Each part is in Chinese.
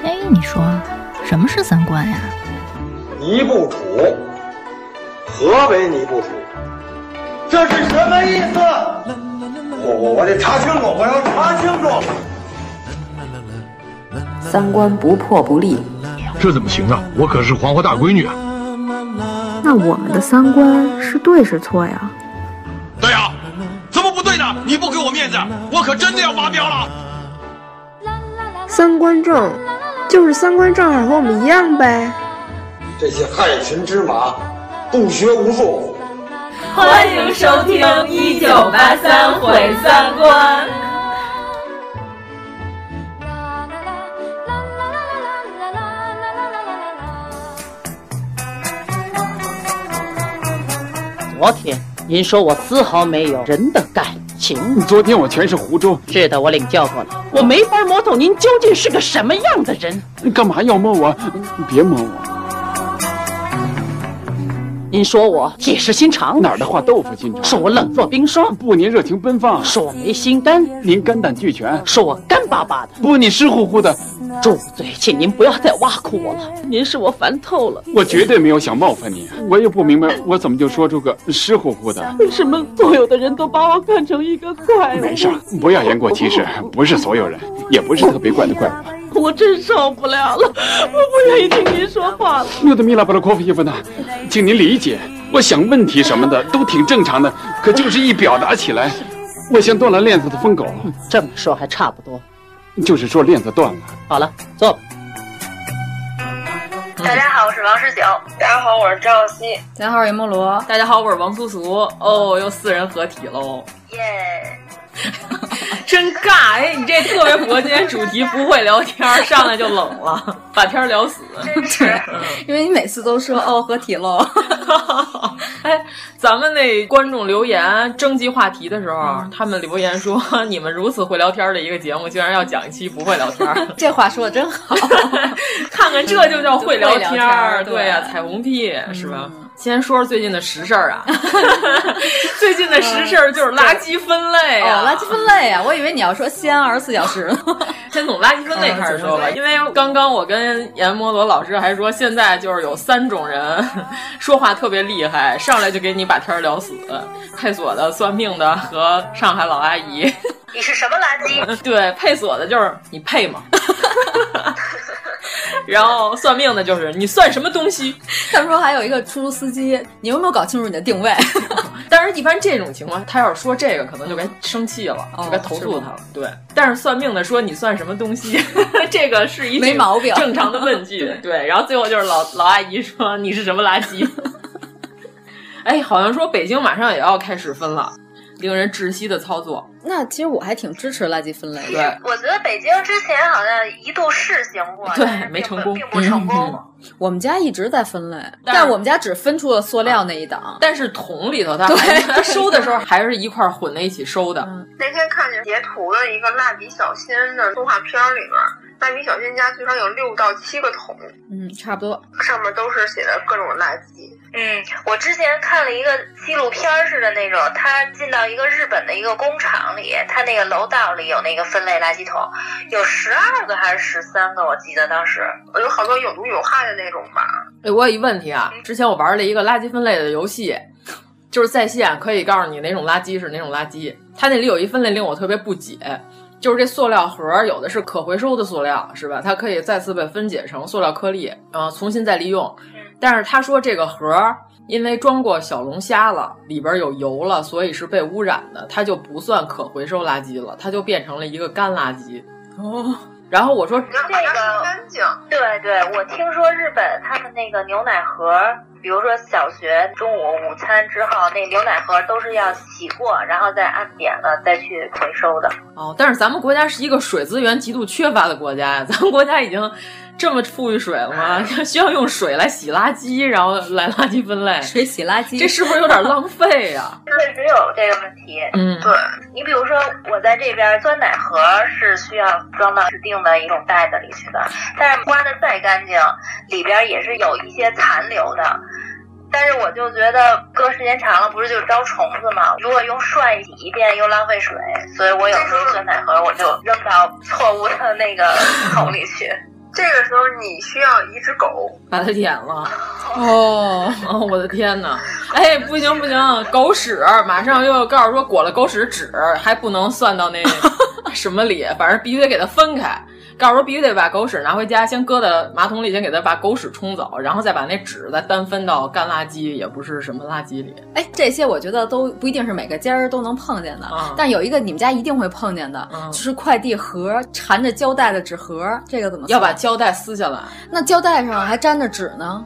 哎，你说什么是三观呀？ 尼不楚，何为尼不楚？这是什么意思？我得查清楚，我要查清楚。 三观不破不立， 这怎么行啊？我可是黄花大闺女啊！ 那我们的三观是对是错呀？ 对呀，怎么不对呢？你不给我面子，我可真的要发飙了。 三观正，就是三观正好和我们一样呗。 这些害群之马，不学无术。 欢迎收听1983毁三观。 昨天您说我丝毫没有人的感情， 昨天我全是湖州。 是的，我领教过了，我没法摸透您究竟是个什么样的人。 你干嘛要摸我？别摸我。 您说我铁石心肠， 哪儿的话豆腐心肠？ 说我冷若冰霜， 不，您热情奔放； 说我没心肝， 您肝胆俱全； 说我干巴巴的， 不，你湿乎乎的。 住嘴，请您不要再挖苦我了，您是我烦透了。 我绝对没有想冒犯你，我也不明白我怎么就说出个湿乎乎的。 为什么所有的人都把我看成一个怪物？ 没事，不要言过其实，不是所有人，也不是特别怪的怪物。 我真受不了了，我不愿意听您说话了。 有的米拉巴拉科夫伊夫娜，请您理解，我想问题什么的都挺正常的，可就是一表达起来，我像断了链子的疯狗。 这么说还差不多， 就是说链子断了。 好了，坐吧。 大家好，我是王十九。 大家好，我是赵熙。 大家好，我是阎摩罗。 大家好，我是王苏苏。哦，又4人合体喽！ 耶、 真尬！哎，你这特别符合今天主题，不会聊天，上来就冷了，把天聊死。 真是， 因为你每次都说哦合体喽。 哎，咱们那观众留言征集话题的时候，他们留言说你们如此会聊天的一个节目，居然要讲一期不会聊天。 这话说的真好， 看看这就叫会聊天。对呀、彩虹屁是吧？先说说最近的实事啊，最近的实事就是垃圾分类啊， 垃圾分类啊，我以为你要说西安24小时呢。 先从垃圾分类开始说吧，因为刚刚我跟阎摩罗老师还说，现在就是有3种人说话特别厉害，上来就给你把天聊死，配锁的、算命的和上海老阿姨。 你是什么垃圾？ 对，配锁的就是你配吗？然后算命的就是你算什么东西？ 他们说还有一个出租司机，你有没有搞清楚你的定位？ 但是一般这种情况，他要是说这个，可能就该生气了，就该投诉他了。对，但是算命的说你算什么东西，这个是一没毛病正常的问句。对，然后最后就是老阿姨说你是什么垃圾？哎，好像说北京马上也要开始分了。令人窒息的操作。 那其实我还挺支持垃圾分类的。 对， 我觉得北京之前好像一度试行过， 对，没成功， 并不成功。 我们家一直在分类，但我们家只分出了塑料那一档。 但是桶里头它收的时候还是一块混在一起收的。 那天看见截图的一个蜡笔小新的动画片里面，蜡笔小新家最少有6到7个桶， 差不多， 上面都是写的各种垃圾。 我之前看了一个纪录片似的那种，他进到一个日本的一个工厂里，他那个楼道里有那个分类垃圾桶，有12个还是13个，我记得当时有好多有毒有害的那种吧。 我有一问题啊，之前我玩了一个垃圾分类的游戏，就是在线可以告诉你哪种垃圾是哪种垃圾，它那里有一分类令我特别不解。就是这塑料盒有的是可回收的塑料，是吧？它可以再次被分解成塑料颗粒，重新再利用。但是他说这个盒因为装过小龙虾了，里边有油了，所以是被污染的，它就不算可回收垃圾了，它就变成了一个干垃圾。然后我说这个干净。 对，我听说日本他们那个牛奶盒，比如说小学中午午餐之后，那牛奶盒都是要洗过，然后再按点了再去回收的。 但是咱们国家是一个水资源极度缺乏的国家呀，咱们国家已经这么富裕水了吗？需要用水来洗垃圾，然后来垃圾分类， 水洗垃圾， 这是不是有点浪费呀？ 确实有这个问题。 对， 你比如说我在这边酸奶盒是需要装到指定的一种袋子里去的，但是刮得再干净，里边也是有一些残留的。但是我就觉得搁时间长了不是就招虫子吗？如果用涮洗一遍又浪费水，所以我有时候酸奶盒我就扔到错误的那个桶里去。 这个时候你需要一只狗把它舔了。哦，我的天哪！哎，不行不行，狗屎马上又告诉说裹了狗屎纸还不能算到那什么里，反正必须得给它分开。告诉说必须得把狗屎拿回家，先搁在马桶里，先给它把狗屎冲走，然后再把那纸再单分到干垃圾，也不是什么垃圾里。 哎，这些我觉得都不一定是每个家都能碰见的，但有一个你们家一定会碰见的，就是快递盒缠着胶带的纸盒，这个怎么算？ 要把胶带撕下来， 那胶带上还粘着纸呢。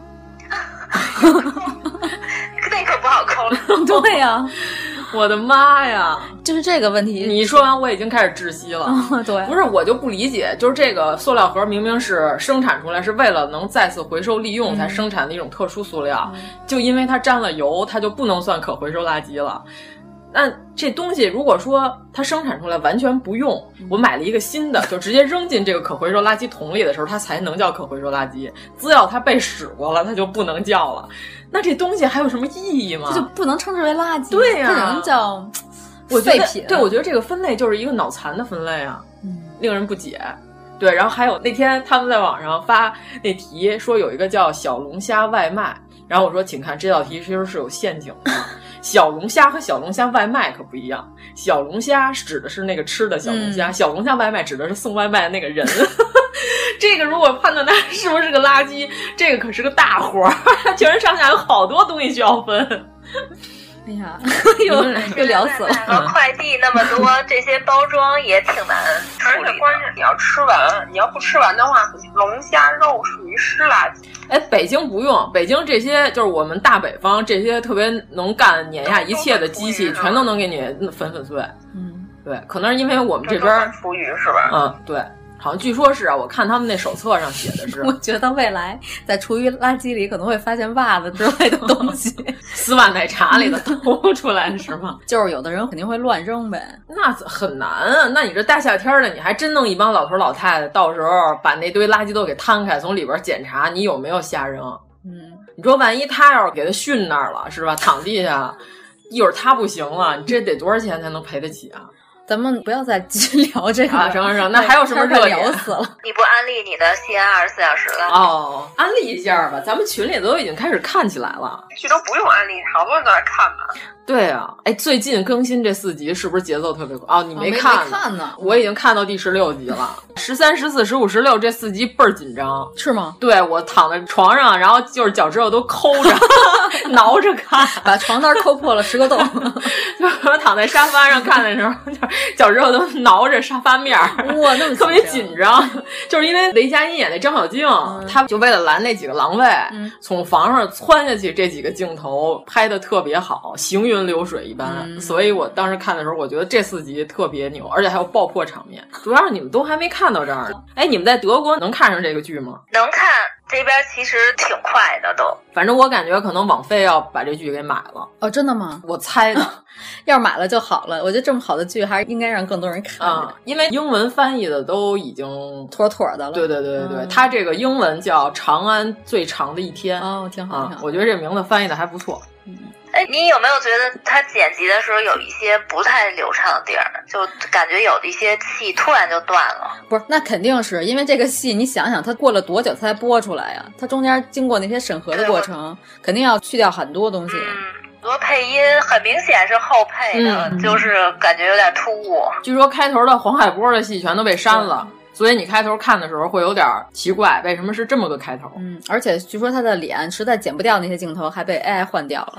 那可不好抠了。 对呀。 我的妈呀， 就是这个问题。 你说完我已经开始窒息了。 对， 不是我就不理解，就是这个塑料盒明明是生产出来是为了能再次回收利用才生产的一种特殊塑料，就因为它沾了油，它就不能算可回收垃圾了。那这东西如果说它生产出来完全不用，我买了一个新的，就直接扔进这个可回收垃圾桶里的时候，它才能叫可回收垃圾。只要它被使过了，它就不能叫了。那这东西还有什么意义吗？ 这就不能称之为垃圾。 对呀， 不能叫废品。对，我觉得这个分类就是一个脑残的分类啊，令人不解。对，然后还有那天他们在网上发那题，说有一个叫小龙虾外卖，然后我说请看这道题其实是有陷阱的。小龙虾和小龙虾外卖可不一样，小龙虾指的是那个吃的小龙虾，小龙虾外卖指的是送外卖的那个人。这个如果判断它是不是个垃圾，这个可是个大活儿，全身上下有好多东西需要分。 哎呀，又聊死了。 快递那么多，这些包装也挺难处理的。 而且关键你要吃完，你要不吃完的话，龙虾肉属于湿垃圾。 哎，北京不用，北京这些就是我们大北方这些特别能干碾压一切的机器，全都能给你粉粉碎。对，可能是因为我们这边厨余是吧？ 对。好像据说是啊，我看他们那手册上写的是。 我觉得未来在厨余垃圾里可能会发现袜子之类的东西， 丝袜奶茶里的偷出来的是吗？ 就是有的人肯定会乱扔呗。 那很难啊！那你这大夏天的，你还真弄一帮老头老太太，到时候把那堆垃圾都给摊开，从里边检查你有没有瞎扔。你说万一他要是给他训那儿了，是吧？躺地下，一会儿他不行了，你这得多少钱才能赔得起啊？ 咱们不要再继续聊这个啊！行，那还有什么热点？ 聊死了！ 你不安利你的西安24小时了？ 哦，安利一下吧，咱们群里都已经开始看起来了。 这都不用安利，好多人都在看呢。 对啊，哎，最近更新这4集是不是节奏特别快？哦，你没看？ 没看呢， 我已经看到第16集了。13、14、15、16这4集倍儿紧张， 是吗？ 对，我躺在床上，然后就是脚趾头都抠着，挠着看， 把床单抠破了10个洞。 就是我躺在沙发上看的时候，就是脚趾头都挠着沙发面儿， 哇，那么特别紧张。就是因为雷佳音演那张小静，他就为了拦那几个狼狈，从房上窜下去，这几个镜头拍的特别好，行云流水一般。所以我当时看的时候，我觉得这4集特别牛，而且还有爆破场面。主要是你们都还没看到这儿呢。哎，你们在德国能看上这个剧吗？ 能看，这边其实挺快的都。 反正我感觉可能网飞要把这剧给买了。 哦，真的吗？ 我猜的。 要是买了就好了，我觉得这么好的剧还是应该让更多人看因为英文翻译的都已经妥妥的了。 对，它这个英文叫《长安最长的一天》。 哦，挺好， 我觉得这名字翻译的还不错。 哎，你有没有觉得他剪辑的时候有一些不太流畅的地儿？就感觉有的一些戏突然就断了。 不是，那肯定是因为这个戏，你想想，它过了多久才播出来呀？它中间经过那些审核的过程，肯定要去掉很多东西。 很多配音很明显是后配的，就是感觉有点突兀。 据说开头的黄海波的戏全都被删了。所以你开头看的时候会有点奇怪，为什么是这么个开头？ 而且据说他的脸实在剪不掉那些镜头，还被 AI 换掉了。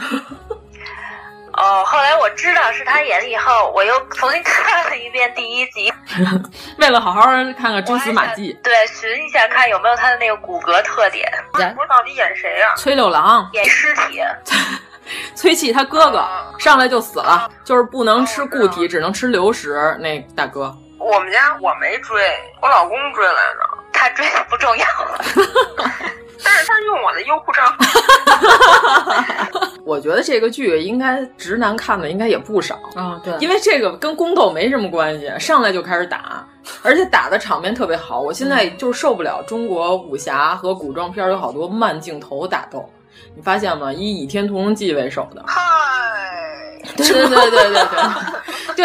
后来我知道是他演了以后，我又重新看了一遍第1集， 为了好好看看蛛丝马迹， 对，寻一下看有没有他的那个骨骼特点。 不是到底演谁啊？ 崔六郎演尸体。 崔气他哥哥上来就死了，就是不能吃固体，只能吃流食。那大哥， 我们家我没追，我老公追来着。 他追的不重要， 但是他用我的优酷账号。 我觉得这个剧应该直男看的应该也不少对， 因为这个跟宫斗没什么关系，上来就开始打，而且打的场面特别好。我现在就是受不了中国武侠和古装片有好多慢镜头打斗。你发现吗？以《倚天屠龙记》为首的， 嗨， 对，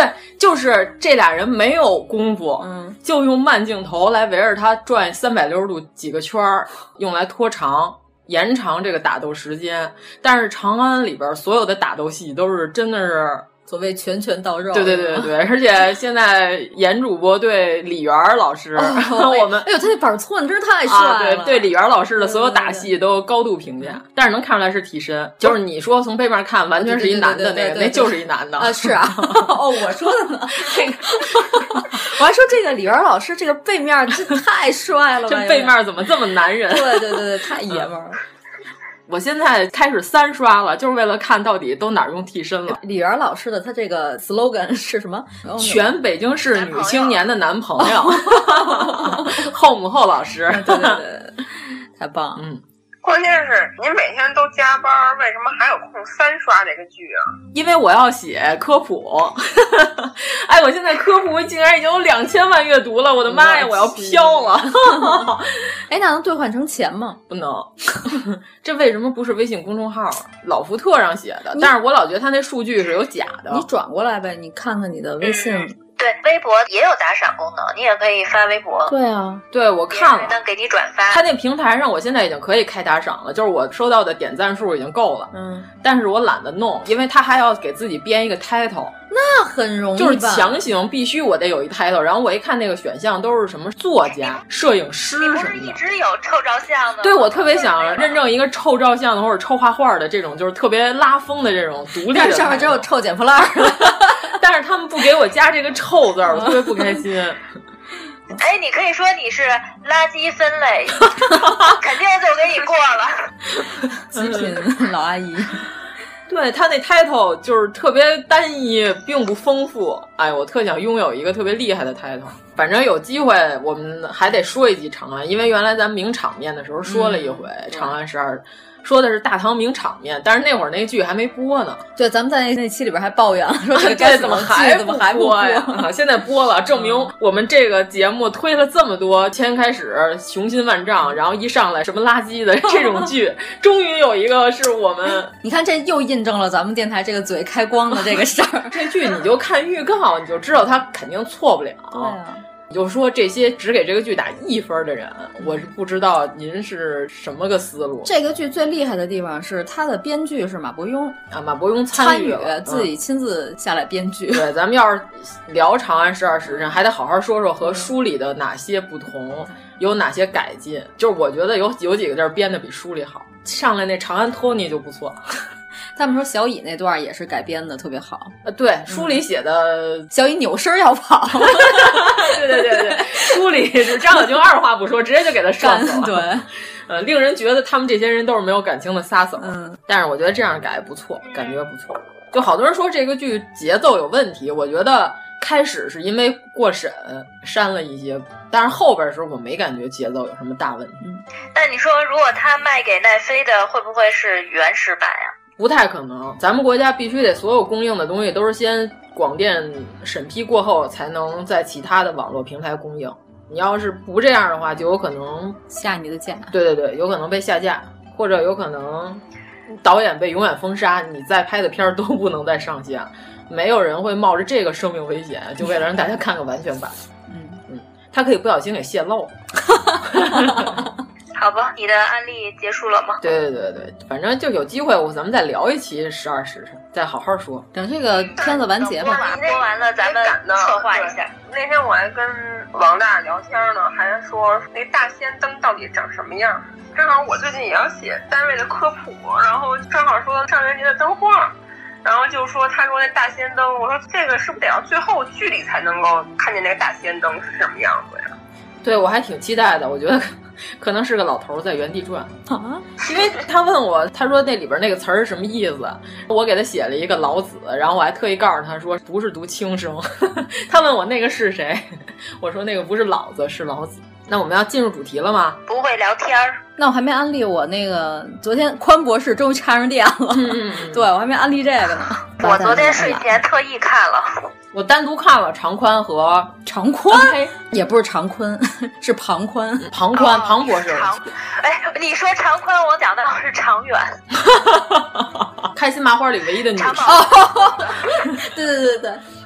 就是这俩人没有功夫，就用慢镜头来围着他转360度几个圈儿，用来拖长。延长这个打斗时间，但是长安里边所有的打斗戏都是真的是所谓拳拳到肉。 对，而且现在严主播对李媛老师，我们哎呦，他那板寸真是太帅了。 对李媛老师的所有打戏都高度评价，但是能看出来是替身，就是你说从背面看完全是一男的，那就是一男的啊，是啊。哦，我说的呢，这个我还说这个李媛老师这个背面真太帅了， 这背面怎么这么男人？ 对，太爷们儿了。 我现在开始3刷了，就是为了看到底都哪儿用替身了。 李媛老师的他这个 slogan 是什么？ 全北京市女青年的男朋友，后母后老师。 对，太棒。 关键是您每天都加班，为什么还有空3刷这个剧啊？ 因为我要写科普。哎，我现在科普竟然已经有2000万阅读了，我的妈呀，我要飘了。 哎，那能兑换成钱吗？ 不能。这为什么不是微信公众号？老福特上写的，但是我老觉得他那数据是有假的。 你转过来呗，你看看你的微信。 对，微博也有打赏功能，你也可以发微博。 对啊， 对，我看了， 能给你转发。 他那平台上，我现在已经可以开打赏了，就是我收到的点赞数已经够了。但是我懒得弄，因为他还要给自己编一个 title， 那很容易， 就是强行必须我得有一 title。然后我一看那个选项都是什么作家、摄影师什么的。 不是一直有臭照相的？ 对，我特别想认证一个臭照相的或者臭画画的这种，就是特别拉风的这种独立的。 但是上面只有臭捡破烂了。 但是他们不给我加这个臭字儿，我特别不开心。 哎，你可以说你是垃圾分类，肯定就给你过了。 极品老阿姨。 对，他那 title 就是特别单一，并不丰富。哎，我特想拥有一个特别厉害的 title。反正有机会我们还得说一集长安，因为原来咱们名场面的时候说了一回长安12。说的是大唐名场面，但是那会儿那剧还没播呢。 对，咱们在那期里边还抱怨了，说这这怎么还不播呀？ 现在播了，证明我们这个节目推了这么多，先开始雄心万丈，然后一上来什么垃圾的这种剧，终于有一个是我们。 你看，这又印证了咱们电台这个嘴开光的这个事儿。 这剧你就看预告，你就知道它肯定错不了。 对啊。 就说这些只给这个剧打1分的人，我是不知道您是什么个思路。 这个剧最厉害的地方是他的编剧是马伯庸啊，马伯庸参与自己亲自下来编剧。 对，咱们要是聊《长安12时辰》，还得好好说说和书里的哪些不同，有哪些改进。就是我觉得有几个地儿编的比书里好，上来那长安托尼就不错。 他们说小乙那段也是改编的特别好。 对，书里写的小乙扭身要跑。 对，书里是张小晶二话不说，直接就给他射死了。 对， 令人觉得他们这些人都是没有感情的撒手。但是我觉得这样改不错，感觉不错。就好多人说这个剧节奏有问题，我觉得开始是因为过审删了一些，但是后边的时候我没感觉节奏有什么大问题。 那你说，如果他卖给奈飞的，会不会是原始版呀？ 不太可能，咱们国家必须得所有供应的东西都是先广电审批过后，才能在其他的网络平台供应。你要是不这样的话，就有可能下你的架。 对，有可能被下架，或者有可能导演被永远封杀，你再拍的片儿都不能再上线。没有人会冒着这个生命危险，就为了让大家看个完全版。他可以不小心给泄露。 好吧，你的案例结束了吗？ 对，反正就有机会咱们再聊一期12时辰，再好好说。 等这个片子完结吧。 播完了咱们策划一下。 那天我还跟王大聊天呢，还说那大仙灯到底长什么样。正好我最近也要写单位的科普，然后正好说上元节的灯画，然后就说他说那大仙灯，我说这个是不是得要最后剧里才能够看见那个大仙灯是什么样子呀？ 对，我还挺期待的，我觉得可能是个老头在原地转啊，因为他问我，他说那里边那个词儿是什么意思，我给他写了一个老子，然后我还特意告诉他说不是读轻声。他问我那个是谁，我说那个不是老子，是老子。那我们要进入主题了吗？ 不会聊天儿。 那我还没安利我那个，昨天宽博士终于插上电了。对，我还没安利这个呢。 我昨天睡前特意看了。 我单独看了长宽和长宽，也不是长宽，是庞宽。 庞博士。 哎，你说长宽，我讲的是长远。 开心麻花里唯一的女神。 对。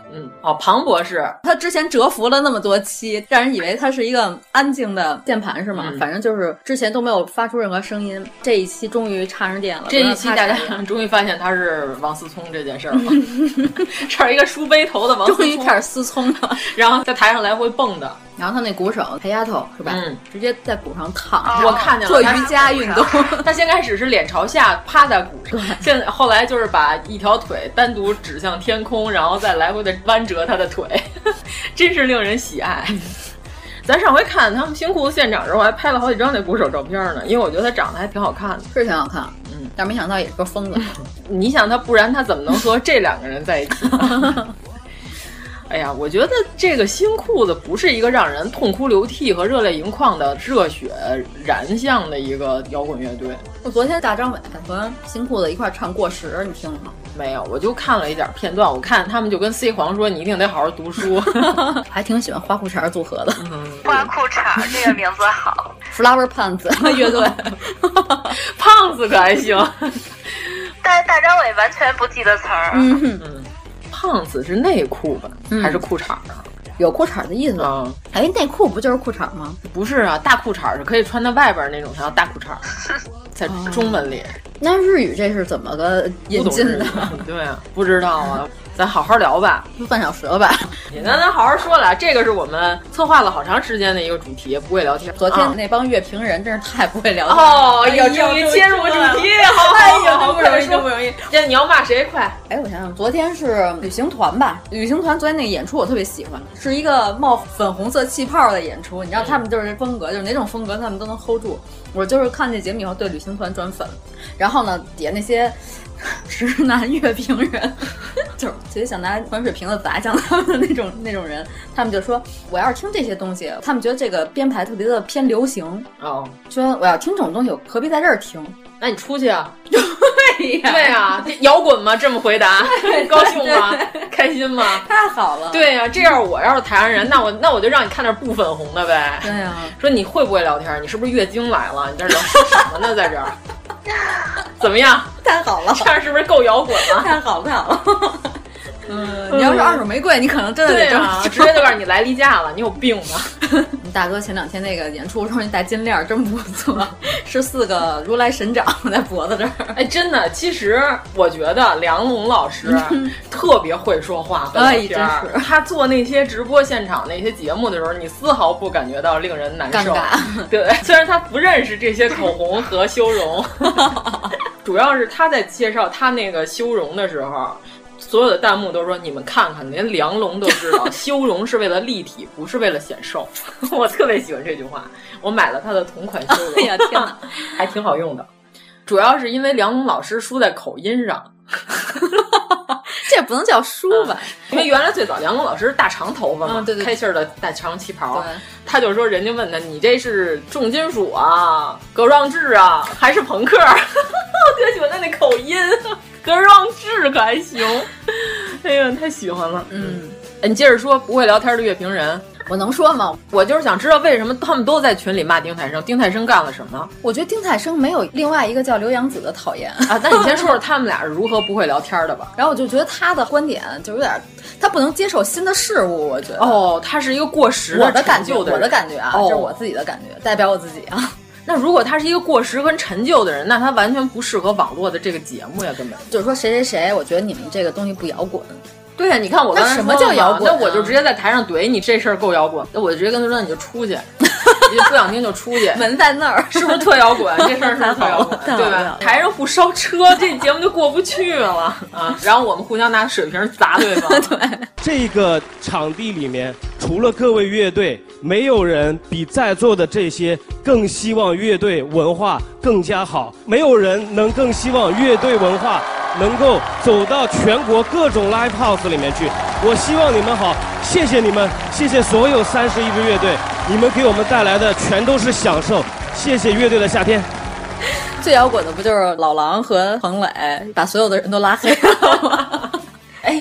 庞博士， 他之前蛰伏了那么多期，让人以为他是一个安静的键盘是吗？反正就是之前都没有发出任何声音，这一期终于插上电了。 这一期大家终于发现他是王思聪这件事儿了，这儿一个梳背头的王思聪， 终于开始思聪了， 然后在台上来回蹦的。 然后他那鼓手裴丫头是吧？直接在鼓上躺， 我看见了， 做瑜伽运动。 他先开始是脸朝下趴在鼓上，现在后来就是把一条腿单独指向天空，然后再来回的弯折他的腿，真是令人喜爱。咱上回看他们新裤子现场的时候，我还拍了好几张那鼓手照片呢，因为我觉得他长得还挺好看的， 是挺好看。但没想到也是个疯子。 你想他，不然他怎么能和这两个人在一起呢？哎呀，我觉得这个新裤子不是一个让人痛哭流涕和热泪盈眶的热血燃向的一个摇滚乐队。 我昨天大张伟和新裤子一块唱《过时》，你听了吗？ 没有，我就看了一点片段。我看他们就跟 C 黄说：“你一定得好好读书。” 还挺喜欢花裤衩组合的。 花裤衩这个名字好。 Flower Pants 乐队， 胖子可还行。 但是大张伟完全不记得词儿。 胖子是内裤吧，还是裤衩啊？ 有裤衩的意思啊？哎，内裤不就是裤衩吗？ 不是啊，大裤衩是可以穿在外边那种，叫大裤衩，在中文里。 那日语这是怎么个引进的？ 对啊，不知道啊。咱好好聊吧， 半小时了吧？ 那咱好好说了，这个是我们策划了好长时间的一个主题，不会聊天。 昨天那帮乐评人真是太不会聊天哦，要终于切入主题，好不容易，真不容易。这你要骂谁？快！ 哎，我想想，昨天是旅行团吧？旅行团昨天那个演出我特别喜欢，是一个冒粉红色气泡的演出。你知道他们就是风格，就是哪种风格他们都能 hold 住。我就是看这节目以后对旅行团转粉，然后呢，底下那些直男乐评人，就是直接想拿滚水瓶子砸向他们的那种人，他们就说我要是听这些东西，他们觉得这个编排特别的偏流行哦， 说我要听这种东西，我何必在这儿听？ 那你出去啊！ 对呀， 对呀，摇滚吗？这么回答，高兴吗？开心吗？ 太好了！ 对呀，这样我要是台湾人，那我就让你看点不粉红的呗。 对呀， 说你会不会聊天？你是不是月经来了？你在这说什么呢？在这儿，怎么样？ 太好了， 这样是不是够摇滚了？ 太好了。你要是二手玫瑰，你可能真的得这么直接就告诉你来例假了，你有病吧？ 你大哥前2天那个演出时候，那大金链真不错，是4个如来神掌在脖子这儿。 哎，真的，其实我觉得梁龙老师特别会说话和聊天。他做那些直播现场那些节目的时候，你丝毫不感觉到令人难受。 尴尬。 对，虽然他不认识这些口红和修容，主要是他在介绍他那个修容的时候。所有的弹幕都说：“你们看看，连梁龙都知道，修容是为了立体，不是为了显瘦。”我特别喜欢这句话，我买了他的同款修容， 哎呀天哪， 还挺好用的。主要是因为梁龙老师输在口音上， 这不能叫输吧？ 因为原来最早梁龙老师是大长头发嘛， 对， 开气儿的大长旗袍，他就说人家问他：“你这是重金属啊、格壮志啊，还是朋克？”我特别喜欢他那口音。格壮志可还行，哎呀，太喜欢了。你接着说，不会聊天的乐评人， 我能说吗？ 我就是想知道为什么他们都在群里骂丁太升，丁太升干了什么？ 我觉得丁太升没有另外一个叫刘洋子的讨厌啊。那你先说说他们俩是如何不会聊天的吧。 然后我就觉得他的观点就有点，他不能接受新的事物。我觉得哦，他是一个过时的陈旧的人。 我的感觉啊，这是我自己的感觉，代表我自己啊。 那如果他是一个过时跟陈旧的人，那他完全不适合网络的这个节目呀，根本就是说谁，我觉得你们这个东西不摇滚。 对呀，你看我刚才什么叫摇滚？ 那我就直接在台上怼你，这事儿够摇滚。那我就直接跟他说，你就出去，你不想听就出去。 门在那儿， 是不是特摇滚？这事儿是特摇滚，对吧？台上不烧车，这节目就过不去了啊！然后我们互相拿水瓶砸对方。 对， 这个场地里面，除了各位乐队，没有人比在座的这些更希望乐队文化更加好，没有人能更希望乐队文化能够走到全国各种 live house 里面去。我希望你们好，谢谢你们，谢谢所有31个乐队，你们给我们带来的全都是享受。谢谢乐队的夏天。 最摇滚的不就是老狼和彭磊把所有的人都拉黑了吗？ 哎，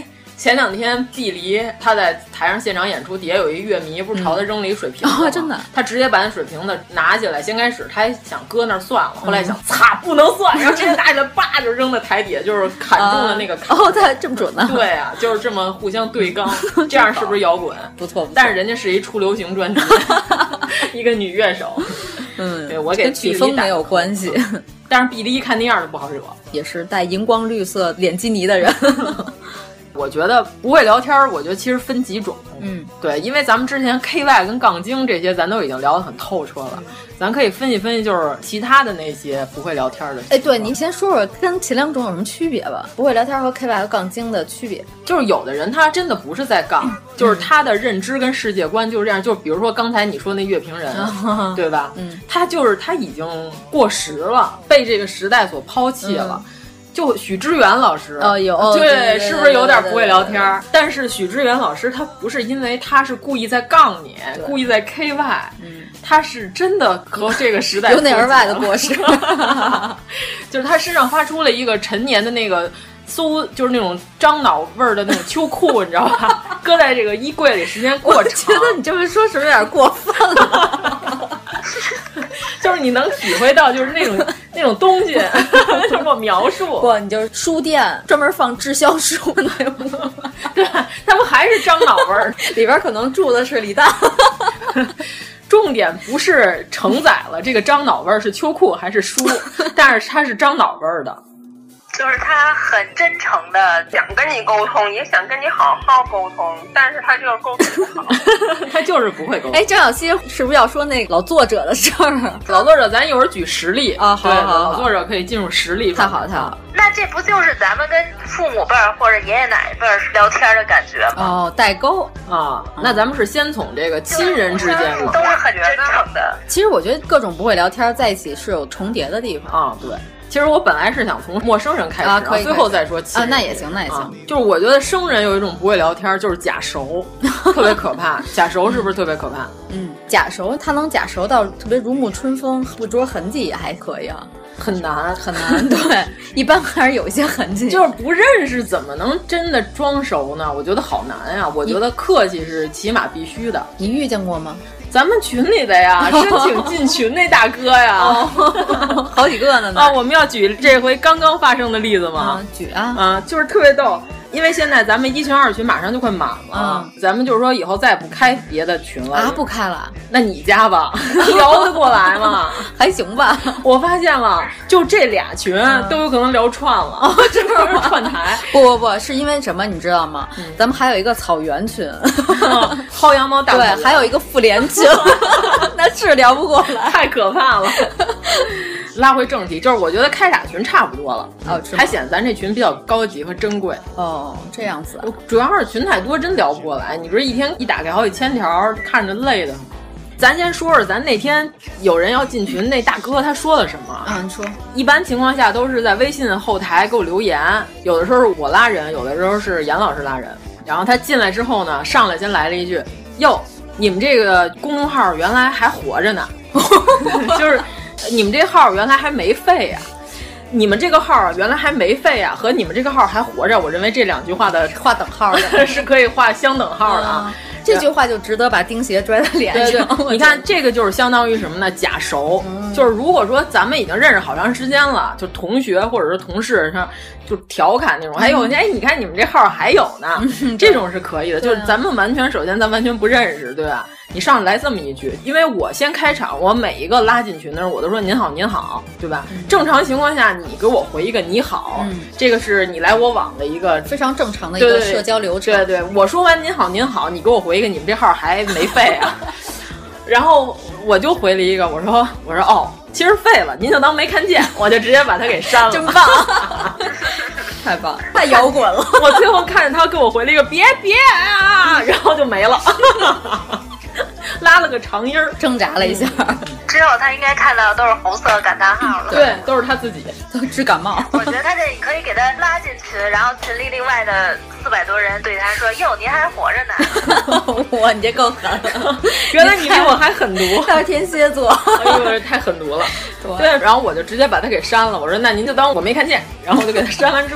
前2天毕黎他在台上现场演出，底下有一乐迷不是朝他扔了一水瓶子吗？ 真的， 他直接把那水瓶子拿起来，先开始他还想搁那儿算了，后来想擦不能算，然后直接拿起来叭就扔在台底下，就是砍中了那个坎。 他这么准呢？ 对啊，就是这么互相对刚，这样是不是摇滚？ 不错， 但是人家是一出流行专辑，一个女乐手。对，我给曲风没有关系， 但是毕黎看那样就不好惹， 也是带荧光绿色脸基尼的人。 我觉得不会聊天，我觉得其实分几种。对，因为咱们之前 KY 跟杠精这些咱都已经聊得很透彻了，咱可以分析分析，就是其他的那些不会聊天的。 哎，对，你先说说跟前2种有什么区别吧？不会聊天和 KY 和杠精的区别， 就是有的人他真的不是在杠，就是他的认知跟世界观就是这样。就是比如说刚才你说那乐评人，对吧？他已经过时了，被这个时代所抛弃了。就许知远老师对， 是不是有点不会聊天？但是许知远老师他不是因为他是故意在杠你，故意在 KY，他是真的和这个时代由内而外的过时， 就是他身上发出了一个陈年的那个就是那种樟脑味儿的那种秋裤，你知道吧？搁在这个衣柜里时间过长， 我觉得你这么说是不是有点过分了？ 就是你能体会到，就是那种东西，通过描述。 不，你就是书店专门放滞销书那屋， 对，他们还是樟脑味儿， 里边可能住的是李诞。 重点不是承载了这个樟脑味儿是秋裤还是书，但是它是樟脑味儿的。 就是他很真诚的想跟你沟通，也想跟你好好沟通，但是他就是沟通不好， 他就是不会沟通。 哎，张小希是不是要说那老作者的事儿？ 老作者，咱一会儿举实例啊，好， 老作者可以进入实例。 太好，太好。 那这不就是咱们跟父母辈儿或者爷爷奶奶辈儿聊天的感觉吗？ 哦，代沟啊，那咱们是先从这个亲人之间都是很真诚的。 其实我觉得各种不会聊天在一起是有重叠的地方啊，对。其实我本来是想从陌生人开始， 可以最后再说亲人。 那也行，那也行。 就是我觉得生人有一种不会聊天，就是假熟，特别可怕。假熟是不是特别可怕？ 假熟他能假熟到特别如沐春风，不着痕迹也还可以啊。 很难， 对，一般还是有一些痕迹。 就是不认识，怎么能真的装熟呢？我觉得好难呀。我觉得客气是起码必须的。 你遇见过吗？ 咱们群里的呀，申请进群那大哥呀， 好几个呢。 啊，我们要举这回刚刚发生的例子吗？ 举啊， 就是特别逗。因为现在咱们1群2群马上就快满了，咱们就是说以后再也不开别的群了啊，不开了。 那你加吧，聊得过来吗？ 还行吧。 我发现了，就这俩群都有可能聊串了，这不是串台？ 不，是因为什么你知道吗？咱们还有一个草原群， 薅羊毛大草原， 对，还有一个妇联群，那是聊不过来， 太可怕了。拉回正题，就是我觉得开俩群差不多了，还显得咱这群比较高级和珍贵。 这样子， 主要是群太多，真聊不过来。你不是一天一打开好几千条，看着累的。咱先说说咱那天有人要进群，那大哥他说了什么？ 你说。 一般情况下都是在微信后台给我留言，有的时候是我拉人，有的时候是严老师拉人。然后他进来之后呢，上来先来了一句：“哟，你们这个公众号原来还活着呢。”就是你们这号原来还没废呀，你们这个号原来还没废呀，和你们这个号还活着，我认为这两句话的划等号的是可以画相等号的啊。 这句话就值得把钉鞋拽在脸上。 你看这个就是相当于什么呢？假熟，就是如果说咱们已经认识好长时间了，就同学或者是同事上就调侃那种，还有你看你们这号还有呢，这种是可以的。就是咱们完全首先咱完全不认识，对吧？你上来这么一句，因为我先开场，我每一个拉进群的时候我都说您好您好，对吧？正常情况下你给我回一个你好，这个是你来我往的一个非常正常的一个社交流程。 对，我说完您好您好，你给我回一个你们这号还没废啊。然后我就回了一个，我说哦，其实废了，您就当没看见，我就直接把他给删了。 真棒。太棒，太摇滚了！ 我最后看着他给我回了一个别啊，然后就没了，拉了个长音儿， 挣扎了一下。 之后他应该看到都是红色感叹号了。 对，都是他自己， 都治感冒。 我觉得他这可以给他拉进群，然后群里另外的400多人对他说：“哟，您还活着呢！” 哇，你这够狠了！ 原来你比我还狠毒。 他是天蝎座， 哎呦，太狠毒了。对，然后我就直接把他给删了。我说：“那您就当我没看见。”然后我就给他删完之后，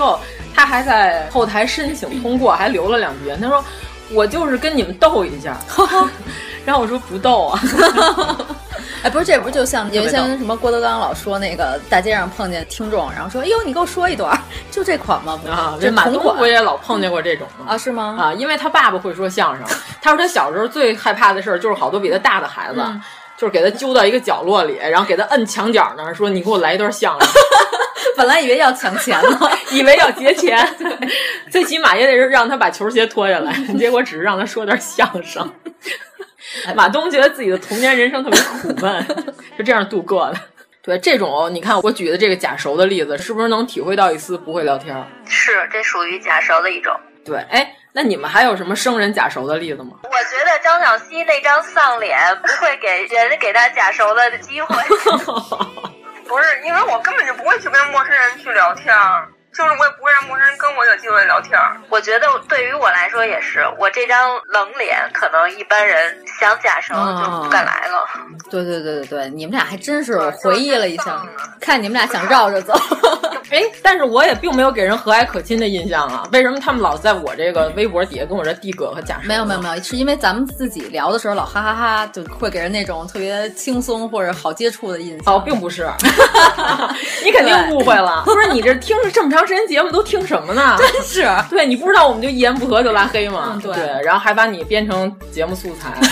他还在后台申请通过，还留了2句言。他说：“我就是跟你们斗一下。”然后我说：“不斗啊。” 哎，不是，这不就像有一些什么郭德纲老说那个大街上碰见听众，然后说：“哎呦，你给我说一段，就这款吗？” 啊，这马东不也老碰见过这种吗？ 啊，是吗？ 啊，因为他爸爸会说相声，他说他小时候最害怕的事儿就是好多比他大的孩子，就是给他揪到一个角落里，然后给他摁墙角那儿，说：“你给我来一段相声。” 本来以为要抢钱呢， 以为要劫钱，最起码也得是让他把球鞋脱下来，结果只是让他说点相声。马东觉得自己的童年人生特别苦闷，就这样度过的。对，这种你看我举的这个假熟的例子，是不是能体会到一丝不会聊天？ 是，这属于假熟的一种。 对，哎，那你们还有什么生人假熟的例子吗？ 我觉得张小希那张丧脸不会给人给他假熟的机会。 不是，因为我根本就不会去跟陌生人去聊天。就是我也不会让陌生人跟我有机会聊天。 我觉得对于我来说也是，我这张冷脸可能一般人想假熟就不敢来了。 对，你们俩还真是回忆了一下，看你们俩想绕着走。 哎，但是我也并没有给人和蔼可亲的印象啊，为什么他们老在我这个微博底下跟我这递葛和假熟？ 没有，是因为咱们自己聊的时候老哈哈哈，就会给人那种特别轻松或者好接触的印象。 哦，并不是，你肯定误会了。不是你这听着这么长时间节目都听什么呢？ 真是， 对，你不知道我们就一言不合就拉黑吗？ 对， 然后还把你编成节目素材。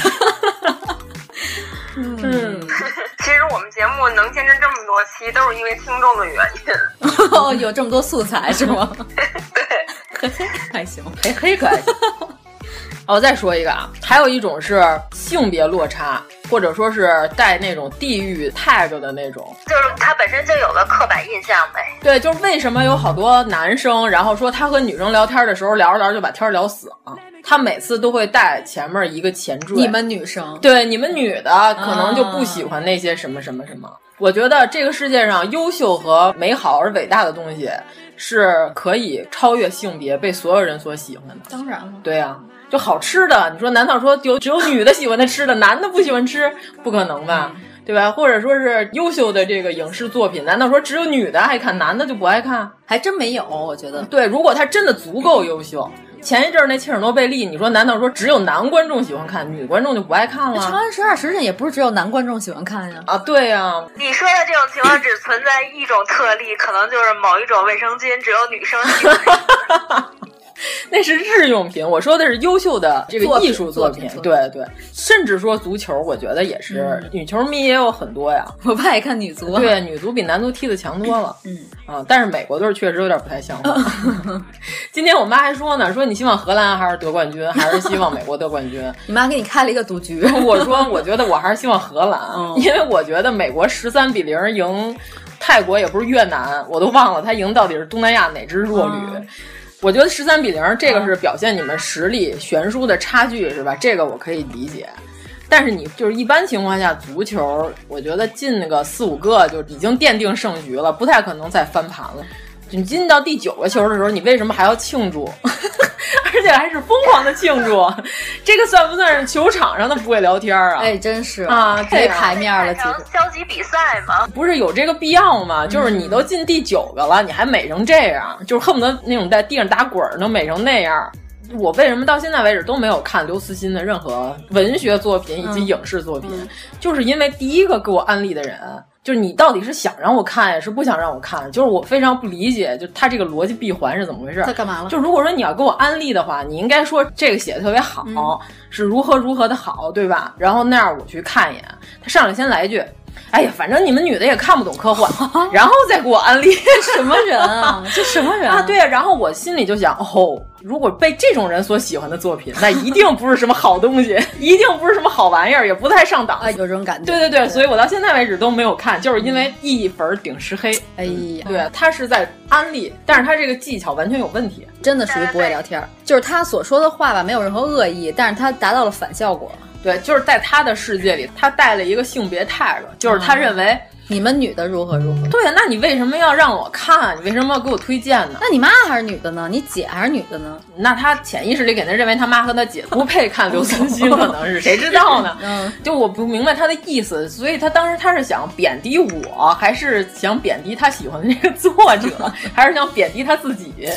其实我们节目能坚持这么多期，都是因为听众的原因。 哦，有这么多素材是吗？ 对， 还行， 嘿可还行。我再说一个啊，还有一种是性别落差，或者说是带那种地域 tag 的那种， 就是他本身就有个刻板印象呗。 对，就是为什么有好多男生，然后说他和女生聊天的时候聊着聊着就把天聊死了。他每次都会带前面一个前缀。 你们女生， 对，你们女的可能就不喜欢那些什么什么什么。我觉得这个世界上优秀和美好而伟大的东西是可以超越性别，被所有人所喜欢的。 当然了， 对啊。就好吃的，你说难道说只有女的喜欢的吃的，男的不喜欢吃？不可能吧，对吧？或者说是优秀的这个影视作品，难道说只有女的爱看，男的就不爱看？ 还真没有，我觉得。 对，如果他真的足够优秀，前一阵儿那切尔诺贝利，你说难道说只有男观众喜欢看，女观众就不爱看了？ 长安12时辰也不是只有男观众喜欢看呀。 啊，对呀。 你说的这种情况只存在一种特例，可能就是某一种卫生巾只有女生喜欢。 那是日用品，我说的是优秀的这个艺术作品。对，甚至说足球，我觉得也是，女球迷也有很多呀。 我不爱看女足。 对，女足比男足踢得强多了。但是美国队确实有点不太像话。今天我妈还说呢，说你希望荷兰还是得冠军，还是希望美国得冠军？ 你妈给你开了一个赌局。 我说，我觉得我还是希望荷兰，因为我觉得美国13-0赢泰国，也不是越南，我都忘了他赢到底是东南亚哪支弱旅。我觉得13-0这个是表现你们实力悬殊的差距，是吧？这个我可以理解。但是你就是一般情况下，足球我觉得进那个4-5个就已经奠定胜局了，不太可能再翻盘了。你进到第9个球的时候，你为什么还要庆祝？而且还是疯狂的庆祝，这个算不算是球场上的不会聊天啊？ 哎，真是啊， 太台面了，其实消极比赛嘛， 不是有这个必要吗？就是你都进第9个了，你还美成这样，就是恨不得那种在地上打滚能美成那样。我为什么到现在为止都没有看刘慈欣的任何文学作品以及影视作品？就是因为第一个给我安利的人，就是你到底是想让我看呀，是不想让我看？就是我非常不理解，就他这个逻辑闭环是怎么回事？ 他干嘛了？ 就如果说你要给我安利的话，你应该说这个写的特别好，是如何的好，对吧？然后那样我去看一眼，他上来先来一句。哎呀，反正你们女的也看不懂科幻，然后再给我安利。 什么人啊？这什么人啊？对啊，然后我心里就想，哦，如果被这种人所喜欢的作品，那一定不是什么好东西，一定不是什么好玩意儿，也不太上档。 有这种感觉。 对，所以我到现在为止都没有看，就是因为一粉顶10黑。 哎呀， 对，他是在安利，但是他这个技巧完全有问题， 真的属于不会聊天。就是他所说的话吧，没有任何恶意，但是他达到了反效果。 对，就是在他的世界里，他带了一个性别 tag， 就是他认为你们女的如何。 对呀，那你为什么要让我看？你为什么要给我推荐呢？ 那你妈还是女的呢？你姐还是女的呢？ 那他潜意识里肯定认为他妈和他姐不配看刘慈欣，可能是谁知道呢？就我不明白他的意思，所以他当时他是想贬低我，还是想贬低他喜欢的这个作者，还是想贬低他自己？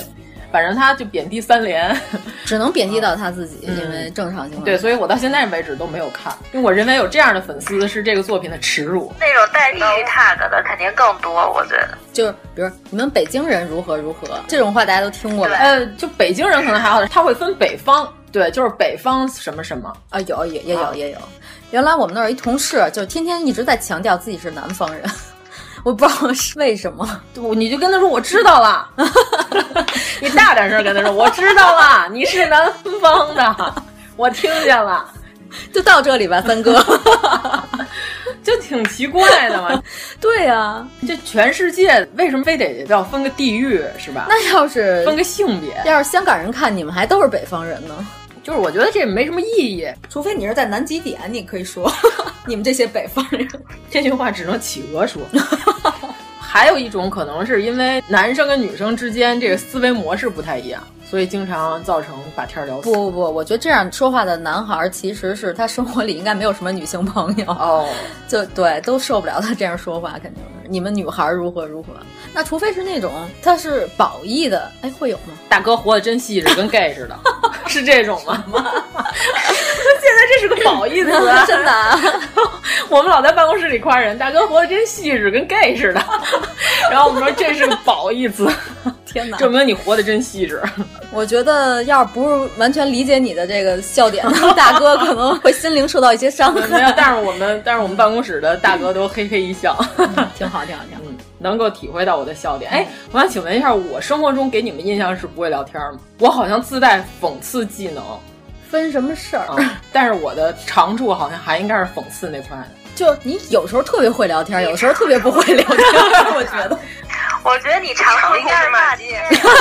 反正他就贬低3连， 只能贬低到他自己，因为正常情况。 对，所以我到现在为止都没有看，因为我认为有这样的粉丝是这个作品的耻辱。 那种带地域 tag 的肯定更多，我觉得。 就是比如你们北京人如何如何这种话大家都听过吧？ 就北京人可能还好，他会分北方，对，就是北方什么什么啊，也有。原来我们那儿有一同事，就天天一直在强调自己是南方人，我不知道是为什么。 你就跟他说我知道了，你大点声跟他说我知道了，你是南方的，我听见了。 就到这里吧，三哥。 就挺奇怪的嘛。 对呀， 就全世界为什么非得要分个地域是吧？ 那要是分个性别， 要是香港人看你们还都是北方人呢？ 就是我觉得这没什么意义， 除非你是在南极点，你可以说你们这些北方人。 这句话只能企鹅说。还有一种可能是因为男生跟女生之间这个思维模式不太一样，所以经常造成把天聊死。 不，我觉得这样说话的男孩其实是他生活里应该没有什么女性朋友哦， 就对，都受不了他这样说话，肯定是你们女孩如何如何。那除非是那种他是褒义的，哎，会有吗？ 大哥活得真细致，跟 gay 似的，是这种吗？现在这是个褒义的词， 真的、啊。 我们老在办公室里夸人，大哥活得真细致，跟 gay 似的。然后我们说这是个褒义词， 天哪， 证明你活得真细致。 我觉得要是不是完全理解你的这个笑点，大哥可能会心灵受到一些伤害。 没有，但是我们办公室的大哥都嘿嘿一笑， 挺好。 能够体会到我的笑点。哎，我想请问一下，我生活中给你们印象是不会聊天吗？我好像自带讽刺技能。 分什么事儿？ 但是我的长处好像还应该是讽刺那块的。 就你有时候特别会聊天，有时候特别不会聊天。 我觉得你长处应该是骂街。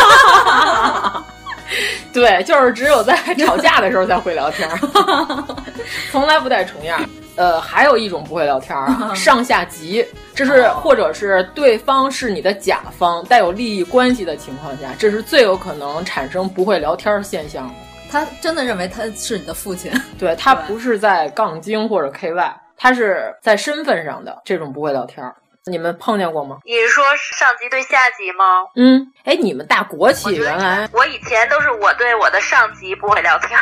对，就是只有在吵架的时候才会聊天，从来不带重样。还有一种不会聊天啊，上下级，这是或者是对方是你的甲方，带有利益关系的情况下，这是最有可能产生不会聊天现象的。 他真的认为他是你的父亲， 对，他不是在杠精或者 KY， 他是在身份上的这种不会聊天。你们碰见过吗？ 你是说上级对下级吗？ 哎，你们大国企原来我以前都是我对我的上级不会聊天。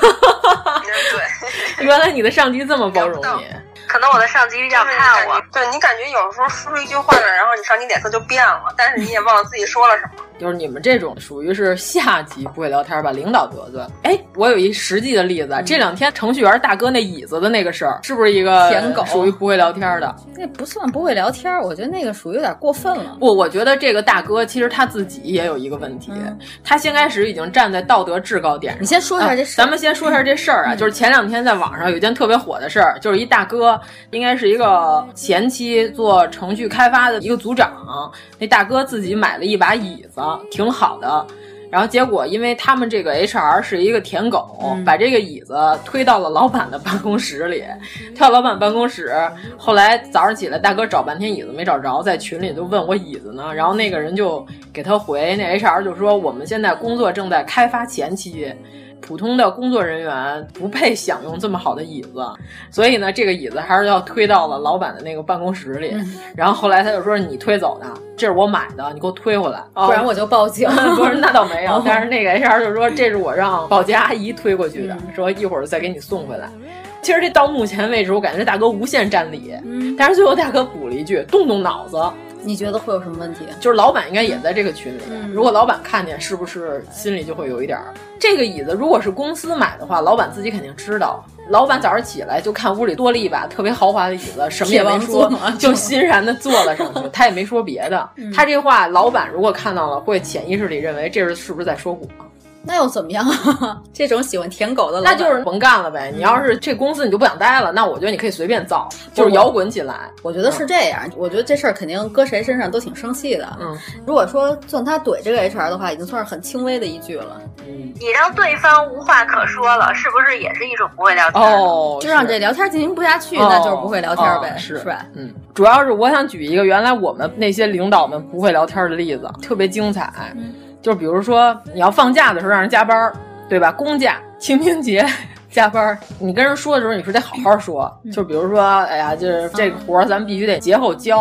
对，原来你的上级这么包容你。 可能我的上级比较看我， 对你感觉有时候说出一句话呢，然后你上级脸色就变了，但是你也忘了自己说了什么。 就是你们这种属于是下级不会聊天，把领导得罪。哎，我有一实际的例子，这2天程序员大哥那椅子的那个事儿，是不是一个舔狗？ 属于不会聊天的？ 那不算不会聊天，我觉得那个属于有点过分了。 不，我觉得这个大哥其实他自己也有一个问题，他先开始已经站在道德制高点上。 你先说一下这事儿， 咱们先说一下这事儿啊，就是前2天在网上有一件特别火的事儿，就是一大哥，应该是一个前期做程序开发的一个组长，那大哥自己买了一把椅子，挺好的。然后结果因为他们这个 HR 是一个舔狗，把这个椅子推到了老板的办公室里，推到老板办公室。后来早上起来，大哥找半天椅子没找着，在群里就问我椅子呢，然后那个人就给他回，那 HR 就说我们现在工作正在开发前期，普通的工作人员不配享用这么好的椅子，所以呢，这个椅子还是要推到了老板的那个办公室里。然后后来他就说：“你推走的，这是我买的，你给我推回来， 不然我就报警。” 不是，那倒没有。但是那个 HR 就说：“这是我让保洁阿姨推过去的，说一会儿再给你送回来。”其实这到目前为止，我感觉大哥无限占理。但是最后大哥补了一句：“动动脑子。” 你觉得会有什么问题？ 就是老板应该也在这个群里，如果老板看见，是不是心里就会有一点儿？这个椅子如果是公司买的话，老板自己肯定知道。老板早上起来就看屋里多了一把特别豪华的椅子，什么也没说，就欣然的坐了上去，他也没说别的。他这话，老板如果看到了，会潜意识里认为这是不是在说我？ 那又怎么样啊？这种喜欢舔狗的老板，那就是甭干了呗。你要是这公司你就不想待了，那我觉得你可以随便造，就是摇滚起来。 我觉得是这样，我觉得这事儿肯定搁谁身上都挺生气的。如果说算他怼这个 HR 的话，已经算是很轻微的一句了。 你让对方无话可说了，是不是也是一种不会聊天？ 就让这聊天进行不下去，那就是不会聊天呗，是吧？ 主要是我想举一个原来我们那些领导们不会聊天的例子，特别精彩。就比如说你要放假的时候让人加班，对吧？公假、清明节加班，你跟人说的时候你是得好好说。就比如说，哎呀，就是这个活咱们必须得节后交。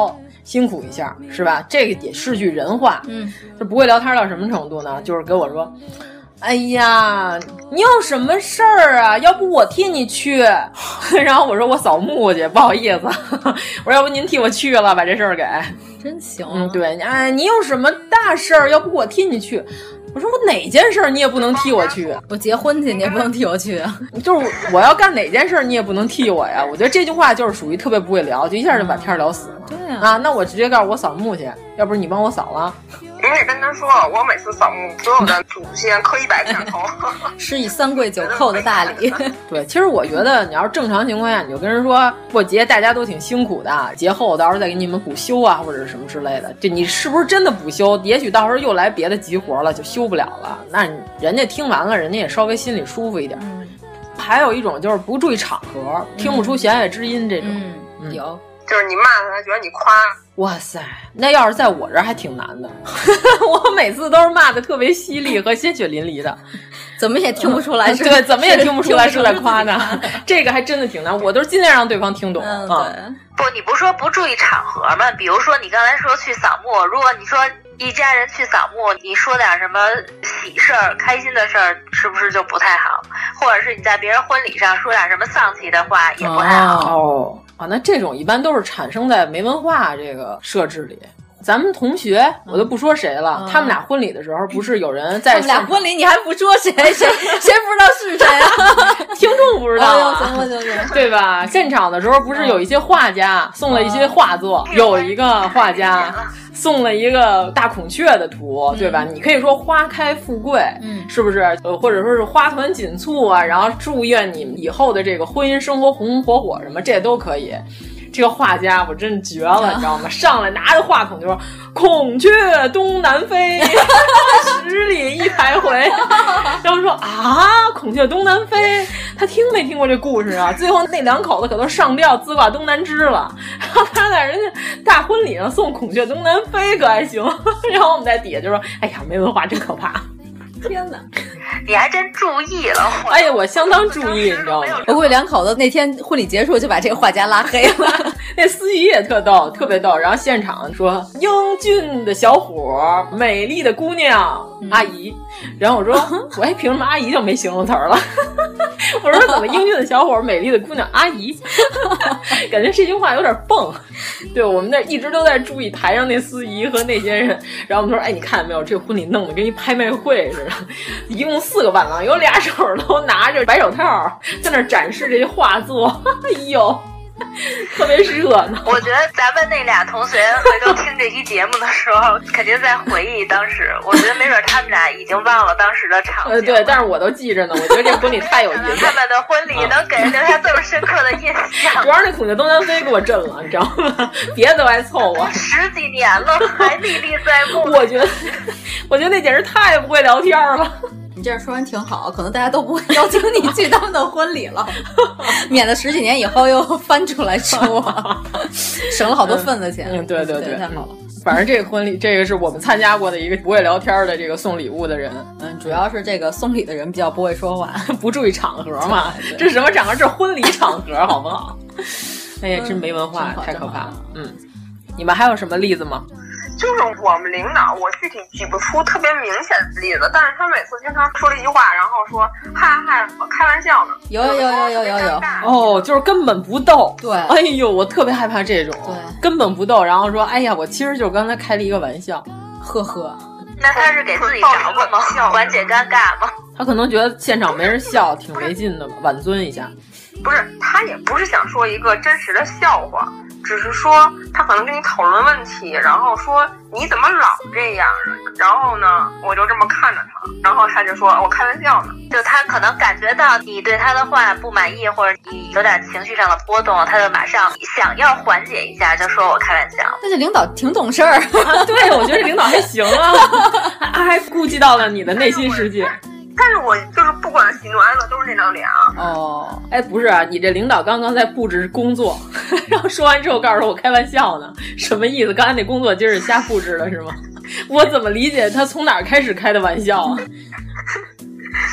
辛苦一下，是吧？这个也是句人话。这不会聊天到什么程度呢？就是给我说，哎呀，你有什么事儿啊？要不我替你去。然后我说我扫墓去，不好意思。我说要不您替我去了，把这事儿给。 真行。 对，哎，你有什么大事儿？要不我替你去。我说我哪件事儿你也不能替我去， 我结婚去你也不能替我去， 就是我要干哪件事儿你也不能替我呀。我觉得这句话就是属于特别不会聊，就一下就把天聊死了。 对啊， 那我直接告诉我扫墓去，要不是你帮我扫了。 你得跟他说，我每次扫墓，所有的祖先磕100片头， 是以3跪9叩的大礼。 对，其实我觉得你要是正常情况下，你就跟人说过节大家都挺辛苦的，节后到时候再给你们补休啊，或者是什么之类的。这你是不是真的补休？也许到时候又来别的急活了，就休不了了。那人家听完了，人家也稍微心里舒服一点。还有一种就是不注意场合，听不出弦外之音这种。 有。 就是你骂他，觉得你夸。 哇塞，那要是在我这儿还挺难的。我每次都是骂的特别犀利和鲜血淋漓的， 怎么也听不出来是。 对，怎么也听不出来是在夸呢。这个还真的挺难，我都是尽量让对方听懂。 不，你不说不注意场合吗？比如说你刚才说去扫墓，如果你说一家人去扫墓，你说点什么喜事儿、开心的事儿，是不是就不太好？或者是你在别人婚礼上说点什么丧气的话，也不太好。 那这种一般都是产生在没文化这个设置里。咱们同学，我就不说谁了，他们俩婚礼的时候，不是有人在他们俩婚礼，你还不说谁不知道是谁啊？ 听众不知道啊， 行了， 对吧？现场的时候不是有一些画家送了一些画作，有一个画家送了一个大孔雀的图，对吧？你可以说花开富贵，是不是？或者说是花团锦簇啊，然后祝愿你以后的这个婚姻生活红红火火什么，这都可以。这个画家我真绝了，你知道吗？上来拿着话筒就说孔雀东南飞，10里一徘徊。然后说啊，孔雀东南飞，他听没听过这故事啊？最后那2口子可都上吊自挂东南枝了。然后他在人家大婚礼上送孔雀东南飞可还行。然后我们在底下就说，哎呀，没文化真可怕。 天哪， 你还真注意了！ 哎呀，我相当注意，你知道吗？ 我估计2口子那天婚礼结束就把这个画家拉黑了。 那司仪也特逗，特别逗。然后现场说英俊的小伙，美丽的姑娘，阿姨。然后我说，哎，凭什么阿姨就没形容词了？我说怎么英俊的小伙，美丽的姑娘，阿姨？感觉这句话有点蹦。对，我们那一直都在注意台上那司仪和那些人。然后我们说，哎，你看没有，这个婚礼弄得跟一拍卖会似的。一共4个伴郎，有俩手都拿着白手套，在那展示这些画作。哎呦！特别热闹。 我觉得咱们那俩同学回头听这期节目的时候，肯定在回忆当时。我觉得没准他们俩已经忘了当时的场景。 对，但是我都记着呢。我觉得这婚礼太有意思了。 他们的婚礼能给人留下这么深刻的印象。 主要是那孔雀东南飞给我震了，你知道吗？别的都还凑合。 10几年了，还历历在目。 我觉得那简直太不会聊天了。 你这样说完挺好，可能大家都不会邀请你去他们的婚礼了，免得10几年以后又翻出来说，省了好多份子钱。 对， 太好了。 反正这个婚礼，这个是我们参加过的一个不会聊天的这个送礼物的人。 主要是这个送礼的人比较不会说话， 不注意场合嘛。这是什么场合？这是婚礼场合，好不好？哎呀，真没文化，太可怕了。你们还有什么例子吗？ 就是我们领导，我具体举不出特别明显的例子，但是他每次经常说了一句话，然后说嗨，我开玩笑呢。 有。 哦，就是根本不逗。 对， 哎呦，我特别害怕这种。 对， 根本不逗，然后说，哎呀，我其实就是刚才开了一个玩笑， 呵呵。 那他是给自己找过吗？缓解尴尬吗？ 他可能觉得现场没人笑，挺没劲的，挽尊一下。 不是，他也不是想说一个真实的笑话。只是说他可能跟你讨论问题，然后说你怎么老这样啊？然后呢，我就这么看着他，然后他就说我开玩笑呢。 就他可能感觉到你对他的话不满意，或者你有点情绪上的波动，他就马上想要缓解一下，就说我开玩笑。 但是领导挺懂事儿啊，对，我觉得领导还行啊，还顾及到了你的内心世界。 但是我就是不管喜怒哀乐都是那张脸啊。 哦，哎，不是啊，你这领导刚刚在布置工作，然后说完之后告诉我开玩笑呢，什么意思？刚才那工作今儿是瞎布置的是吗？我怎么理解他从哪儿开始开的玩笑啊？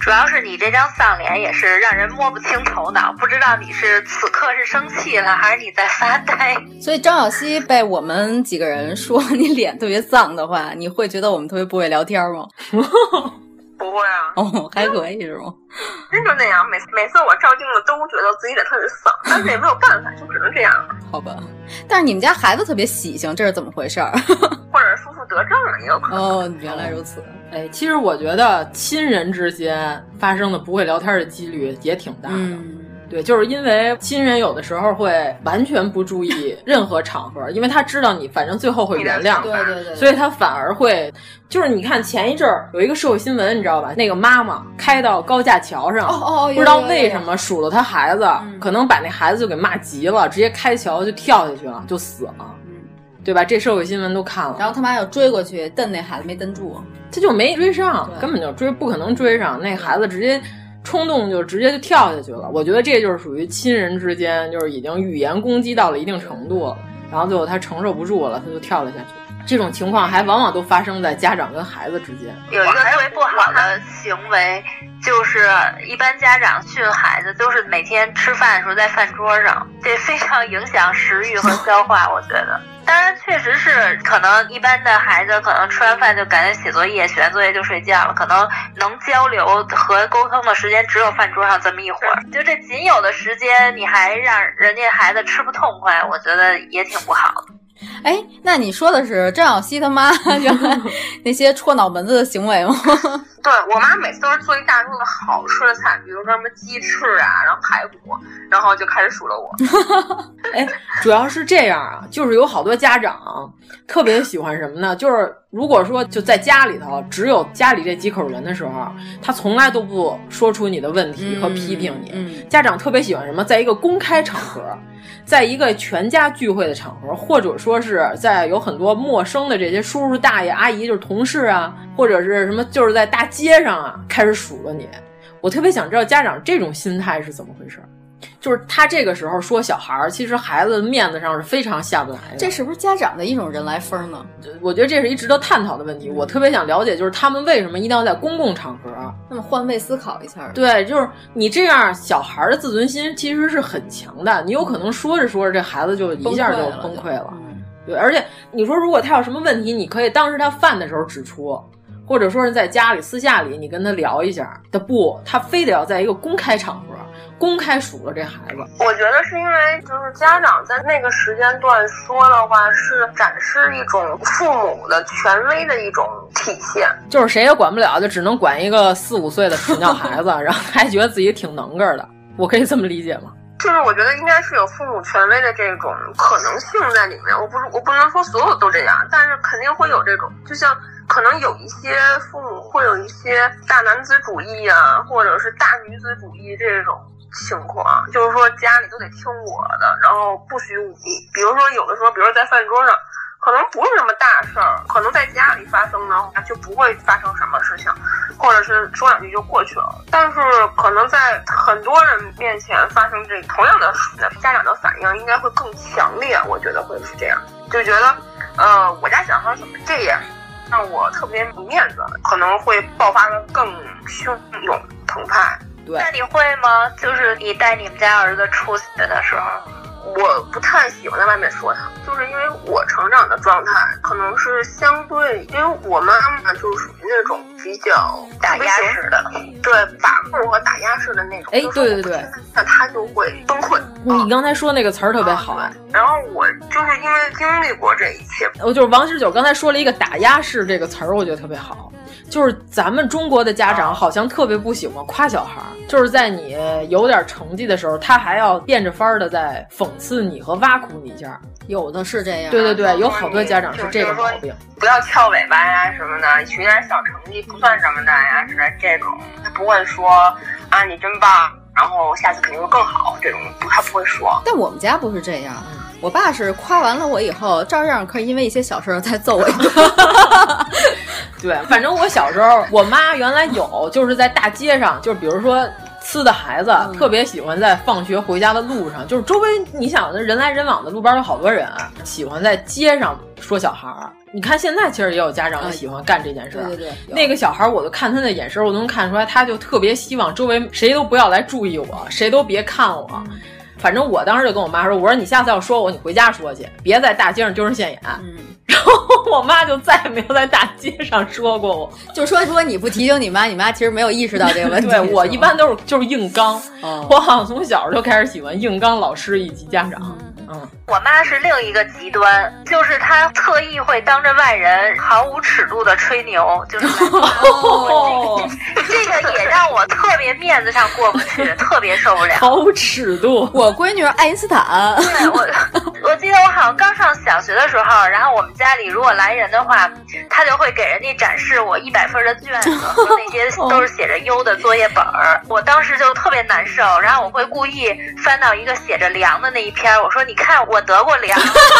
主要是你这张丧脸也是让人摸不清头脑，不知道你是此刻是生气了还是你在发呆。 所以张小希被我们几个人说你脸特别丧的话，你会觉得我们特别不会聊天吗？ 不会啊。 哦，还可以是吗？ 真就那样，每次我照镜子都觉得自己脸特别丧，但是也没有办法，就只能这样。 好吧，但是你们家孩子特别喜庆，这是怎么回事儿？ 或者叔叔得症了也有可能。 哦，原来如此。 哎，其实我觉得亲人之间发生的不会聊天的几率也挺大的。对，就是因为亲人有的时候会完全不注意任何场合，因为他知道你反正最后会原谅他， 对， 所以他反而会，就是你看前一阵儿有一个社会新闻，你知道吧？那个妈妈开到高架桥上，不知道为什么数落他孩子，可能把那孩子就给骂急了，直接开桥就跳下去了，就死了。对吧？这社会新闻都看了， 然后他妈要追过去蹬那孩子，没蹬住， 他就没追上，根本就不可能追上，那孩子直接冲动就直接就跳下去了。我觉得这就是属于亲人之间，就是已经语言攻击到了一定程度了，然后最后他承受不住了，他就跳了下去。这种情况还往往都发生在家长跟孩子之间。 有一个特别不好的行为，就是一般家长训孩子都是每天吃饭的时候在饭桌上，这非常影响食欲和消化，我觉得。当然确实是可能一般的孩子可能吃完饭就赶紧写作业，写完作业就睡觉了，可能能交流和沟通的时间只有饭桌上这么一会儿，就这仅有的时间你还让人家孩子吃不痛快，我觉得也挺不好的。 哎，那你说的是张小希他妈原来那些戳脑门子的行为吗？ 对，我妈每次都是做一大桌的好吃的菜，比如说什么鸡翅啊，然后排骨，然后就开始数落我。 哎，主要是这样啊，就是有好多家长特别喜欢什么呢？就是如果说就在家里头只有家里这几口人的时候，他从来都不说出你的问题和批评你。家长特别喜欢什么？在一个公开场合，在一个全家聚会的场合，或者说是在有很多陌生的这些叔叔大爷阿姨，就是同事啊，或者是什么，就是在大街上啊，开始数落你。我特别想知道家长这种心态是怎么回事。就是他这个时候说小孩，其实孩子面子上是非常下不来的。 这是不是家长的一种人来疯呢？ 我觉得这是一值得探讨的问题。我特别想了解，就是他们为什么一定要在公共场合那么换位思考一下。 对，就是你这样，小孩的自尊心其实是很强的，你有可能说着说着，这孩子就一下就崩溃了。对，而且你说如果他有什么问题，你可以当时他犯的时候指出，或者说是在家里私下里你跟他聊一下的，不，他非得要在一个公开场合公开数落这孩子。 我觉得是因为就是家长在那个时间段说的话是展示一种父母的权威的一种体现， 就是谁也管不了，就只能管一个4、5岁的屎尿孩子，然后还觉得自己挺能个的，我可以这么理解吗？ 就是我觉得应该是有父母权威的这种可能性在里面，我不能说所有都这样，但是肯定会有这种，就像可能有一些父母会有一些大男子主义啊，或者是大女子主义这种情况，就是说家里都得听我的，然后不许忤逆。比如说有的时候，比如说在饭桌上可能不是什么大事儿，可能在家里发生的话就不会发生什么事情，或者是说两句就过去了。但是可能在很多人面前发生这同样的事，家长的反应应该会更强烈，我觉得会是这样，就觉得我家小孩怎么这样，让我特别没面子，可能会爆发的更汹涌澎湃。 对， 那你会吗？就是你带你们家儿子出去的时候， 我不太喜欢在外面说他，就是因为我成长的状态可能是相对，因为我妈妈就是属于那种比较打压式的， 对，把控和打压式的那种。 哎，对对对， 那他就会崩溃。 你刚才说那个词儿特别好， 然后我就是因为经历过这一切， 我就是王十九刚才说了一个打压式这个词儿，我觉得特别好。就是咱们中国的家长好像特别不喜欢夸小孩，就是在你有点成绩的时候，他还要变着法儿的在讽刺你和挖苦你一下。 有的是这样， 对对对，有好多家长是这个毛病， 不要翘尾巴呀什么的，取点小成绩不算什么的呀，是这种。他不会说啊你真棒，然后下次肯定会更好，这种他不会说。 但我们家不是这样，我爸是夸完了我以后，照样可以因为一些小事再揍我一顿。 对，反正我小时候，我妈原来有就是在大街上，就是比如说呲的孩子特别喜欢在放学回家的路上，就是周围你想人来人往的路边有好多人，喜欢在街上说小孩儿。你看现在其实也有家长喜欢干这件事儿， 对， 那个小孩我就看他的眼神，我都能看出来，他就特别希望周围谁都不要来注意我，谁都别看我。反正我当时就跟我妈说，我说你下次要说我，你回家说去，别在大街上丢人现眼。然后我妈就再也没有在大街上说过我， 就说如果你不提醒你妈，你妈其实没有意识到这个问题。 对，我一般都是就是硬刚，我好像从小就开始喜欢硬刚老师以及家长。 我妈是另一个极端，就是她特意会当着外人毫无尺度的吹牛，就是这个也让我特别面子上过不去，特别受不了。 毫无尺度， 我闺女是爱因斯坦。 对，我记得我好像刚上小学的时候，然后我们家里如果来人的话，她就会给人家展示我100分的卷子和那些都是写着优的作业本儿。我当时就特别难受，然后我会故意翻到一个写着良的那一篇，我说你看我得过良。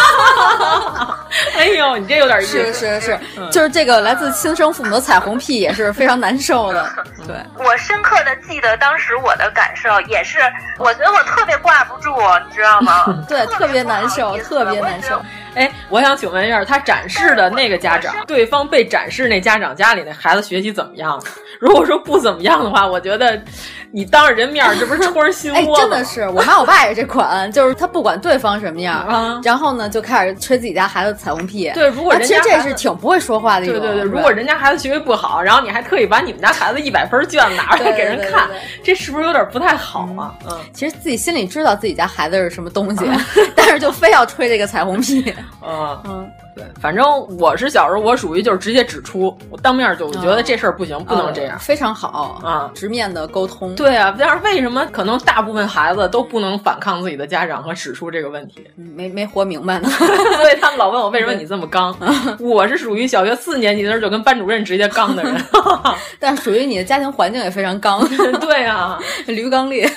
哎呦，你这有点意思。 是，就是这个来自亲生父母的彩虹屁也是非常难受的。对， 我深刻的记得当时我的感受也是，我觉得我特别挂不住，你知道吗？ 对，特别难受，特别难受。 哎，我想请问一下，他展示的那个家长，对方被展示那家长家里那孩子学习怎么样？如果说不怎么样的话，我觉得你当着人面这不是戳人心窝吗？ 真的是，我妈我爸也这款，就是他不管对方什么样，然后呢就开始吹自己家孩子彩虹屁。 对，如果人家其实这是挺不会说话的一种。 对，如果人家孩子学习不好，然后你还特意把你们家孩子100分卷子拿出来给人看，这是不是有点不太好啊？ 其实自己心里知道自己家孩子是什么东西，但是就非要吹这个彩虹屁。 对，反正我是小时候，我属于就是直接指出，我当面就觉得这事儿不行，不能这样， 非常好啊，直面的沟通。 对啊，但是为什么可能大部分孩子都不能反抗自己的家长和指出这个问题？ 没活明白呢。 所以他们老问我为什么你这么刚。我是属于小学4年级的时候就跟班主任直接刚的人， 但是属于你的家庭环境也非常刚。 对啊， 驴刚烈。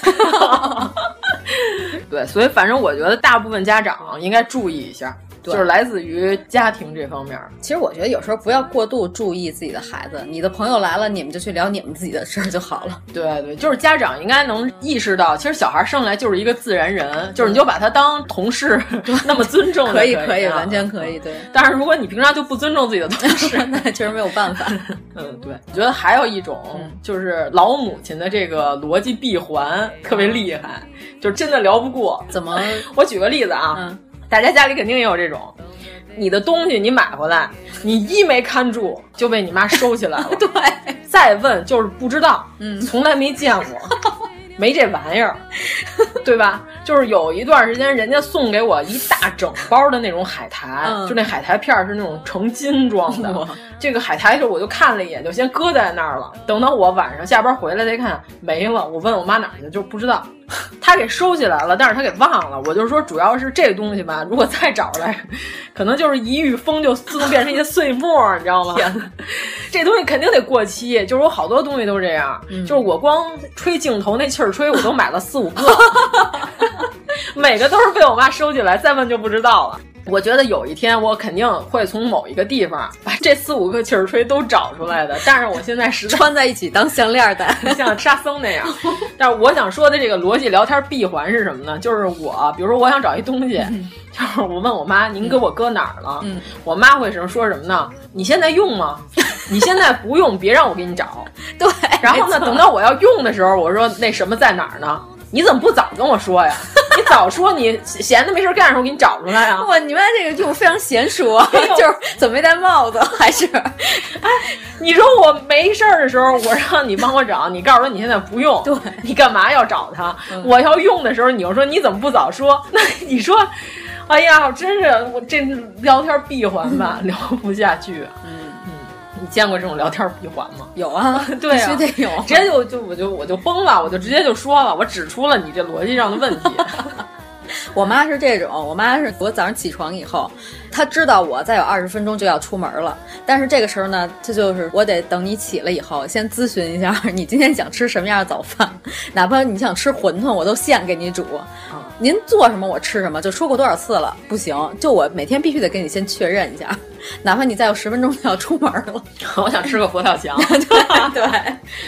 对，所以反正我觉得大部分家长应该注意一下。就是来自于家庭这方面。 其实我觉得有时候不要过度注意自己的孩子，你的朋友来了，你们就去聊你们自己的事儿就好了。 对，就是家长应该能意识到，其实小孩生来就是一个自然人，就是你就把他当同事那么尊重可以，完全可以。对， 但是如果你平常就不尊重自己的同事， 那确实没有办法。 对，我觉得还有一种就是老母亲的这个逻辑闭环特别厉害，就真的聊不过。 怎么？ 我举个例子啊。大家家里肯定也有这种，你的东西你买回来，你一没看住就被你妈收起来了。 对， 再问就是不知道，从来没见过，没这玩意儿，对吧？就是有一段时间，人家送给我一大整包的那种海苔，就那海苔片是那种成斤装的。这个海苔就我就看了一眼，就先搁在那儿了。等到我晚上下班回来再看，没了。我问我妈哪儿去，就不知道。他给收起来了，但是他给忘了。我就说，主要是这个东西吧，如果再找出来，可能就是一遇风就自动变成一些碎末，你知道吗？这东西肯定得过期。就是我好多东西都这样，就是我光吹镜头那气儿吹，我都买了4、5个，每个都是被我妈收起来，再问就不知道了。我觉得有一天我肯定会从某一个地方把这4、5个气儿吹都找出来的，但是我现在实在穿在一起当项链戴， 像沙僧那样。但是我想说的这个逻辑聊天闭环是什么呢？就是我，比如说我想找一东西，就是我问我妈您给我搁哪儿了？我妈会说什么呢？你现在用吗？你现在不用，别让我给你找。 对， 然后呢，等到我要用的时候，我说那什么在哪儿呢？你怎么不早跟我说呀？你早说，你闲的没事干的时候给你找出来啊！ 哇，你们这个用非常娴熟，就是怎么没戴帽子？还是， 哎，你说我没事儿的时候，我让你帮我找，你告诉我你现在不用， 对， 你干嘛要找他？我要用的时候，你又说你怎么不早说？那你说，哎呀，真是我这聊天闭环吧，聊不下去。你见过这种聊天闭环吗？ 有啊， 对啊， 必须得有。 直接我就崩了，我就直接就说了，我指出了你这逻辑上的问题。 我妈是这种，我妈是我早上起床以后，她知道我再有20分钟就要出门了，但是这个时候呢，这就是我得等你起了以后，先咨询一下你今天想吃什么样的早饭，哪怕你想吃馄饨，我都现给你煮。您做什么我吃什么，就说过多少次了，不行，就我每天必须得跟你先确认一下，哪怕你再有10分钟就要出门了。 我想吃个佛跳墙。 对。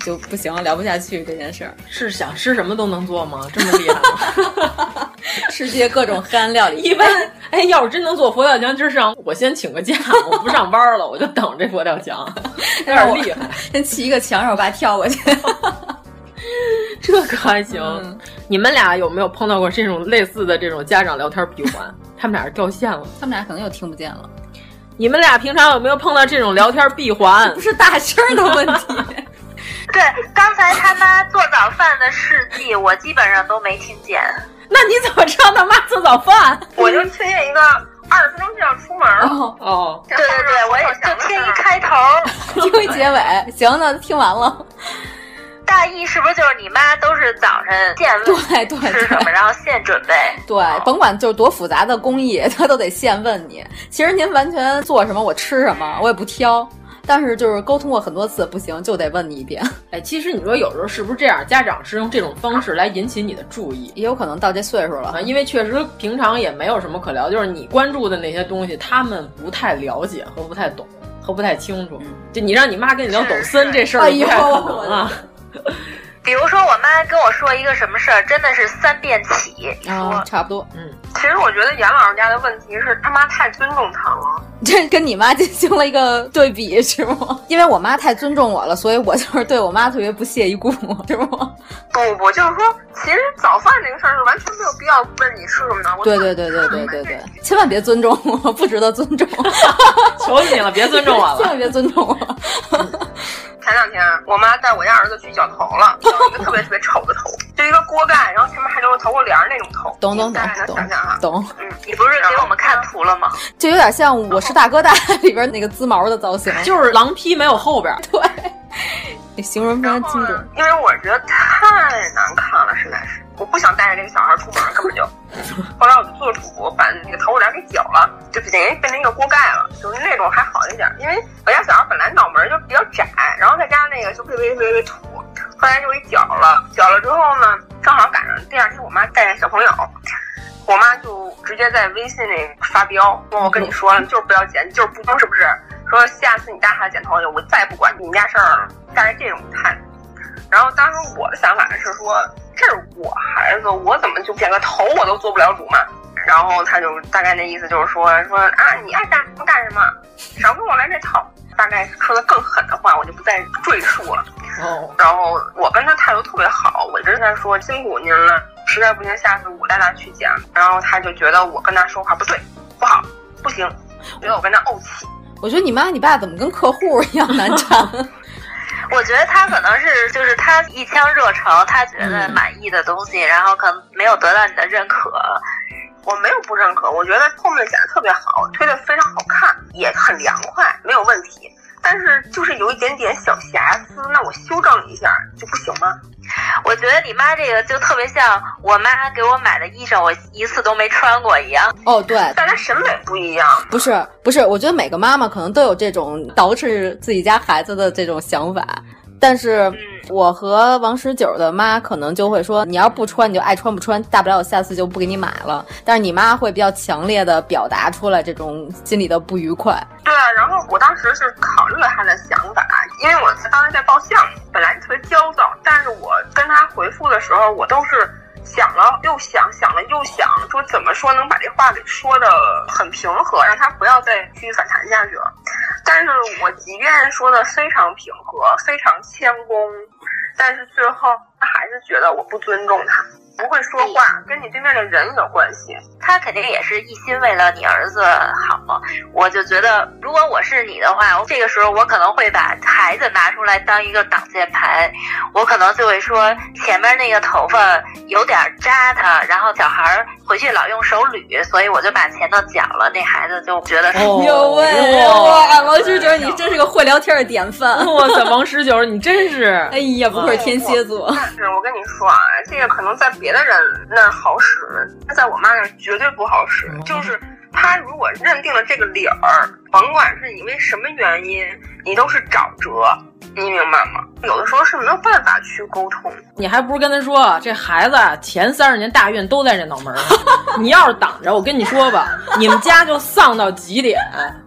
就不行，聊不下去这件事儿。 是想吃什么都能做吗？这么厉害吗？ 世界各种黑暗料理。 一般，哎，要是真能做佛跳墙，今儿上我先请个假，我不上班了，我就等这佛跳墙，有点厉害。 先砌一个墙，让我爸跳过去。 这可还行。你们俩有没有碰到过这种类似的这种家长聊天闭环？他们俩是掉线了， 他们俩可能又听不见了。 你们俩平常有没有碰到这种聊天闭环？ 不是大声的问题。 对，刚才他妈做早饭的事迹，我基本上都没听见。 那你怎么知道他妈做早饭？ 我就听见一个20分钟就要出门。 哦， 对对对，我也就听一开头， 听一结尾。行，那听完了。 大意是不是就是你妈都是早上现问对吃什么，然后现准备？ 对，甭管就是多复杂的工艺，她都得现问你。其实您完全做什么，我吃什么，我也不挑。但是就是沟通过很多次，不行就得问你一遍。 哎，其实你说有时候是不是这样？家长是用这种方式来引起你的注意， 也有可能到这岁数了， 因为确实平常也没有什么可聊，就是你关注的那些东西，他们不太了解和不太懂和不太清楚。就你让你妈跟你聊抖森这事儿，不太可能啊。 比如说我妈跟我说一个什么事儿，真的是3遍起说， 差不多。 其实我觉得严老师家的问题是他妈太尊重他了。 这跟你妈进行了一个对比是吗？因为我妈太尊重我了，所以我就是对我妈特别不屑一顾，是吗？ 不，就是说，其实早饭这个事儿是完全没有必要问你吃什么的。 对，千万别尊重我，不值得尊重。 求你了，别尊重我了， 千万别尊重我。 前2天，我妈带我家儿子去绞头了，绞一个特别特别丑的头，就一个锅盖，然后前面还留个头发帘那种头。 懂， 大概能想象哈。 懂。 你不是给我们看图了吗？ 就有点像《我是大哥大》里边那个滋毛的造型， 就是狼披没有后边。 对，那形容非常精准。 因为我觉得太难看了，实在是。我不想带着这个小孩出门，根本就。后来我就做主把那个头发帘给绞了，就等于变成一个锅盖了，就是那种还好一点。因为我家小孩本来脑门就比较窄，然后再加那个就特别土，后来就给绞了。绞了之后呢，正好赶上第2天我妈带着小朋友，我妈就直接在微信里发飙，说我跟你说了，就是不要剪，就是不听，是不是？说下次你带孩子剪头发，我再也不管你们家事儿了，大概这种态度。然后当时我的想法是说，这是我孩子，我怎么就剪个头我都做不了主嘛？然后他就大概那意思就是说啊，你爱干什么干什么，少跟我来这套。大概说的更狠的话，我就不再赘述了。然后我跟他态度特别好，我一直跟他说辛苦您了，实在不行下次我带他去剪。然后他就觉得我跟他说话不对，不好，不行，觉得我跟他怄气。 我觉得你妈你爸怎么跟客户一样难缠？ 我觉得他可能是就是他一腔热诚，他觉得满意的东西，然后可能没有得到你的认可。 我没有不认可，我觉得后面剪得特别好，推得非常好看，也很凉快，没有问题。但是就是有一点点小瑕疵，那我修正一下就不行吗？ 我觉得你妈这个就特别像我妈给我买的衣裳，我一次都没穿过一样。 哦，对， 大家审美不一样。 不是，我觉得每个妈妈可能都有这种捯饬自己家孩子的这种想法。但是我和王19的妈可能就会说，你要不穿你就爱穿不穿，大不了我下次就不给你买了。但是你妈会比较强烈的表达出来这种心里的不愉快。 对啊，然后我当时是考虑了她的想法，因为我当时在报项目，本来特别焦躁，但是我跟她回复的时候，我都是想了又想，想了又想，说怎么说能把这话给说的很平和，让她不要再继续反弹下去了。但是我即便说的非常平和，非常谦恭，但是最后他还是觉得我不尊重他，不会说话，跟你对面的人有关系。 他肯定也是一心为了你儿子好。我就觉得如果我是你的话，这个时候我可能会把孩子拿出来当一个挡箭牌，我可能就会说前面那个头发有点扎他，然后小孩回去老用手捋，所以我就把前头绞了，那孩子就觉得有喂哇，王19你真是个会聊天的典范。 哇塞，王19你真是， 哎呀，不愧是天蝎座。 但是我跟你说啊，这个可能在别的人那儿好使，在我妈那儿绝对不好使。就是他如果认定了这个理儿，甭管是因为什么原因，你都是找辙，你明白吗？有的时候是没有办法去沟通。 你还不如跟他说，这孩子前30年大运都在这脑门上，你要是挡着，我跟你说吧，你们家就丧到极点。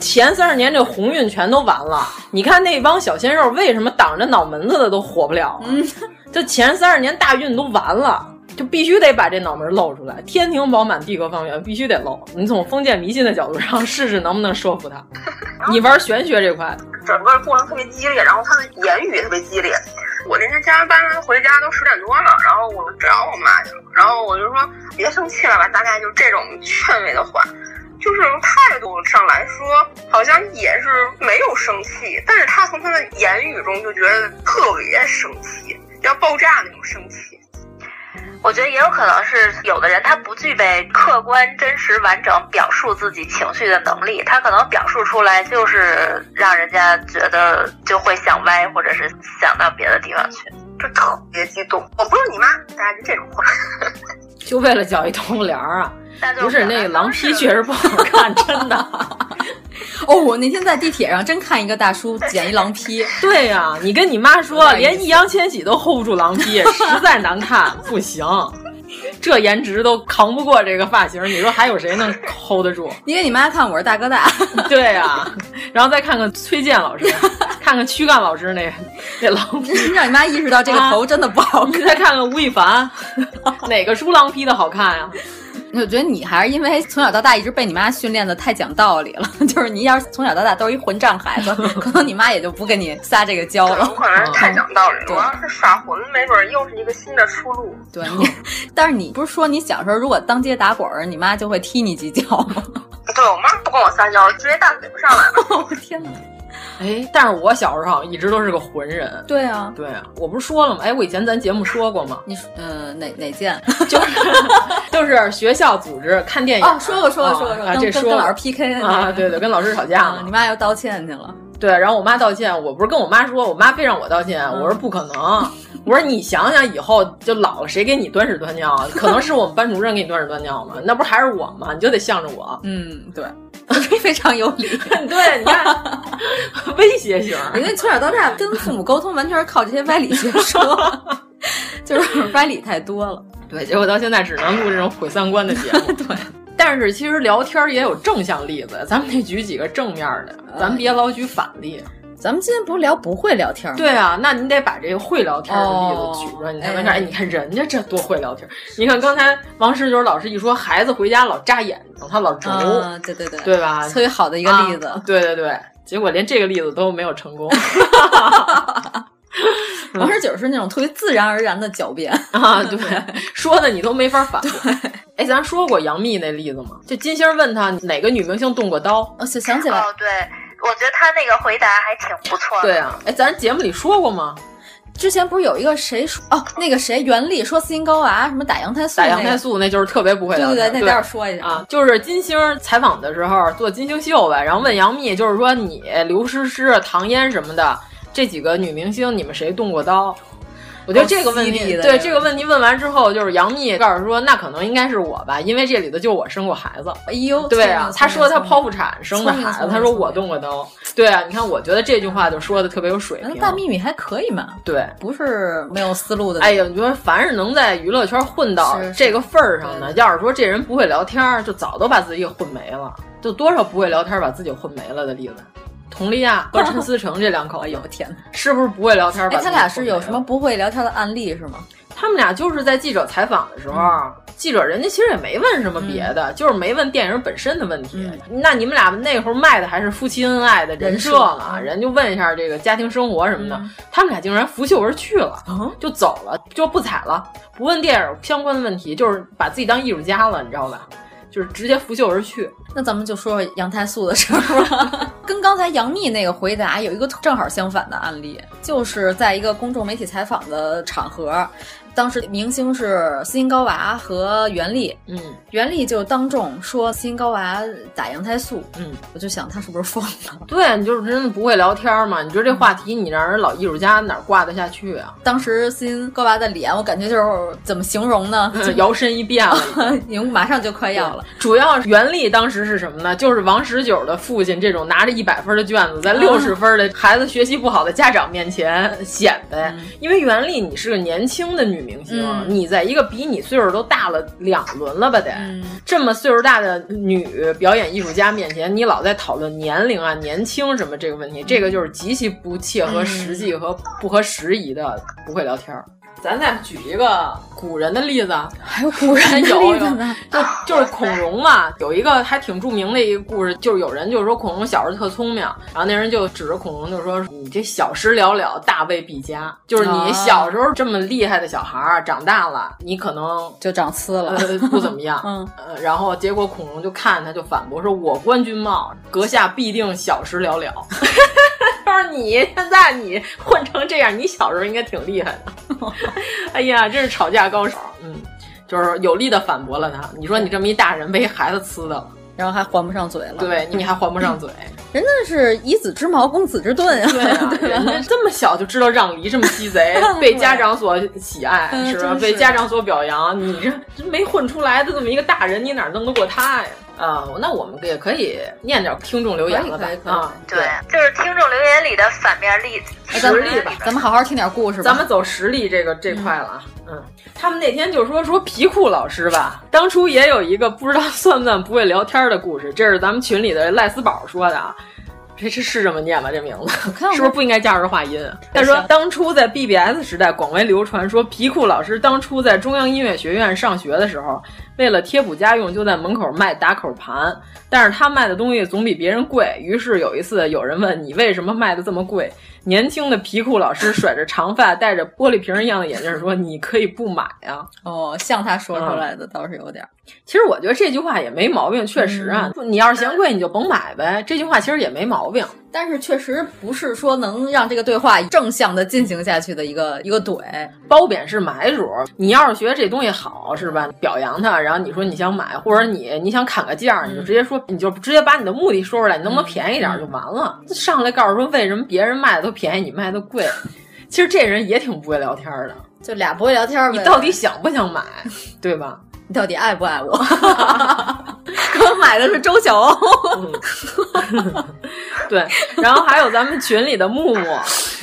前30年这鸿运全都完了。你看那帮小鲜肉为什么挡着脑门子的都活不了？这前30年大运都完了。就必须得把这脑门露出来，天庭饱满，地阁方圆，必须得露。你从封建迷信的角度上试试能不能说服他。你玩玄学这块， 整个过程特别激烈，然后他的言语也特别激烈。我那天加完班回家都10点多了，然后我找我妈去了，然后我就说别生气了吧，大概就这种劝慰的话。就是从态度上来说，好像也是没有生气，但是他从他的言语中就觉得特别生气，要爆炸那种生气。 我觉得也有可能是有的人他不具备客观、真实、完整表述自己情绪的能力，他可能表述出来就是让人家觉得就会想歪，或者是想到别的地方去， 就特别激动。我不是你妈，大概就这种话。 就为了叫一同帘啊？不是那个狼披确实不好看，真的。 哦，我那天在地铁上真看一个大叔剪一狼披。 对呀、啊，你跟你妈说，连易烊千玺都 hold 不住狼披，实在难看，不行。这颜值都扛不过这个发型，你说还有谁能 hold 得住？ 你给你妈看我是大哥大。 对呀、啊，然后再看看崔健老师，看看躯干老师那狼披， 让你妈意识到这个头真的不好看。 再看看吴亦凡，哪个梳狼披的好看呀？ 我觉得你还是因为从小到大一直被你妈训练的太讲道理了，就是你要是从小到大都是一混账孩子，可能你妈也就不跟你撒这个娇了。 我可能是太讲道理了，我要是耍混，没准又是一个新的出路。 对，但是你不是说你小时候如果当街打滚儿，你妈就会踢你几脚吗？ 对，我妈不跟我撒娇，直接大嘴巴上来了。 哦天哪！ 哎，但是我小时候一直都是个浑人。 对啊， 对啊，我不是说了吗？哎，我以前咱节目说过吗？ 你哪件？ 就是学校组织看电影。 哦，说过，跟老师 PK 啊，对，跟老师吵架你妈又道歉去了。 对，然后我妈道歉，我不是跟我妈说，我妈非让我道歉，我说不可能，我说你想想以后就老了，谁给你端屎端尿啊？可能是我们班主任给你端屎端尿吗？那不是还是我吗？你就得向着我。 对。非常有理。 对，你看威胁型。 你看从小到大跟父母沟通完全是靠这些歪理学说，就是歪理太多了。 对，结果到现在只能录这种毁三观的节目。 对， 但是其实聊天也有正向例子，咱们得举几个正面的，咱们别老举反例。 咱们今天不是聊不会聊天吗？ 对啊，那你得把这个会聊天的例子举出来，你才能看。哎，你看人家这多会聊天。你看刚才王十九老师一说，孩子回家老扎眼睛，他老揉， 对， 对吧？ 特别好的一个例子。 对，结果连这个例子都没有成功。 王十九是那种特别自然而然的狡辩啊，对，说的你都没法反驳。哎，咱说过杨幂那例子吗？就金星问他哪个女明星动过刀， 想起来。 哦，对。我觉得他那个回答还挺不错的。 对啊，哎，咱节目里说过吗？ 之前不是有一个谁说那个谁袁立说斯琴高娃什么打羊胎素， 打羊胎素那就是特别不会聊天。 对，那待会儿说一下啊，就是金星采访的时候做金星秀呗，然后问杨幂，就是说你刘诗诗、唐嫣什么的这几个女明星，你们谁动过刀？我觉得这个问题，对这个问题问完之后，就是杨幂告诉说，那可能应该是我吧，因为这里头就我生过孩子。 哎呦， 对啊，他说他剖腹产生的孩子，他说我动过刀。对啊，你看，我觉得这句话就说的特别有水平。 大幂幂还可以嘛？ 对， 不是没有思路的。 哎呀，你说凡是能在娱乐圈混到这个份儿上的，要是说这人不会聊天，就早都把自己混没了。就多少不会聊天把自己混没了的例子。佟丽娅和陈思诚这两口，哎呦天哪，是不是不会聊天？ 他俩是有什么不会聊天的案例是吗？ 他们俩就是在记者采访的时候，记者人家其实也没问什么别的，就是没问电影本身的问题。那你们俩那会儿卖的还是夫妻恩爱的人设嘛？人就问一下这个家庭生活什么的，他们俩竟然拂袖而去了，就走了，就不采了，不问电影相关的问题，就是把自己当艺术家了，你知道吧？就是直接拂袖而去。 那咱们就说说羊胎素的事儿吧。跟刚才杨幂那个回答有一个正好相反的案例，就是在一个公众媒体采访的场合，当时明星是斯琴高娃和袁立，袁立就当众说斯琴高娃打羊胎素，我就想他是不是疯了？ 对，你就是真的不会聊天嘛？你说这话题你让人老艺术家哪挂得下去啊？ 当时斯琴高娃的脸，我感觉就是怎么形容呢？ 摇身一变了， 马上就快要了。 主要袁立当时是什么呢？就是王十九的父亲这种拿着100分的卷子，在60分的孩子学习不好的家长面前显摆，因为袁立你是个年轻的女明星，你在一个比你岁数都大了2轮了吧得，这么岁数大的女表演艺术家面前，你老在讨论年龄啊、年轻什么这个问题，这个就是极其不切合实际和不合时宜的，不会聊天。咱再举一个古人的例子， 还有古人的例子呢？ 就是孔融嘛，有一个还挺著名的一个故事，就是有人就说孔融小时候特聪明，然后那人就指着孔融就说：“你这小时了了，大未必佳。”就是你小时候这么厉害的小孩长大了，你可能就长呲了， 不怎么样。然后结果孔融就看他就反驳说：“我官军帽，阁下必定小时了了。”他说：“你现在你混成这样，你小时候应该挺厉害的。”哎呀，真是吵架高手。就是有力的反驳了他。你说你这么一大人被孩子呲的了， 然后还还不上嘴了。 对，你还还不上嘴。 人家是以子之矛攻子之盾啊。 对啊，人家这么小就知道让梨，这么鸡贼，被家长所喜爱，是吧？被家长所表扬。你这没混出来的这么一个大人，你哪弄得过他呀？那我们也可以念点听众留言了吧？ 对，就是听众留言里的反面例子， 实例吧。 咱们好好听点故事吧。 咱们走实例这块了啊。他们那天就说皮裤老师吧，当初也有一个不知道算不算不会聊天的故事，这是咱们群里的赖斯宝说的啊。这是这么念吗？这名字是不是不应该加儿化音？他说，当初在 BBS 时代广为流传，说皮裤老师当初在中央音乐学院上学的时候，为了贴补家用，就在门口卖打口盘，但是他卖的东西总比别人贵。于是有一次有人问你为什么卖的这么贵，年轻的皮裤老师甩着长发，戴着玻璃瓶一样的眼镜说：“你可以不买啊。” 像他说出来的倒是有点。 其实我觉得这句话也没毛病，确实啊，你要是嫌贵你就甭买呗。这句话其实也没毛病， 但是确实不是说能让这个对话正向的进行下去的一个怼。 褒贬是买主，你要是觉得这东西好是吧，表扬它，然后你说你想买，或者你想砍个价，你就直接说，你就直接把你的目的说出来，你能不能便宜点就完了。上来告诉说为什么别人卖的都便宜，你卖的贵。其实这人也挺不会聊天的， 就俩不会聊天呗。 你到底想不想买，对吧？ 你到底爱不爱我？可我买的是周晓鸥。 对，然后还有咱们群里的木木，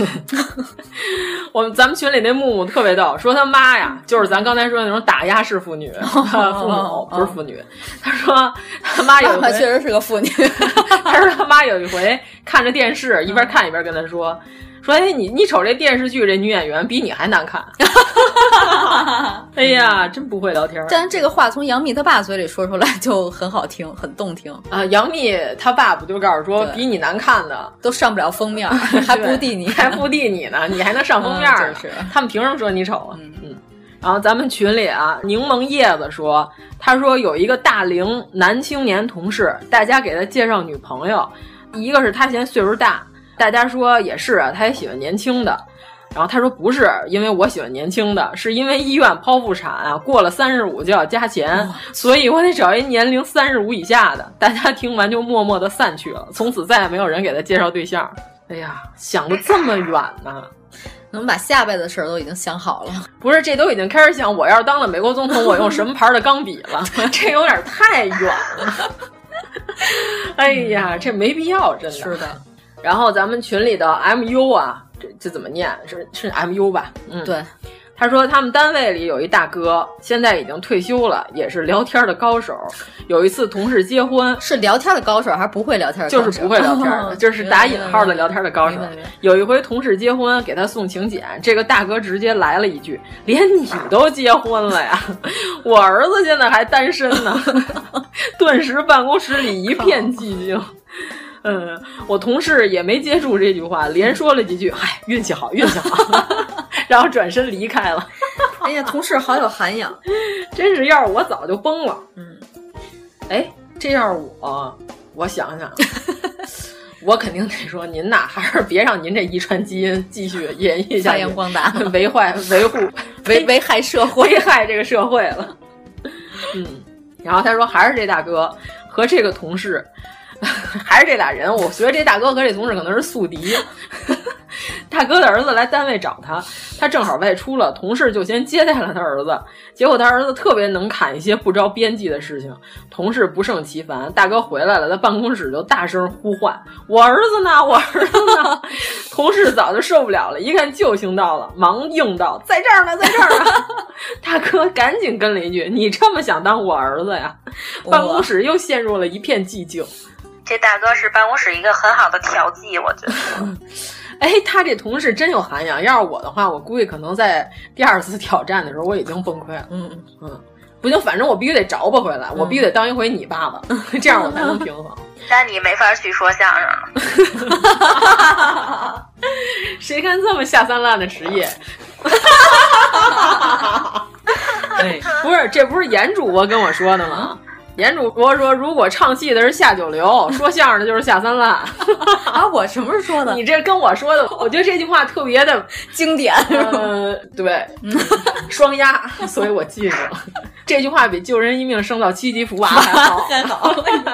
咱们群里那木木特别逗，说他妈呀，就是咱刚才说的那种打压式妇女，父母不是妇女。他说他妈有一回确实是个妇女。 他说他妈有一回看着电视，一边看一边跟他说，哎，你瞅这电视剧这女演员比你还难看。哎呀，真不会聊天。 但是这个话从杨幂她爸嘴里说出来就很好听，很动听啊。杨幂她爸不就告诉说，比你难看的都上不了封面，还不敌你， 还不敌你呢，你还能上封面呢？ 就是他们凭什么说你丑啊？然后咱们群里啊，柠檬叶子说，他说有一个大龄男青年同事，大家给他介绍女朋友，一个是他嫌岁数大，大家说也是啊，他也喜欢年轻的。然后他说不是因为我喜欢年轻的，是因为医院剖腹产啊，过了35就要加钱，所以我得找一年龄35以下的。大家听完就默默的散去了，从此再也没有人给他介绍对象。哎呀，想得这么远呢。 能把下辈子的事儿都已经想好了。 不是，这都已经开始想我要是当了美国总统，我用什么牌的钢笔了。这有点太远了。哎呀，这没必要，真的是的。 然后咱们群里的 MU 啊，这怎么念？是 MU 吧？ 对。 他说他们单位里有一大哥，现在已经退休了，也是聊天的高手。有一次同事结婚， 是聊天的高手还是不会聊天的高手？ 就是不会聊天的，就是打引号的聊天的高手。有一回同事结婚，给他送请柬，这个大哥直接来了一句：“连你都结婚了呀？我儿子现在还单身呢。”顿时办公室里一片寂静。我同事也没接住这句话，连说了几句：“嗨，运气好，运气好。”然后转身离开了。 哎呀，同事好有涵养， 真是要是我早就崩了。哎，这要是我想想，我肯定得说您呐，还是别让您这遗传基因继续演绎下去， 发扬光大， 危害社会，危害这个社会了。然后他说还是这大哥和这个同事。还是这俩人，我觉得这大哥和这同事可能是宿敌。 大哥的儿子来单位找他，他正好外出了，同事就先接待了他儿子。结果他儿子特别能砍一些不着边际的事情，同事不胜其烦。大哥回来了，在办公室就大声呼唤：“我儿子呢？我儿子呢？”同事早就受不了了，一看救星到了，忙应道：“在这儿呢，在这儿呢。”大哥赶紧跟了一句：“你这么想当我儿子呀？”办公室又陷入了一片寂静。 这大哥是办公室一个很好的调剂，我觉得。 哎，他这同事真有涵养。要是我的话，我估计可能在第2次挑战的时候，我已经崩溃了。不行，反正我必须得着吧回来，我必须得当一回你爸爸，这样我才能平衡。 那你没法去说相声了。 谁干这么下三滥的职业？哎，不是，这不是严主播跟我说的吗？严主播说，如果唱戏的是下九流，说相声的就是下三滥。 啊，我什么时候说的？ 你这跟我说的，我觉得这句话特别的经典。 对，双押，所以我记住了。这句话比救人一命胜造7级福娃还好， 还好。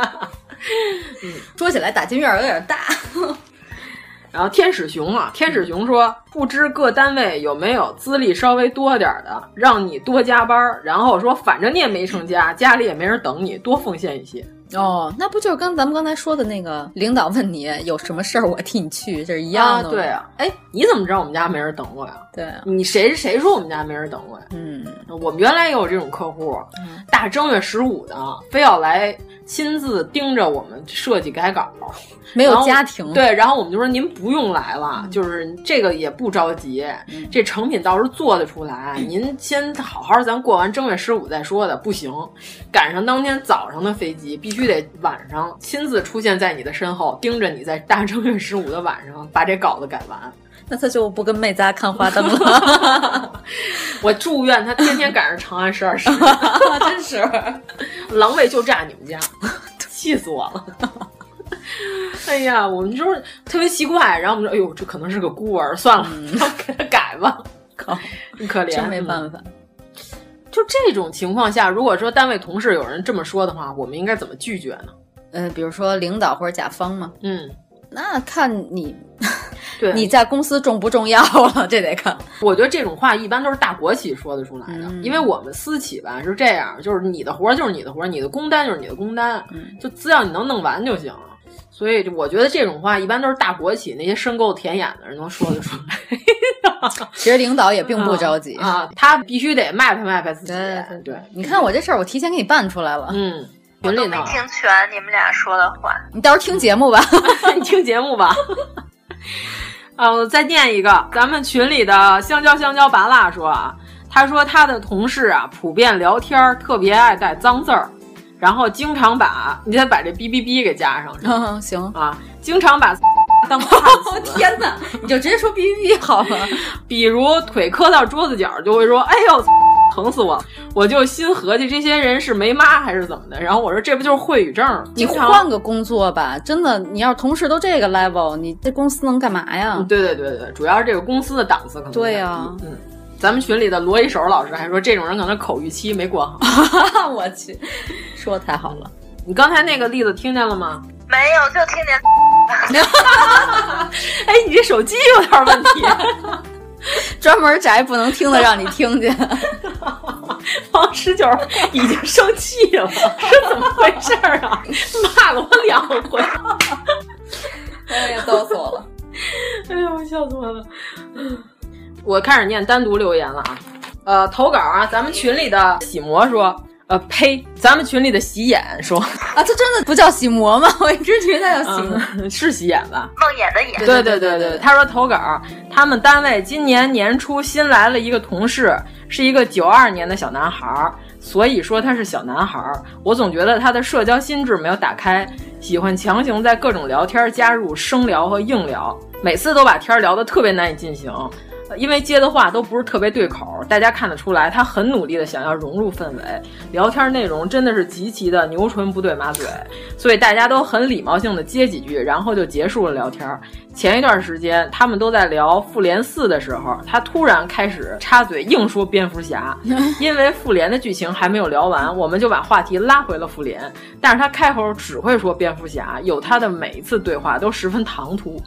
说起来打金院有点大。 然后天使熊说，不知各单位有没有资历稍微多点的，让你多加班，然后说反正你也没成家，家里也没人等你，多奉献一些。 哦，那不就是跟咱们刚才说的那个领导问你有什么事儿我替你去，这是一样的吗？ 对啊，哎，你怎么知道我们家没人等我呀？ 对啊， 你谁说我们家没人等我呀？我们原来也有这种客户，大正月15的非要来亲自盯着我们设计改稿， 没有家庭。 对，然后我们就说您不用来了，就是这个也不着急，这成品到时候做得出来，您先好好咱过完正月15再说的。不行，赶上当天早上的飞机，必须得晚上亲自出现在你的身后，盯着你在大正月15的晚上把这稿子改完。 那他就不跟妹家看花灯了。 我祝愿他天天赶上长安12时。 真是狼狈就炸你们家，气死我了。哎呀，我们就是特别奇怪，然后我们说，哎呦，这可能是个孤儿，算了，给他改吧。你可怜， 真没办法。 就这种情况下，如果说单位同事有人这么说的话，我们应该怎么拒绝呢？ 比如说领导或者甲方嘛。那看你， 对， 你在公司重不重要了，这得看。 我觉得这种话一般都是大国企说得出来的，因为我们私企吧是这样，就是你的活就是你的活，你的工单就是你的工单，就只要你能弄完就行了。所以我觉得这种话一般都是大国企那些深沟甜眼的人能说得出来。 其实领导也并不着急他必须得卖拍自己。对， 你看我这事儿，我提前给你办出来了。 我都没听全你们俩说的话， 你到时候听节目吧。 你听节目吧。我再念一个，咱们群里的香蕉拔辣说啊，他说他的同事啊，普遍聊天特别爱带脏字儿，然后经常把你得把这哔哔哔给加上。 行啊，经常把当汉词。天哪，你就直接说哔哔哔好了。 比如腿磕到桌子角就会说，哎呦。疼死我！我就心合计这些人是没妈还是怎么的？然后我说这不就是会语症？ 你换个工作吧，真的，你要是同事都这个 level， 你这公司能干嘛呀？ 对，主要是这个公司的档次可能。 对呀， 咱们群里的罗一手老师还说，这种人可能口欲期没过好。 我去，说太好了。 你刚才那个例子听见了吗？ 没有，就听见。 哎，你这手机有点问题。 专门宅不能听的让你听见。 王19已经生气了，是怎么回事啊？骂了我2回。 哎呀，逗死我了！ 哎呦，笑死我了。我开始念单独留言了啊。投稿啊，咱们群里的喜魔说。呸！咱们群里的洗眼说啊， 这真的不叫洗魔吗？我一直觉得叫洗魔， 是洗眼吧？ 梦魇的眼。 对。他说投稿，他们单位今年年初新来了一个同事，是一个92年的小男孩，所以说他是小男孩。我总觉得他的社交心智没有打开，喜欢强行在各种聊天加入生聊和硬聊，每次都把天聊得特别难以进行。因为接的话都不是特别对口，大家看得出来他很努力的想要融入氛围，聊天内容真的是极其的牛唇不对马嘴，所以大家都很礼貌性的接几句，然后就结束了聊天。前一段时间他们都在聊复联4的时候，他突然开始插嘴硬说蝙蝠侠，因为复联的剧情还没有聊完，我们就把话题拉回了复联，但是他开口只会说蝙蝠侠，有他的每一次对话都十分唐突。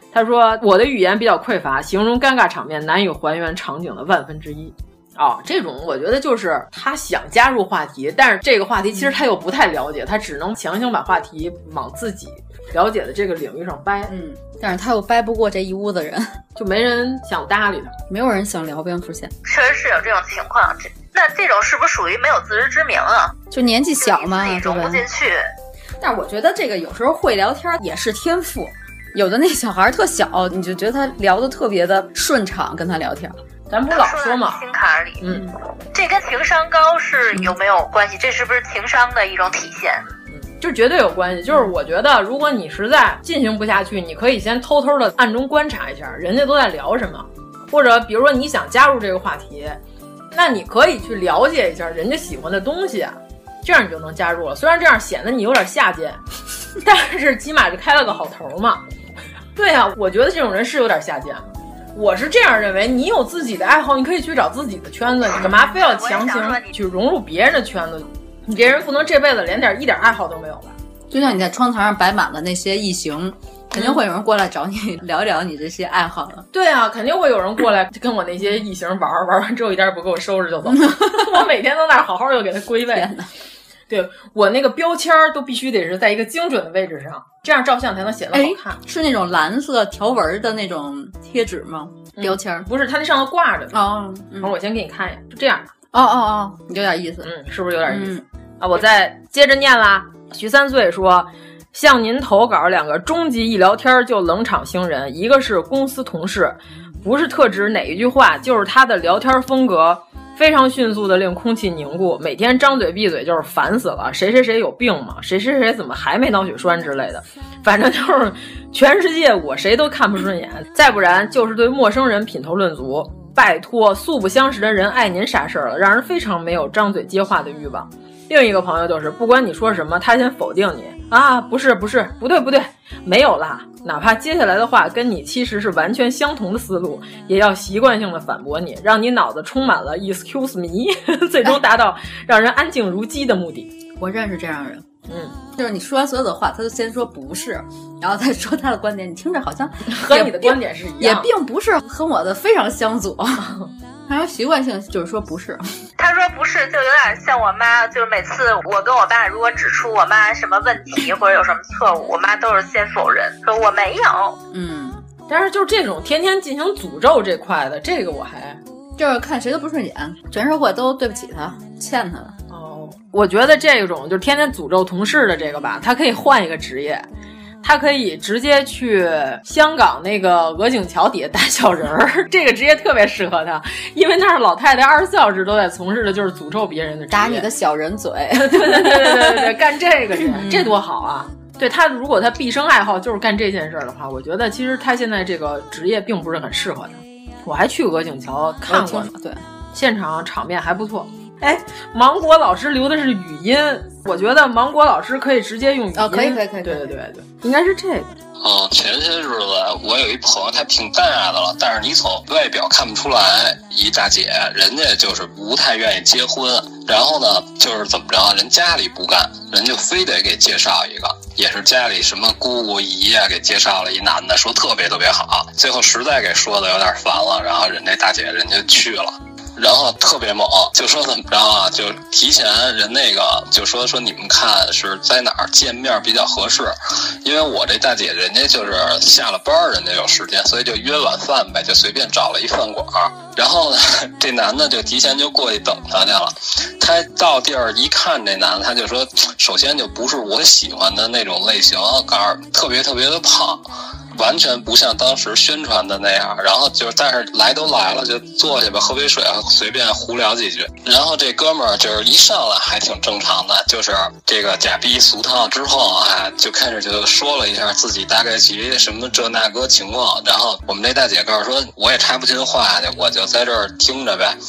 他说我的语言比较匮乏，形容尴尬场面难以还原场景的1/1000。这种我觉得就是他想加入话题，但是这个话题其实他又不太了解，他只能强行把话题往自己了解的这个领域上掰。 但是他又掰不过这一屋子人， 就没人想搭理他， 没有人想聊蝙蝠侠。 确实是有这种情况，那这种是不是属于没有自知之明啊？ 就年纪小嘛， 自己融不进去。 但是我觉得这个有时候会聊天也是天赋，有的那小孩特小，你就觉得他聊得特别的顺畅，跟他聊天。 咱不老说嘛， 心坎里，这跟情商高是有没有关系？这是不是情商的一种体现？ 就绝对有关系。就是我觉得，如果你实在进行不下去，你可以先偷偷的暗中观察一下人家都在聊什么，或者比如说你想加入这个话题，那你可以去了解一下人家喜欢的东西，这样你就能加入了。虽然这样显得你有点下贱，但是起码就开了个好头嘛。对啊，我觉得这种人是有点下贱。我是这样认为，你有自己的爱好，你可以去找自己的圈子，你干嘛非要强行去融入别人的圈子？你这人不能这辈子连一点爱好都没有吧？ 就像你在窗台上摆满了那些异形，肯定会有人过来找你聊一聊你这些爱好的。 对啊，肯定会有人过来跟我那些异形玩完之后一点也不给我收拾就走。我每天都在那好好的给他归位。对，我那个标签都必须得是在一个精准的位置上，这样照相才能显得好看。 是那种蓝色条纹的那种贴纸吗？标签不是，它那上头挂着的。我先给你看一眼，就这样的。 有点意思。 是不是有点意思？我再接着念啦。徐三岁说，向您投稿2个终极一聊天就冷场星人，一个是公司同事，不是特指哪一句话，就是他的聊天风格非常迅速的令空气凝固，每天张嘴闭嘴就是烦死了，谁谁谁有病吗？谁谁谁怎么还没脑血栓之类的，反正就是全世界我谁都看不顺眼，再不然就是对陌生人品头论足，拜托素不相识的人爱您啥事儿了，让人非常没有张嘴接话的欲望。另一个朋友就是不管你说什么他先否定你啊，不是不对没有啦，哪怕接下来的话跟你其实是完全相同的思路，也要习惯性的反驳你，让你脑子充满了 excuse me 最终达到让人安静如鸡的目的。 我认识这样的人，就是你说完所有的话他就先说不是，然后再说他的观点，你听着好像和你的观点是一样， 也并不是和我的非常相左。还有习惯性就是说不是， 他说不是就有点像我妈，就是每次我跟我爸如果指出我妈什么问题或者有什么错误，我妈都是先否认，说我没有。 但是就是这种天天进行诅咒这块的，这个我还就是看谁都不顺眼，全社会都对不起他，欠他的。 我觉得这种就是天天诅咒同事的这个吧，他可以换一个职业。他可以直接去香港那个鹅颈桥底下打小人儿，这个职业特别适合他，因为那儿老太太24小时都在从事的就是诅咒别人的职业， 打你的小人嘴。 对，干这个去，这多好啊！对他，如果他毕生爱好就是干这件事的话，我觉得其实他现在这个职业并不是很适合他。我还去鹅颈桥看过呢， 对， 现场场面还不错。芒果老师留的是语音，我觉得芒果老师可以直接用语音。 可以。 对，应该是这个。 前些日子我有一朋友，他挺淡雅的了，但是你从外表看不出来，一大姐，人家就是不太愿意结婚，然后呢，就是怎么着，人家里不干，人就非得给介绍一个，也是家里什么姑姑姨啊给介绍了一男的，说特别特别好，最后实在给说的有点烦了，然后人家大姐人家去了。然后特别猛，就说怎么着啊，就提前人那个就说你们看是在哪儿见面比较合适，因为我这大姐人家就是下了班人家有时间，所以就约晚饭呗，就随便找了一饭馆。然后呢，这男的就提前就过去等他去了。他到地儿一看这男的，他就说，首先就不是我喜欢的那种类型，特别特别的胖。完全不像当时宣传的那样，然后就是但是来都来了就坐下吧，喝杯水随便胡聊几句。然后这哥们儿就是一上来还挺正常的，就是这个假逼俗套之后就开始就说了一下自己大概其什么这那个情况。然后我们这大姐告诉说，我也插不进话去，我就在这儿听着呗。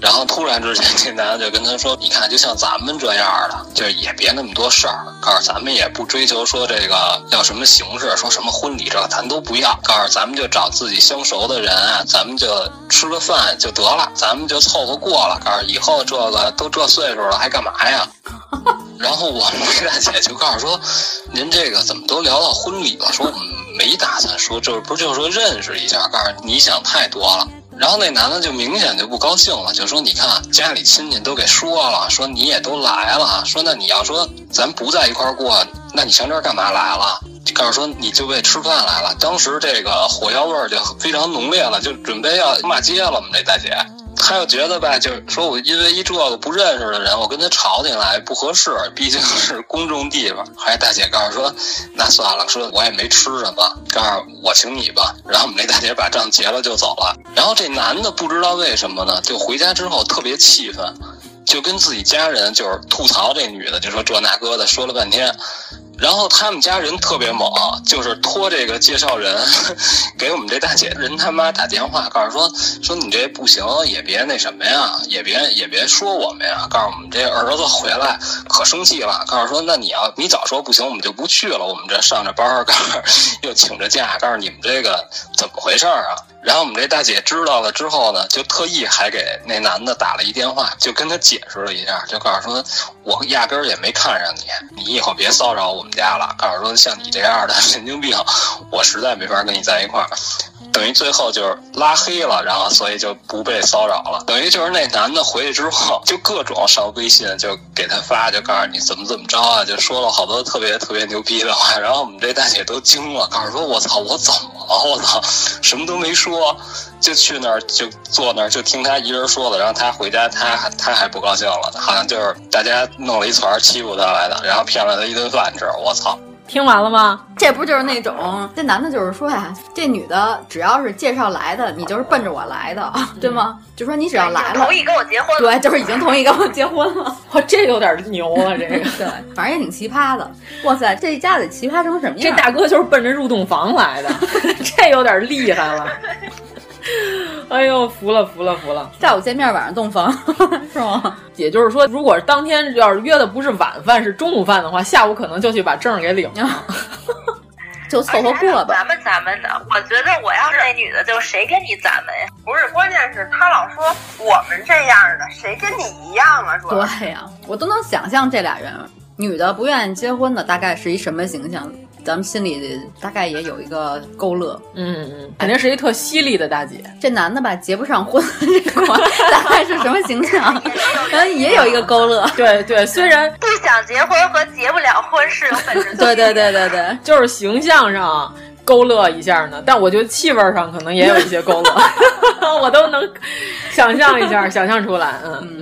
然后突然之间这男的就跟他说，你看就像咱们这样的，就是也别那么多事儿，告诉咱们也不追求说这个要什么形式，说什么婚礼这个咱都不要，告诉咱们就找自己相熟的人啊，咱们就吃个饭就得了，咱们就凑合过了，告诉以后这个都这岁数了还干嘛呀？然后我们这大姐就告诉说，您这个怎么都聊到婚礼了，说我们没打算说，这不就是说认识一下，告诉你想太多了。然后那男的就明显就不高兴了，就说你看家里亲戚都给说了，说你也都来了，说那你要说咱不在一块过，那你上这儿干嘛来了？就告诉说你就为吃饭来了。当时这个火药味就非常浓烈了，就准备要骂街了。我们这大姐他又觉得吧，就是说我因为这个不认识的人，我跟他吵起来不合适，毕竟是公众地方。后来大姐告诉说，那算了，说我也没吃什么，告诉我请你吧。然后我们这大姐把账结了就走了。然后这男的不知道为什么呢，就回家之后特别气愤，就跟自己家人就是吐槽这女的，就说这那个的，说了半天。然后他们家人特别猛，就是托这个介绍人给我们这大姐人他妈打电话，告诉说你这不行，也别那什么呀，也别说我们呀，告诉我们这儿子回来可生气了，告诉说那你早说不行，我们就不去了，我们这上着班，告诉又请着假，告诉你们这个怎么回事啊？然后我们这大姐知道了之后呢，就特意还给那男的打了一电话，就跟他解释了一下，就告诉说我压根儿也没看上你以后别骚扰我们家了，告诉说像你这样的神经病我实在没法跟你在一块儿，等于最后就是拉黑了，然后所以就不被骚扰了。等于就是那男的回去之后就各种上微信就给他发，就告诉你怎么着啊，就说了好多特别特别牛逼的话。然后我们这大姐都惊了，告诉说我操，我怎么了？我操，什么都没说，就去那儿就坐那儿就听他一人说的。然后他回家他还不高兴了，好像就是大家弄了一团欺负他来的，然后骗了他一顿饭吃。我操！ 听完了吗？ 这不就是那种这男的就是说呀，这女的只要是介绍来的，你就是奔着我来的，对吗？就说你只要来了， 同意跟我结婚了， 对，就是已经同意跟我结婚了。 哇，这有点牛啊，这个对，反正也挺奇葩的。哇塞，这一家得奇葩成什么样？ 这大哥就是奔着入洞房来的，这有点厉害了。哎呦，服了！ 下午见面，晚上洞房，是吗？ 也就是说，如果当天要是约的不是晚饭，是中午饭的话，下午可能就去把证给领了。 就凑合过吧。 咱们的，我觉得我要是那女的，就谁跟你咱们呀？ 不是，关键是他老说我们这样的，谁跟你一样啊？说对呀，我都能想象这俩人，女的不愿意结婚的大概是一什么形象？咱们心里大概也有一个勾勒， 肯定是一特犀利的大姐。 这男的吧，结不上婚这块大概是什么形象？也有一个勾勒。 对，虽然不想结婚和结不了婚是有本质的。对， 就是形象上勾勒一下呢，但我觉得气味上可能也有一些勾勒，我都能想象一下，想象出来。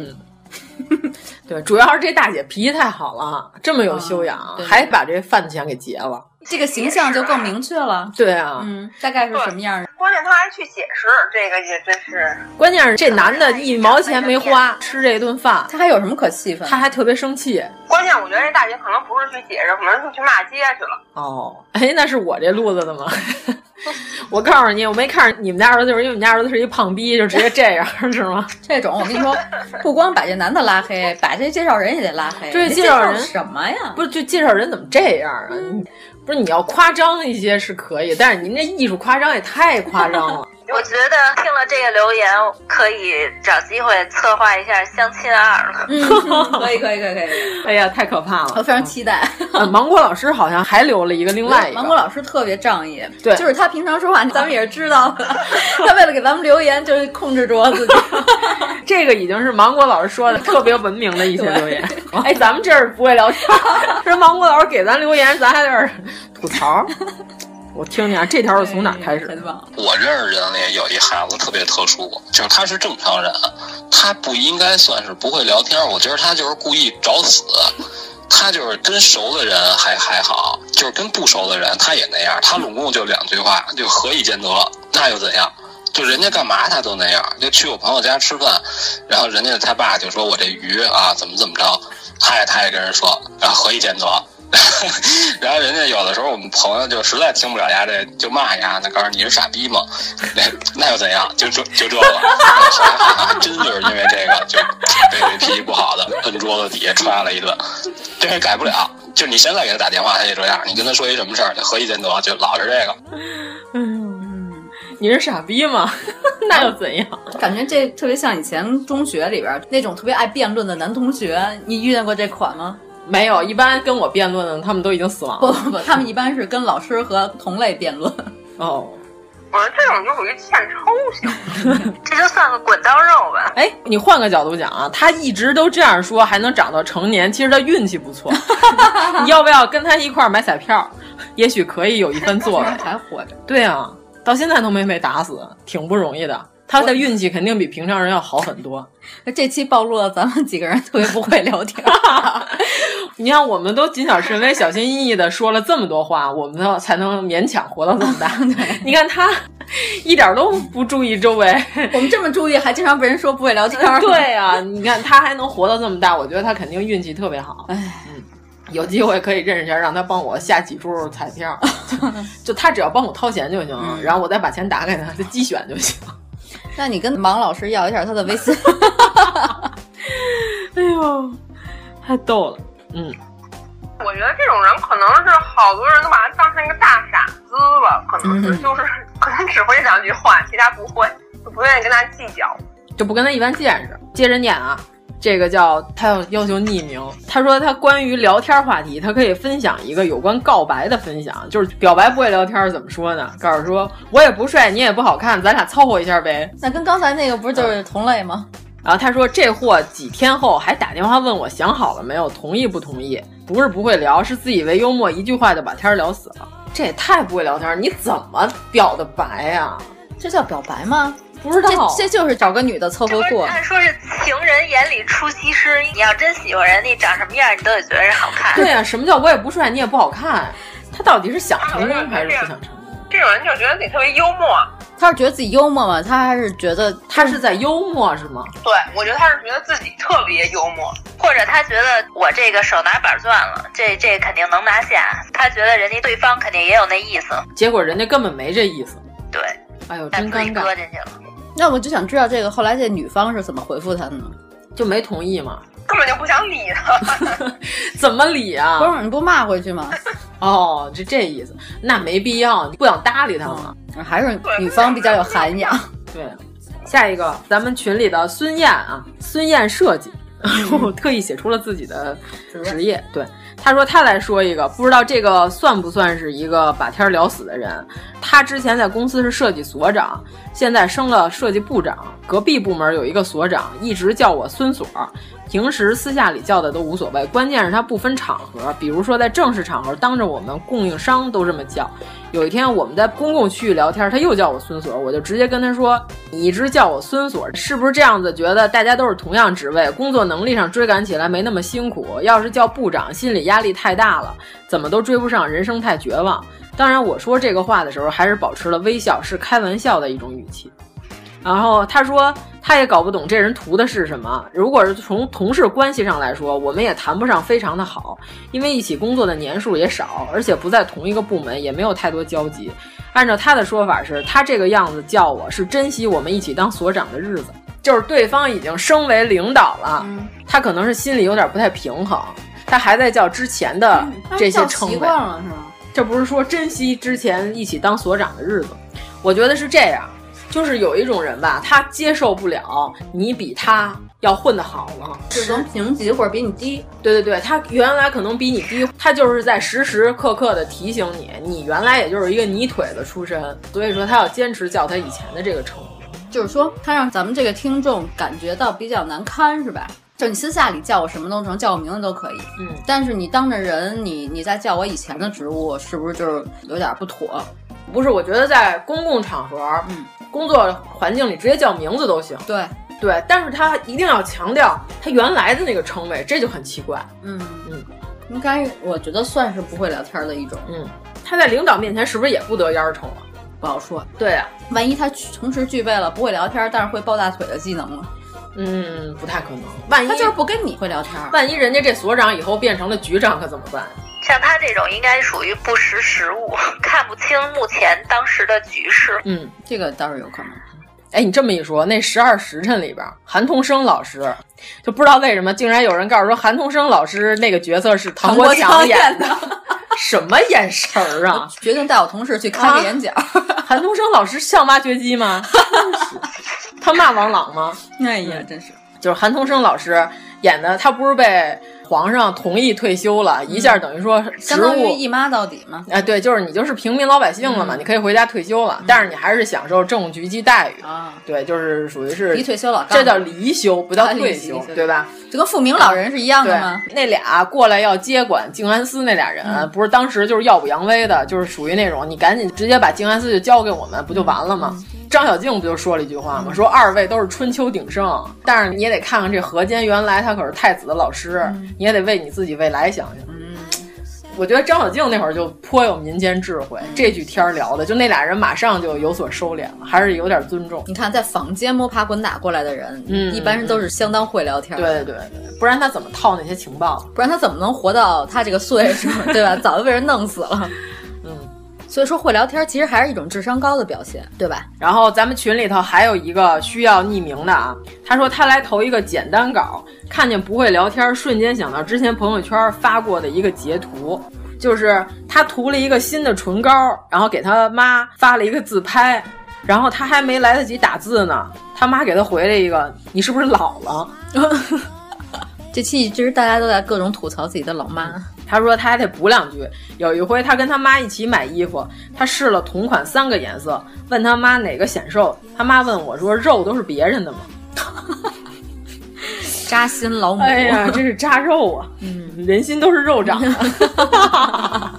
对，主要是这大姐脾气太好了，这么有修养，还把这饭钱给结了。 这个形象就更明确了。 对啊， 大概是什么样的？ 关键他还去解释，这个也真是。 关键是这男的1毛钱没花，吃这顿饭， 他还有什么可气愤？ 他还特别生气。 关键我觉得这大姐可能不是去解释，可能是去骂街去了。 哦，哎，那是我这路子的吗？我告诉你，我没看上你们家儿子，就是因为你们家儿子是一胖逼，就直接这样，是吗？ 这种我跟你说，不光把这男的拉黑，把这介绍人也得拉黑。 这介绍人什么呀？ 不是，就介绍人怎么这样啊？不是，你要夸张一些是可以，但是您这艺术夸张也太夸张了。 我觉得听了这个留言，可以找机会策划一下相亲2了。 可以。 哎呀，太可怕了！ 我非常期待。 芒果老师好像还留了另外一个。 芒果老师特别仗义， 对， 就是他平常说话，咱们也是知道的。他为了给咱们留言，就是控制住自己。 这个已经是芒果老师说的特别文明的一些留言。哎，咱们这儿不会聊天，说芒果老师给咱留言，咱还在这儿吐槽。我听听啊，这条是从哪开始的？ 我认识人里有一孩子特别特殊，就是他是正常人，他不应该算是不会聊天，我觉得他就是故意找死。他就是跟熟的人还好，就是跟不熟的人他也那样。他拢共就2句话，就何以见得，那又怎样？就人家干嘛他都那样。就去我朋友家吃饭，然后人家他爸就说我这鱼啊怎么着，他也跟人说，然后何以见得。 然后人家有的时候我们朋友就实在听不了呀，这就骂呀，那告诉你是傻逼吗？那又怎样？就这个，还真就是因为这个就被这脾气不好的摁桌子底下踹了一顿，这也改不了。就你现在给他打电话，他也这样。你跟他说一什么事儿，何以见得？就老是这个。 你是傻逼吗？那又怎样？ 感觉这特别像以前中学里边那种特别爱辩论的男同学，你遇见过这款吗？ 没有，一般跟我辩论的他们都已经死亡了。 不，他们一般是跟老师和同类辩论。 哦， 我说这种就属于欠抽象，这就算个滚刀肉吧。 哎，你换个角度讲啊，他一直都这样说，还能长到成年，其实他运气不错。你要不要跟他一块儿买彩票？也许可以有一番作为。 还活着。 对啊，到现在都没被打死，挺不容易的。他的运气肯定比平常人要好很多。 这期暴露了咱们几个人特别不会聊天。 你看，我们都谨小慎微、小心翼翼的说了这么多话，我们才能勉强活到这么大。你看他一点都不注意周围， 我们这么注意，还经常被人说不会聊天。 对啊，你看他还能活到这么大，我觉得他肯定运气特别好。有机会可以认识一下，让他帮我下几注彩票，就他只要帮我掏钱就行，然后我再把钱打给他，就机选就行。 那你跟王老师要一下他的微信。 哎呦，太逗了。 我觉得这种人可能是好多人都把他当成一个大傻子了，可能是就是可能只会这两句话，其他不会，就不愿意跟他计较， 就不跟他一般见识。接着念啊。这个叫他要求匿名，他说他关于聊天话题，他可以分享一个有关告白的分享，就是表白不会聊天怎么说呢？告诉说我也不帅，你也不好看，咱俩凑合一下呗。 那跟刚才那个不是就是同类吗？ 然后他说这货几天后还打电话问我想好了没有，同意不同意？不是不会聊，是自以为幽默，一句话就把天聊死了。这也太不会聊天，你怎么表的白呀？ 这叫表白吗？ 不知道， 这就是找个女的凑合过。 按说是情人眼里出西施，你要真喜欢人，你长什么样你都得觉得人好看。 对啊，什么叫我也不帅，你也不好看？他到底是想成功还是不想成功？ 这种人就觉得自己特别幽默。 他是觉得自己幽默吗？他还是觉得他是在幽默是吗？ 对，我觉得他是觉得自己特别幽默， 或者他觉得我这个手拿板攥了，这肯定能拿下。他觉得人家对方肯定也有那意思， 结果人家根本没这意思。 对， 哎呦，真尴尬。 搁进去了。 那我就想知道这个后来这女方是怎么回复他的呢？ 就没同意嘛， 根本就不想理他。 怎么理啊？ 不是你不骂回去吗？ 哦，这意思，那没必要，你不想搭理他吗？ 还是女方比较有涵养。 对，下一个咱们群里的孙燕啊，孙燕设计，我特意写出了自己的职业。对，他说他来说一个，不知道这个算不算是一个把天聊死的人。他之前在公司是设计所长，现在升了设计部长，隔壁部门有一个所长，一直叫我孙所，平时私下里叫的都无所谓，关键是他不分场合，比如说在正式场合当着我们供应商都这么叫。有一天我们在公共区域聊天，他又叫我孙所，我就直接跟他说，你一直叫我孙所，是不是这样子觉得大家都是同样职位，工作能力上追赶起来没那么辛苦，要是叫部长心理压力太大了，怎么都追不上，人生太绝望。当然我说这个话的时候还是保持了微笑，是开玩笑的一种语气。然后他说他也搞不懂这人图的是什么，如果是从同事关系上来说，我们也谈不上非常的好，因为一起工作的年数也少，而且不在同一个部门，也没有太多交集。按照他的说法是，他这个样子叫我是珍惜我们一起当所长的日子，就是对方已经升为领导了，他可能是心里有点不太平衡，他还在叫之前的这些称谓， 习惯了是吗？ 这不是说珍惜之前一起当所长的日子，我觉得是这样，就是有一种人吧，他接受不了你比他要混得好了， 就能评级或者比你低。 对对对，他原来可能比你低，他就是在时时刻刻的提醒你，你原来也就是一个泥腿子出身，所以说他要坚持叫他以前的这个称呼， 就是说他让咱们这个听众感觉到比较难堪，是吧？就你私下里叫我什么都成，叫我名字都可以，但是你当着人，你再叫我以前的职务，是不是就是有点不妥？ 不是，我觉得在公共场合，工作环境里直接叫名字都行。 对对，但是他一定要强调他原来的那个称谓，这就很奇怪。 应该我觉得算是不会聊天的一种。 他在领导面前是不是也不得烟抽了？ 不好说。 对啊， 万一他同时具备了不会聊天，但是会抱大腿的技能了。 不太可能。万一他就是不跟你会聊天， 万一人家这所长以后变成了局长，可怎么办？ 像他这种应该属于不识时务，看不清目前当时的局势。 这个倒是有可能。 哎，你这么一说，那12时辰里边，韩童生老师就不知道为什么，竟然有人告诉说韩童生老师那个角色是唐国强演的，什么眼神儿啊！ 决定带我同事去开个眼角。 韩童生老师像挖掘机吗？他骂王朗吗？ 哎呀，真是， 就是韩童生老师演的，他不是被皇上同意退休了，一下等于说相当于一妈到底嘛。 哎，对，就是你就是平民老百姓了嘛，你可以回家退休了，但是你还是享受正局级待遇啊。对，就是属于是离退休了， 这叫离休，不叫退休，对吧？ 就跟富民老人是一样的吗？ 那俩过来要接管静安司那俩人，不是当时就是耀武扬威的，就是属于那种你赶紧直接把静安司就交给我们，不就完了吗？张小敬不就说了一句话吗？说二位都是春秋鼎盛，但是你也得看看这河间原来他可是太子的老师，你也得为你自己未来想想。我觉得张小敬那会儿就颇有民间智慧，这句天聊的，就那俩人马上就有所收敛了，还是有点尊重。 你看，在坊间摸爬滚打过来的人，一般人都是相当会聊天。 对，不然他怎么套那些情报？ 不然他怎么能活到他这个岁数，对吧？早就被人弄死了。所以说会聊天其实还是一种智商高的表现，对吧？ 然后咱们群里头还有一个需要匿名的啊，他说他来投一个简单稿，看见不会聊天，瞬间想到之前朋友圈发过的一个截图，就是他涂了一个新的唇膏，然后给他妈发了一个自拍，然后他还没来得及打字呢，他妈给他回了一个你是不是老了？ 这期一直大家都在各种吐槽自己的老妈。 他说他还得补两句，有一回他跟他妈一起买衣服，他试了同款3个颜色，问他妈哪个显瘦，他妈问我说肉都是别人的吗？ 扎心老母。 哎呀，这是扎肉啊，人心都是肉长的。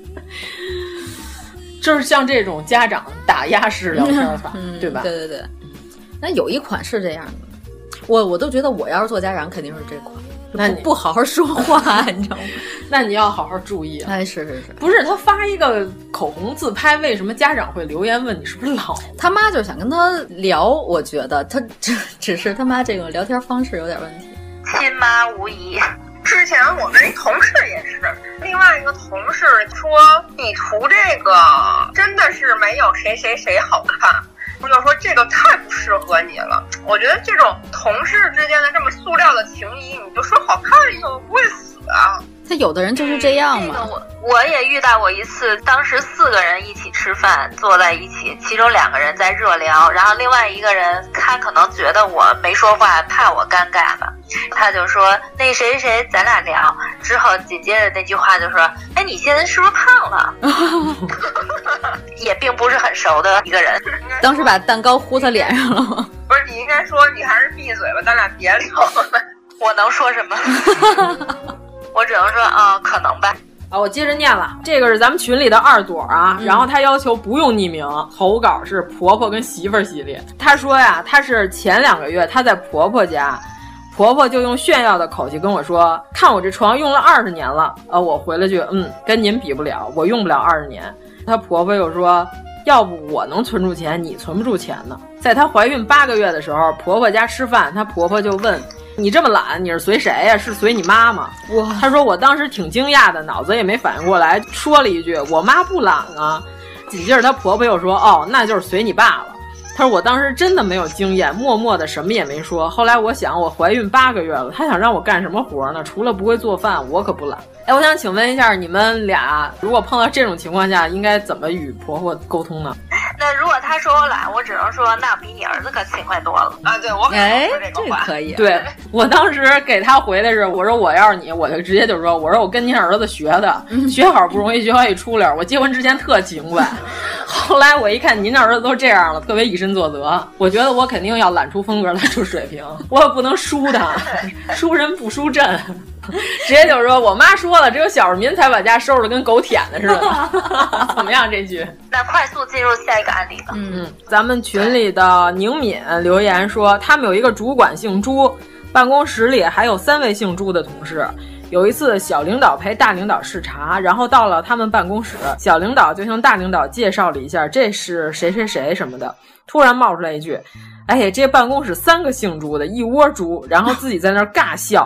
就是像这种家长打压式聊天法，对吧？ 对。那有一款是这样的，我都觉得我要是做家长肯定是这款。那你不好好说话，你知道吗？ 那你要好好注意啊！ 哎，是， 不是他发一个口红自拍，为什么家长会留言问你是不是老？ 他妈就想跟他聊，我觉得他只是他妈这个聊天方式有点问题。 亲妈无疑。 之前我们同事也是，另外一个同事说你涂这个真的是没有谁谁谁好看。我就说这个太不适合你了，我觉得这种同事之间的这么塑料的情谊，你就说好看以后不会死啊。 他有的人就是这样嘛。 我也遇到过一次，当时4个人一起吃饭，坐在一起，其中2个人在热聊，然后另外一个人他可能觉得我没说话，怕我尴尬吧，他就说那谁谁咱俩聊，之后紧接着那句话就说，哎，你现在是不是胖了？也并不是很熟的一个人。 当时把蛋糕糊他脸上了吗？ 不是，你应该说你还是闭嘴吧，咱俩别聊了。 我能说什么？我只能说可能吧。 我接着念了，这个是咱们群里的2朵啊，然后他要求不用匿名，投稿是婆婆跟媳妇儿系列。他说呀，他是前2个月他在婆婆家，婆婆就用炫耀的口气跟我说，看我这床用了20年了。我回了句跟您比不了，我用不了20年。她婆婆又说，要不我能存住钱，你存不住钱呢。在她怀孕8个月的时候，婆婆家吃饭，她婆婆就问，你这么懒，你是随谁呀？是随你妈吗？哇！她说我当时挺惊讶的，脑子也没反应过来，说了一句我妈不懒啊。紧接着她婆婆又说，那就是随你爸了。她说我当时真的没有经验，默默的什么也没说。后来我想，我怀孕8个月了，她想让我干什么活呢？除了不会做饭，我可不懒。哎，我想请问一下，你们俩如果碰到这种情况下，应该怎么与婆婆沟通呢？ 那如果他说我懒，我只能说那比你儿子可勤快多了啊！对，我这个可以。 对，我当时给他回的是，我说我要是你，我就直接就说，我说我跟您儿子学的，学好不容易，学好一出溜。我结婚之前特勤快，后来我一看您这儿子都这样了，特别以身作则。我觉得我肯定要懒出风格，懒出水平，我也不能输他，输人不输阵。直接就说我妈说了，只有小市民才把家收拾的跟狗舔的似的。怎么样这句？ 那快速进入下一个案例吧。 咱们群里的宁敏留言说，他们有一个主管姓朱，办公室里还有3位姓朱的同事。有一次小领导陪大领导视察，然后到了他们办公室，小领导就向大领导介绍了一下这是谁谁谁什么的，突然冒出来一句，哎呀，这办公室3个姓朱的，一窝猪，然后自己在那儿尬笑。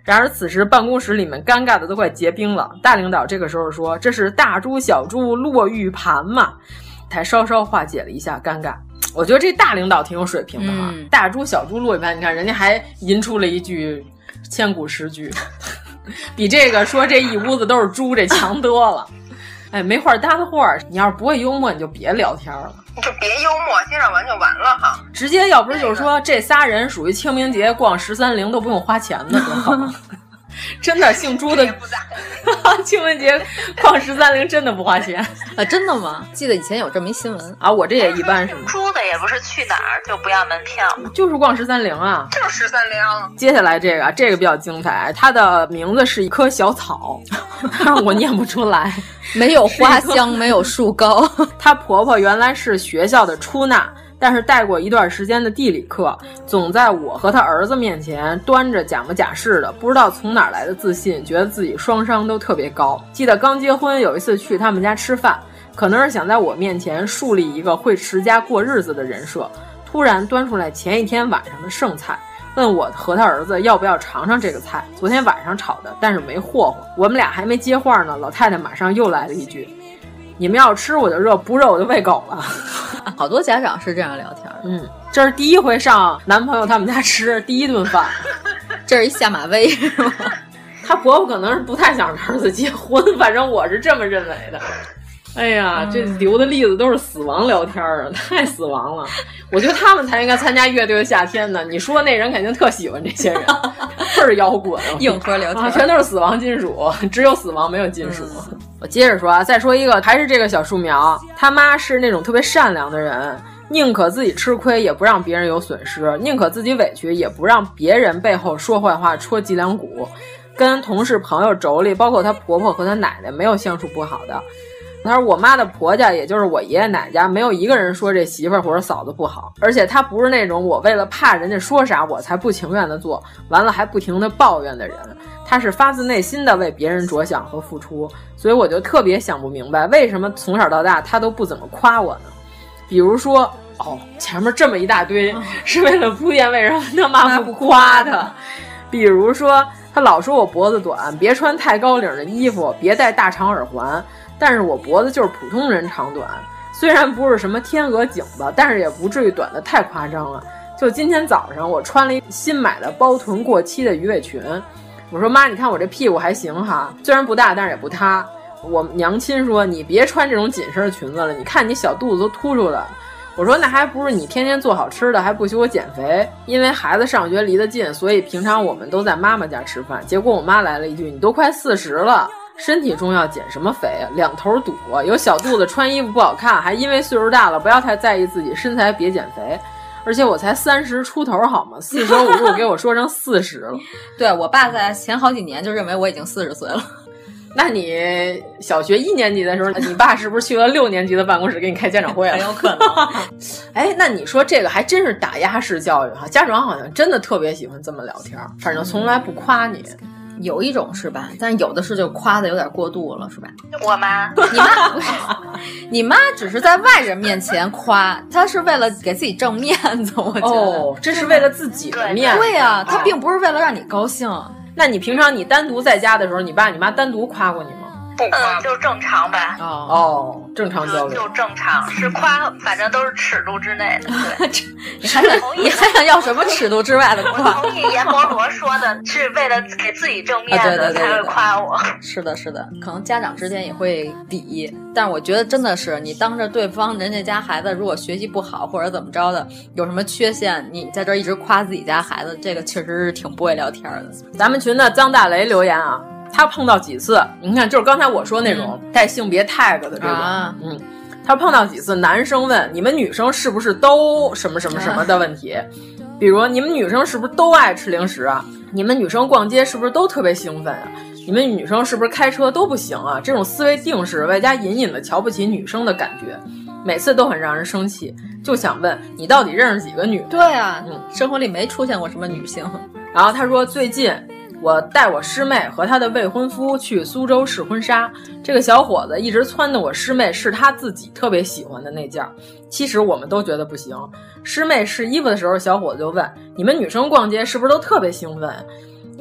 然而此时办公室里面尴尬的都快结冰了。大领导这个时候说：“这是大猪小猪落玉盘嘛。”才稍稍化解了一下尴尬。我觉得这大领导挺有水平的哈，大猪小猪落玉盘，你看人家还吟出了一句千古诗句，比这个说这一屋子都是猪这强多了。哎，没话搭的话，你要是不会幽默，你就别聊天了， 就别幽默，介绍完就完了哈。 直接要不是就是说这仨人属于清明节逛13.0都不用花钱的，多好。真的姓朱的清明节逛13.0真的不花钱啊？真的吗？记得以前有这么一新闻啊。我这也一般是吗？ 朱的也不是去哪儿就不要门票， 就是逛13.0啊， 就是13.0。 接下来这个比较精彩，它的名字是一棵小草，但是我念不出来， 没有花香，没有树高。 她婆婆原来是学校的出纳。但是带过一段时间的地理课，总在我和他儿子面前端着假模假式的，不知道从哪来的自信，觉得自己双商都特别高。记得刚结婚有一次去他们家吃饭，可能是想在我面前树立一个会持家过日子的人设，突然端出来前一天晚上的剩菜，问我和他儿子要不要尝尝这个菜，昨天晚上炒的，但是没霍霍。我们俩还没接话呢，老太太马上又来了一句：“你们要吃我就热，不热我就喂狗了。” 好多家长是这样聊天。 这是第一回上男朋友他们家吃第一顿饭， 这是一下马威是吗？ 她婆婆可能是不太想让儿子结婚，反正我是这么认为的。哎呀，这留的例子都是死亡聊天啊，太死亡了。我觉得他们才应该参加乐队的夏天呢。你说那人肯定特喜欢这些人，倍儿摇滚， 硬核聊天， 全都是死亡金属，只有死亡没有金属。我接着说啊，再说一个，还是这个小树苗，他妈是那种特别善良的人，宁可自己吃亏，也不让别人有损失，宁可自己委屈，也不让别人背后说坏话、戳脊梁骨。跟同事朋友妯娌，包括她婆婆和她奶奶，没有相处不好的。他说我妈的婆家，也就是我爷爷奶奶家，没有一个人说这媳妇儿或者嫂子不好，而且她不是那种我为了怕人家说啥我才不情愿的做，完了还不停的抱怨的人。她是发自内心的为别人着想和付出，所以我就特别想不明白，为什么从小到大她都不怎么夸我呢？比如说，前面这么一大堆，是为了铺垫为什么他妈不夸她。比如说，她老说我脖子短，别穿太高领的衣服，别戴大长耳环。但是我脖子就是普通人长短，虽然不是什么天鹅颈子，但是也不至于短的太夸张了。就今天早上我穿了一新买的包臀过膝的鱼尾裙，我说妈，你看我这屁股还行哈，虽然不大，但是也不塌。我娘亲说你别穿这种紧身裙子了，你看你小肚子都凸出来了。我说那还不是你天天做好吃的，还不许我减肥。因为孩子上学离得近，所以平常我们都在妈妈家吃饭。结果我妈来了一句：“你都快40了。”身体重要减什么肥啊？两头堵啊！有小肚子穿衣服不好看，还因为岁数大了不要太在意自己身材，别减肥。而且我才30出头好吗？45度给我说成40了。 对，我爸在前好几年就认为我已经40岁了。 那你小学1年级的时候，你爸是不是去了6年级的办公室给你开家长会了？ 很有可能。 哎，那你说这个还真是打压式教育哈，家长好像真的特别喜欢这么聊天，反正从来不夸你。 有一种是吧，但是有的是就夸的有点过度了，是吧？ 我妈， 你妈不是，你妈只是在外人面前夸，她是为了给自己挣面子，我觉得。 这是为了自己的面子。 对呀，她并不是为了让你高兴。 那你平常你单独在家的时候，你爸你妈单独夸过你吗？ 就正常吧。 正常交流。 就正常，是夸，反正都是尺度之内的。对， 你还想要什么尺度之外的夸？ 我同意阎摩罗说的，是为了给自己挣面子才会夸我。 是的，是的，可能家长之间也会比，但是我觉得真的是，你当着对方人家家孩子如果学习不好或者怎么着的，有什么缺陷，你在这一直夸自己家孩子，这个确实是挺不会聊天的。 咱们群的张大雷留言啊。他碰到几次，你看，就是刚才我说那种带性别 tag 的这种，他碰到几次男生问你们女生是不是都什么什么什么的问题，比如你们女生是不是都爱吃零食啊？你们女生逛街是不是都特别兴奋啊？你们女生是不是开车都不行啊？这种思维定式外加隐隐的瞧不起女生的感觉，每次都很让人生气。就想问你到底认识几个女的？ 对啊，生活里没出现过什么女性。 然后他说最近我带我师妹和她的未婚夫去苏州试婚纱，这个小伙子一直撺掇我师妹试他自己特别喜欢的那件，其实我们都觉得不行。师妹试衣服的时候，小伙子就问你们女生逛街是不是都特别兴奋？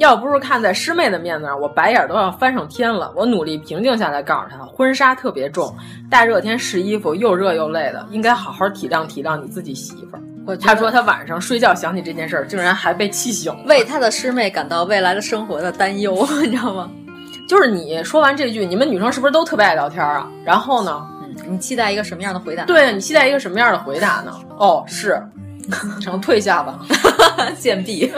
要不是看在师妹的面子上，我白眼都要翻上天了。我努力平静下来，告诉她，婚纱特别重，大热天试衣服又热又累的，应该好好体谅体谅你自己媳妇儿。他说他晚上睡觉想起这件事儿，竟然还被气醒了， 为他的师妹感到未来的生活的担忧，你知道吗？ 就是你说完这句，你们女生是不是都特别爱聊天啊？然后呢， 你期待一个什么样的回答？ 对，你期待一个什么样的回答呢？哦，是，成退下吧， 贱婢。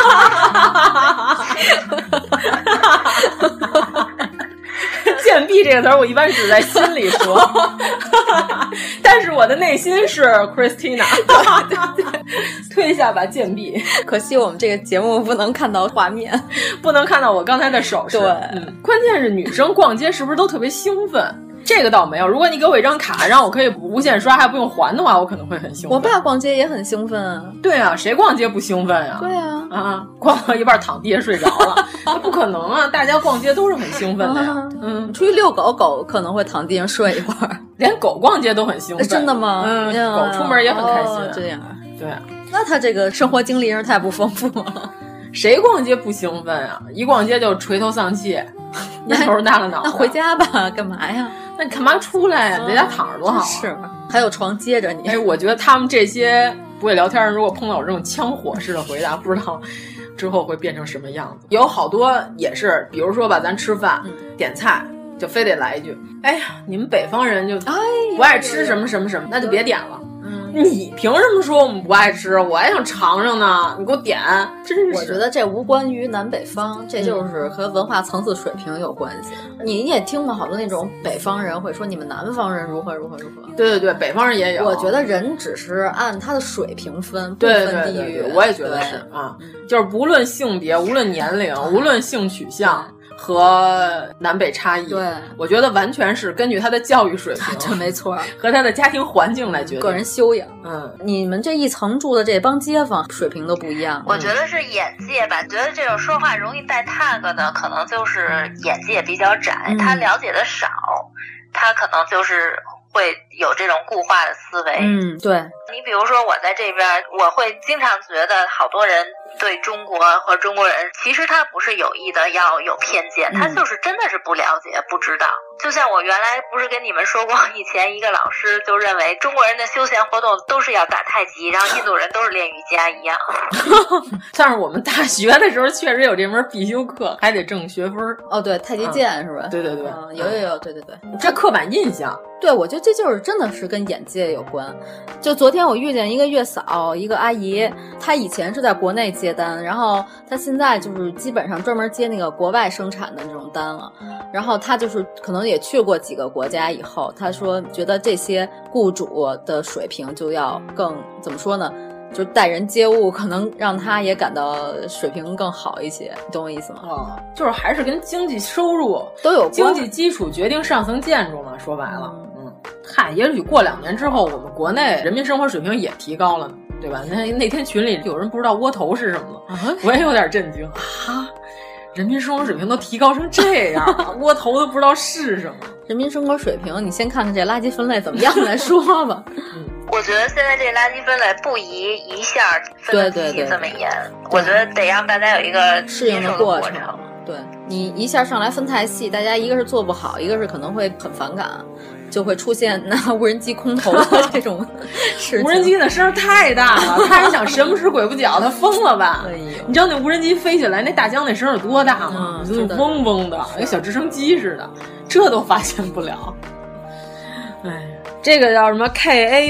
贱婢这个词儿，我一般只在心里说，但是我的内心是 Christina。对，退下吧，贱婢。 可惜我们这个节目不能看到画面， 不能看到我刚才的手势。 对， 关键是女生逛街是不是都特别兴奋？这个倒没有，如果你给我一张卡，让我可以无限刷还不用还的话，我可能会很兴奋。 我爸逛街也很兴奋啊。 对啊，谁逛街不兴奋啊？ 对啊， 逛到一半躺地下睡着了，那不可能啊！大家逛街都是很兴奋的呀。 出去遛狗，狗可能会躺地上睡一会儿， 连狗逛街都很兴奋。 真的吗？ 狗出门也很开心。 这样， 对啊。 那他这个生活经历真是太不丰富了。 谁逛街不兴奋啊？一逛街就垂头丧气，蔫头耷拉脑袋。 那回家吧，干嘛呀？ 那你干嘛出来呀？在家躺着多好啊！ 是，还有床接着你。 哎，我觉得他们这些不会聊天人，如果碰到我这种枪火式的回答，不知道之后会变成什么样子。有好多也是，比如说吧，咱吃饭点菜，就非得来一句：“哎呀，你们北方人就不爱吃什么什么什么，那就别点了。”你凭什么说我们不爱吃？我还想尝尝呢，你给我点，真是。 我觉得这无关于南北方，这就是和文化层次水平有关系。你也听过好多那种北方人会说你们南方人如何如何如何。 对对对，北方人也有。 我觉得人只是按他的水平分，不分地域。 我也觉得是啊，就是不论性别，无论年龄，无论性取向。和南北差异， 对， 我觉得完全是根据他的教育水平， 这没错， 和他的家庭环境来决定， 个人修养。你们这一层住的这帮街坊水平都不一样。 我觉得是眼界吧，觉得这种说话容易带 tag 的，可能就是眼界比较窄，他了解的少，他可能就是会有这种固化的思维。 对。 你比如说我在这边，我会经常觉得好多人对中国和中国人，其实他不是有意的要有偏见，他就是真的是不了解不知道。就像我原来不是跟你们说过，以前一个老师就认为中国人的休闲活动都是要打太极，然后印度人都是练瑜伽一样。 但是我们大学的时候确实有这门必修课，还得挣学分。 哦，对，太极剑是吧？ 对对对， 有，对对对， 这刻板印象。 对，我觉得这就是真的是跟眼界有关。就昨天我遇见一个月嫂，一个阿姨，她以前是在国内接单，然后她现在就是基本上专门接那个国外生产的这种单了。然后她就是可能也去过几个国家以后，她说觉得这些雇主的水平就要更怎么说呢？就待人接物可能让他也感到水平更好一些，你懂我意思吗？ 就是还是跟经济收入都有关， 经济基础决定上层建筑嘛，说白了。嗨，也许过2年之后，我们国内人民生活水平也提高了呢，对吧？那天群里有人不知道窝头是什么了，我也有点震惊啊！人民生活水平都提高成这样，窝头都不知道是什么。 人民生活水平，你先看看这垃圾分类怎么样再说吧。 我觉得现在这垃圾分类不宜一下分得细这么严，我觉得得让大家有一个适应的过程。对，你一下上来分太细，大家一个是做不好，一个是可能会很反感，就会出现拿无人机空投的这种事情。 无人机的声太大了，他还想神不知鬼不觉，他疯了吧？你知道那无人机飞起来，那大疆那声有多大吗？就是嗡嗡的，跟小直升机似的，这都发现不了。哎，这个叫什么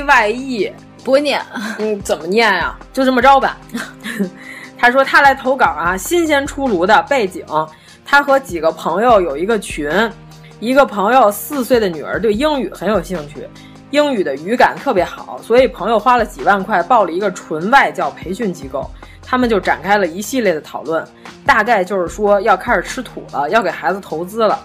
KAYE 不会念， 怎么念呀？就这么着吧。他说他来投稿啊，新鲜出炉的背景，他和几个朋友有一个群，一个朋友4岁的女儿对英语很有兴趣，英语的语感特别好，所以朋友花了几万块报了一个纯外教培训机构，他们就展开了一系列的讨论，大概就是说要开始吃土了，要给孩子投资了。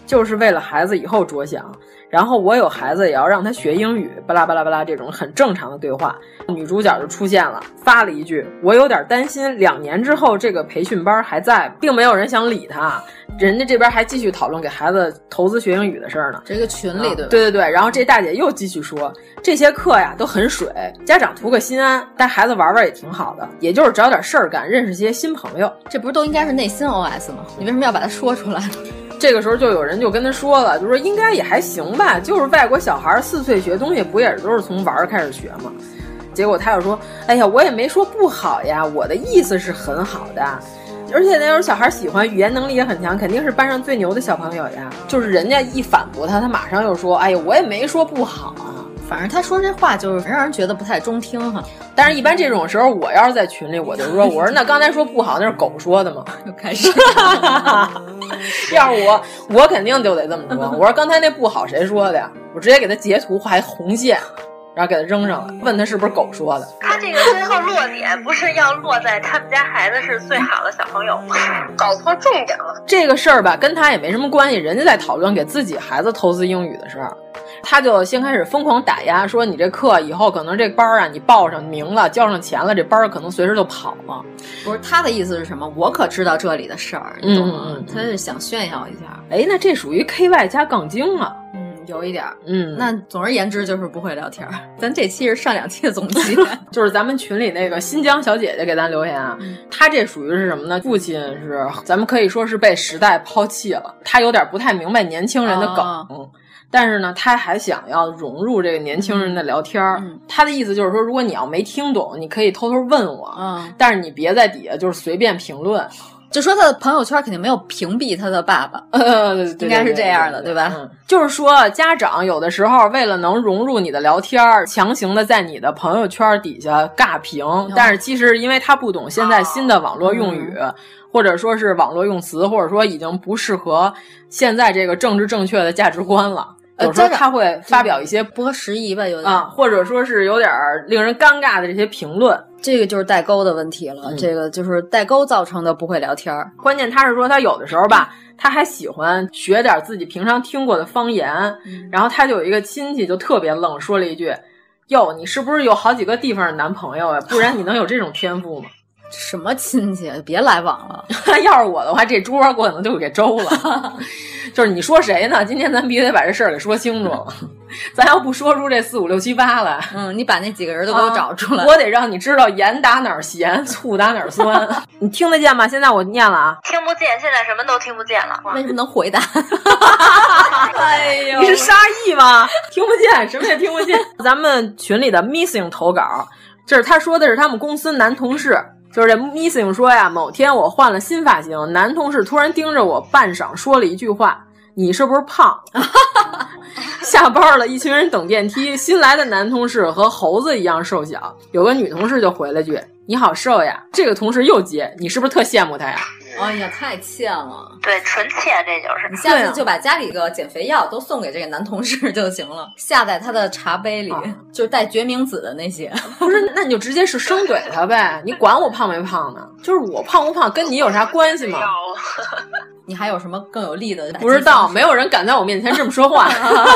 就是为了孩子以后着想。然后我有孩子也要让他学英语，巴拉巴拉巴拉，这种很正常的对话。女主角就出现了，发了一句：我有点担心2年之后这个培训班还在，并没有人想理他。人家这边还继续讨论给孩子投资学英语的事儿呢， 这个群里对吧？ 对对对。然后这大姐又继续说，这些课呀都很水，家长图个心安，带孩子玩玩也挺好的，也就是找点事儿干，认识些新朋友。 这不是都应该是内心 OS 吗？你为什么要把它说出来？ 这个时候就有人就跟他说了，就说应该也还行吧，就是外国小孩4岁学东西不也都是从玩开始学吗？结果他又说，哎呀，我也没说不好呀，我的意思是很好的，而且那种小孩喜欢，语言能力也很强，肯定是班上最牛的小朋友呀。就是人家一反驳他，他马上又说，哎呀，我也没说不好啊。 反正他说这话就是让人觉得不太中听哈。 但是一般这种时候，我要是在群里，我就说，我说那刚才说不好，那是狗说的吗？ 又开始。 要是我肯定就得这么说。我说刚才那不好谁说的呀？我直接给他截图画一红线，然后给他扔上了，问他是不是狗说的。 他这个最后落点不是要落在他们家孩子是最好的小朋友吗？搞错重点了。 这个事儿吧，跟他也没什么关系，人家在讨论给自己孩子投资英语的事儿。他就先开始疯狂打压，说你这课以后可能这班啊，你报上名了，交上钱了，这班可能随时就跑了。 不是他的意思是什么？我可知道这里的事儿，你懂吗？他是想炫耀一下。 哎，那这属于 KY 加杠精啊。 有一点。那总而言之就是不会聊天。咱这期是上2期的总结。 就是咱们群里那个新疆小姐姐给咱留言啊，她这属于是什么呢？父亲是咱们可以说是被时代抛弃了，他有点不太明白年轻人的梗。但是呢，他还想要融入这个年轻人的聊天他的意思就是说，如果你要没听懂，你可以偷偷问我，但是你别在底下就是随便评论。 就说他的朋友圈肯定没有屏蔽他的爸爸，应该是这样的，对吧？ 就是说，家长有的时候为了能融入你的聊天，强行的在你的朋友圈底下尬评，但是其实因为他不懂现在新的网络用语。或者说是网络用词，或者说已经不适合现在这个政治正确的价值观了。有时候他会发表一些不合时宜吧，有点或者说是有点令人尴尬的这些评论。 这个就是代沟的问题了，这个就是代沟造成的不会聊天。 关键他是说他有的时候吧，他还喜欢学点自己平常听过的方言。然后他就有一个亲戚就特别愣，说了一句：哟，你是不是有好几个地方的男朋友呀？不然你能有这种天赋吗？ 什么亲戚？别来往了。 要是我的话，这桌我可能就给周了。就是你说谁呢？今天咱必须得把这事儿给说清楚了。咱要不说出这4、5、6、7、8来， 你把那几个人都给我找出来。 我得让你知道盐打哪儿咸，醋打哪儿酸。你听得见吗？现在我念了啊。 听不见，现在什么都听不见了。 为什么能回答？ 哎呦，你是沙溢吗？听不见，什么也听不见。咱们群里的 Missing 投稿，这是他说的是他们公司男同事。就是这 Missing 说呀，某天我换了新发型，男同事突然盯着我半晌说了一句话：你是不是胖？下班了，一群人等电梯，新来的男同事和猴子一样瘦小，有个女同事就回了句：你好瘦呀。这个同事又接：你是不是特羡慕他呀？ 哎呀，太欠了。 对，纯欠，这就是。 你下次就把家里个减肥药都送给这个男同事就行了，下在他的茶杯里，就是带决明子的那些。 不是，那你就直接是生怼他呗，你管我胖没胖呢？就是我胖不胖跟你有啥关系吗？ 你还有什么更有利的？ 不知道，没有人敢在我面前这么说话。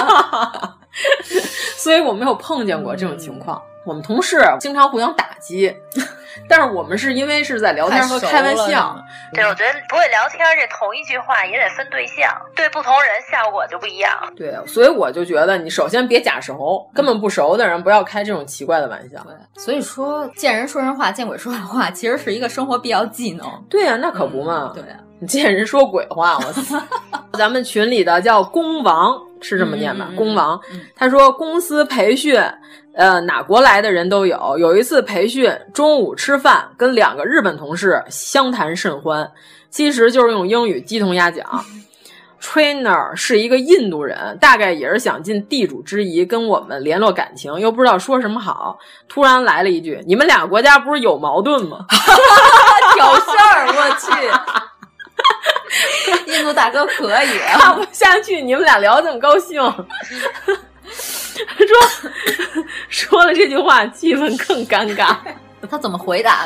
所以我没有碰见过这种情况。我们同事经常互相打击，但是我们是因为是在聊天和开玩笑。 对，我觉得不会聊天，这同一句话也得分对象，对不同人效果就不一样。 对，所以我就觉得你首先别假熟，根本不熟的人不要开这种奇怪的玩笑。 对，所以说见人说人话，见鬼说鬼话，其实是一个生活必要技能。 对呀，那可不嘛。 对呀， 你见人说鬼话，我操！咱们群里的叫公王，是这么念吧？公王，他说公司培训。哪国来的人都有。有一次培训，中午吃饭，跟2个日本同事相谈甚欢，其实就是用英语鸡同鸭讲。Trainer 是一个印度人，大概也是想尽地主之谊跟我们联络感情，又不知道说什么好，突然来了一句：你们2个国家不是有矛盾吗？ 挑事儿，我去。印度大哥可以看不下去，你们俩聊得这么高兴。说了这句话，气氛更尴尬。 他怎么回答的？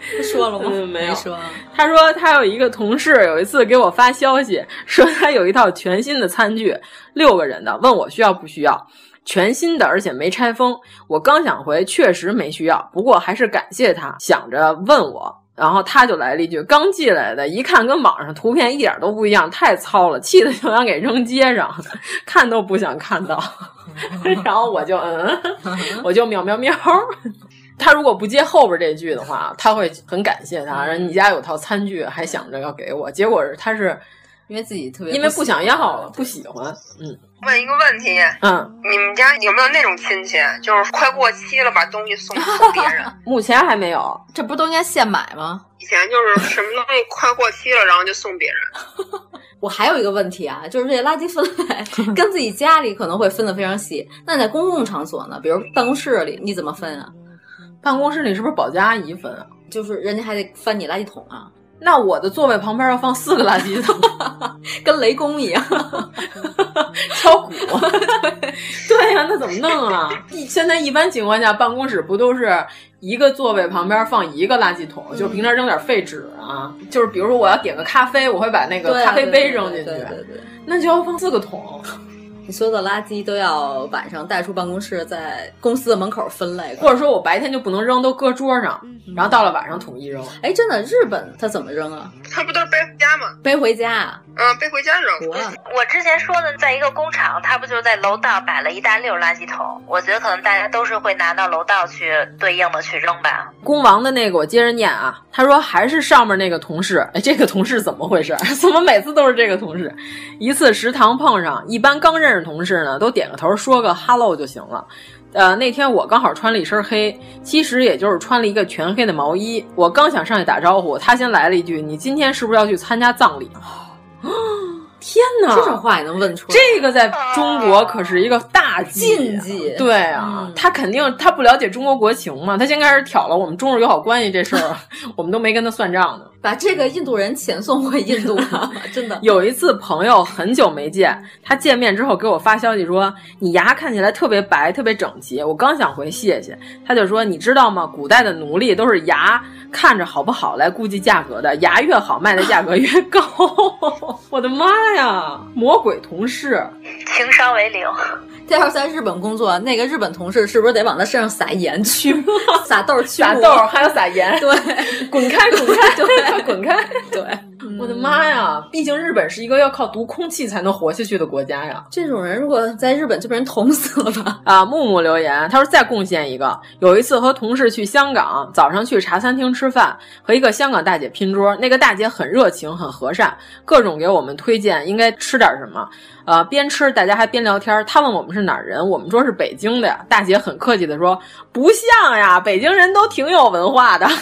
说了吗？ 没说。 他说他有一个同事有一次给我发消息，说他有一套全新的餐具，6个人的，问我需要不需要。全新的，而且没拆封。我刚想回，确实没需要，不过还是感谢他，想着问我。然后他就来了一句：“刚寄来的，一看跟网上图片一点都不一样，太糙了，气得就想给扔街上，看都不想看到。”然后我就我就喵喵喵。他如果不接后边这句的话，他会很感谢他，说你家有套餐具，还想着要给我。结果他是因为自己特别因为不想要了，不喜欢。 问一个问题，你们家有没有那种亲戚，就是快过期了把东西送别人？ 目前还没有， 这不都应该现买吗？ 以前就是什么东西快过期了，然后就送别人。 我还有一个问题啊，就是这垃圾分类跟自己家里可能会分得非常细，那在公共场所呢，比如办公室里，你怎么分啊？ 办公室里是不是保洁阿姨分啊？ 就是人家还得翻你垃圾桶啊。 那我的座位旁边要放4个垃圾桶， 跟雷公一样， 敲鼓。对呀，那怎么弄啊？现在一般情况下，办公室不都是一个座位旁边放1个垃圾桶，就是平常扔点废纸啊，就是比如说我要点个咖啡，我会把那个咖啡杯扔进去， 对， 那就要放4个桶。 你所有的垃圾都要晚上带出办公室，在公司的门口分类， 或者说我白天就不能扔，都搁桌上，然后到了晚上统一扔。 哎，真的，日本他怎么扔啊？ 他不都是背回家吗？ 背回家啊？ 背回家扔。 我之前说的，在一个工厂，他不就是在楼道摆了一大溜垃圾桶？我觉得可能大家都是会拿到楼道去对应的去扔吧。 工王的那个我接着念啊，他说还是上面那个同事，哎，这个同事怎么回事？怎么每次都是这个同事？一次食堂碰上，一般刚认识同事呢，都点个头说个 hello 就行了。那天我刚好穿了一身黑，其实也就是穿了一个全黑的毛衣。我刚想上去打招呼，他先来了一句：“你今天是不是要去参加葬礼？”天哪， 这种话也能问出来？ 这个在中国可是一个大禁忌。 对啊，他肯定他不了解中国国情嘛，他先开始挑了我们中日友好关系这事儿，我们都没跟他算账呢。 把这个印度人遣送回印度了，真的。 有一次朋友很久没见，他见面之后给我发消息说：“你牙看起来特别白，特别整齐。”我刚想回谢谢，他就说：“你知道吗？古代的奴隶都是牙看着好不好来估计价格的，牙越好卖的价格越高。”我的妈呀，魔鬼同事， 情商为0。 他要是在日本工作，那个日本同事是不是得往他身上撒盐去撒豆去撒豆还要撒盐？ 对， 滚开滚开， 对， 滚开， 对。 我的妈呀！毕竟日本是一个要靠读空气才能活下去的国家呀。 这种人如果在日本就被人捅死了吧？ 啊，木木留言，他说再贡献一个。有一次和同事去香港，早上去茶餐厅吃饭，和一个香港大姐拼桌。那个大姐很热情，很和善，各种给我们推荐应该吃点什么。边吃大家还边聊天。她问我们是哪儿人，我们说是北京的呀。大姐很客气的说：“不像呀，北京人都挺有文化的。”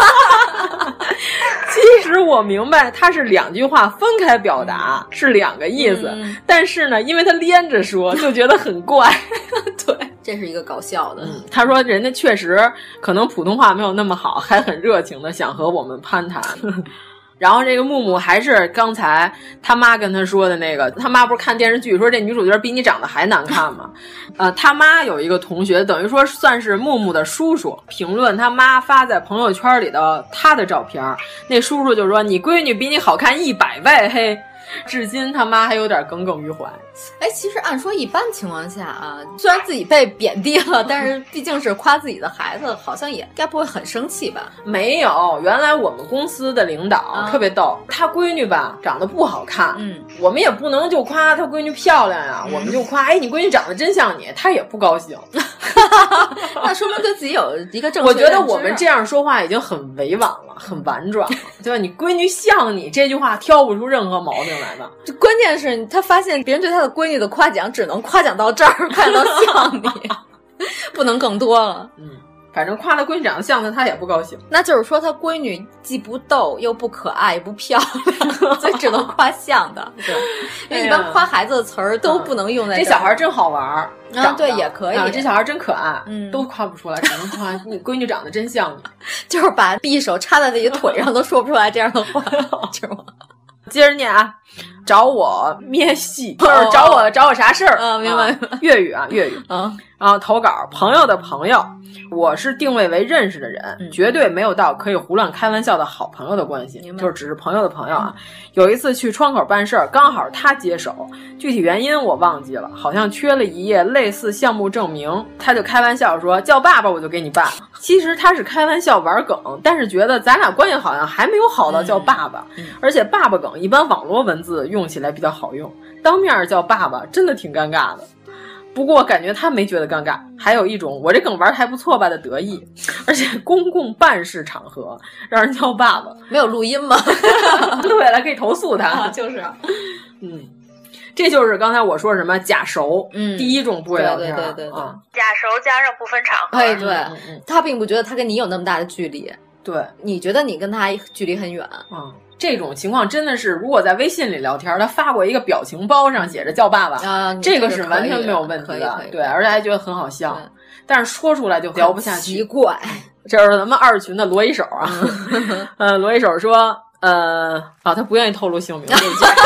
其实我明白，他是2句话分开表达，是2个意思。但是呢，因为他连着说，就觉得很怪。对， 这是一个搞笑的。 他说人家确实可能普通话没有那么好，还很热情的想和我们攀谈。然后这个木木还是刚才他妈跟他说的那个，他妈不是看电视剧说这女主角比你长得还难看吗？他妈有一个同学，等于说算是木木的叔叔，评论他妈发在朋友圈里的他的照片，那叔叔就说你闺女比你好看100倍，嘿。至今他妈还有点耿耿于怀。 哎，其实按说一般情况下啊，虽然自己被贬低了，但是毕竟是夸自己的孩子，好像也该不会很生气吧？ 没有，原来我们公司的领导特别逗，他闺女吧长得不好看，我们也不能就夸他闺女漂亮呀，我们就夸，哎，你闺女长得真像你，他也不高兴。 那说明对自己有一个正确我觉得我们这样说话已经很委婉了，很婉转了，对吧？你闺女像你这句话挑不出任何毛病来的。 就关键是他发现别人对他的闺女的夸奖只能夸奖到这儿，夸奖到像你，不能更多了。 反正夸他闺女长得像他也不高兴。 那就是说他闺女既不逗又不可爱又不漂亮，所以只能夸像的。对，因为一般夸孩子的词儿都不能用在这小孩真好玩对，也可以。 这小孩真可爱，都夸不出来，只能夸你闺女长得真像你。 就是把匕首插在自己腿上都说不出来这样的话，是吗？ 接着念啊， 找我咩戏，或者找我啥事儿明白？ 粤语啊，粤语然后投稿朋友的朋友，我是定位为认识的人，绝对没有到可以胡乱开玩笑的好朋友的关系，就是只是朋友的朋友啊。有一次去窗口办事儿，刚好他接手，具体原因我忘记了，好像缺了一页类似项目证明，他就开玩笑说叫爸爸我就给你办。其实他是开玩笑玩梗，但是觉得咱俩关系好像还没有好到叫爸爸，而且爸爸梗一般网络文字用起来比较好用，当面叫爸爸真的挺尴尬的。不过感觉他没觉得尴尬，还有一种我这梗玩还不错吧的得意。而且公共办事场合让人叫爸爸， 没有录音吗？ 对了，可以投诉他。 就是这就是刚才我说什么假熟，第一种不会聊天， 对假熟加上不分场合。 哎，对，他并不觉得他跟你有那么大的距离， 对， 你觉得你跟他距离很远这种情况真的是，如果在微信里聊天，他发过一个表情包上写着叫爸爸这个是完全没有问题的，对，而且还觉得很好笑，但是说出来就聊不下去， 奇怪。 这是咱们二群的罗一手啊，罗一手说，他不愿意透露姓名，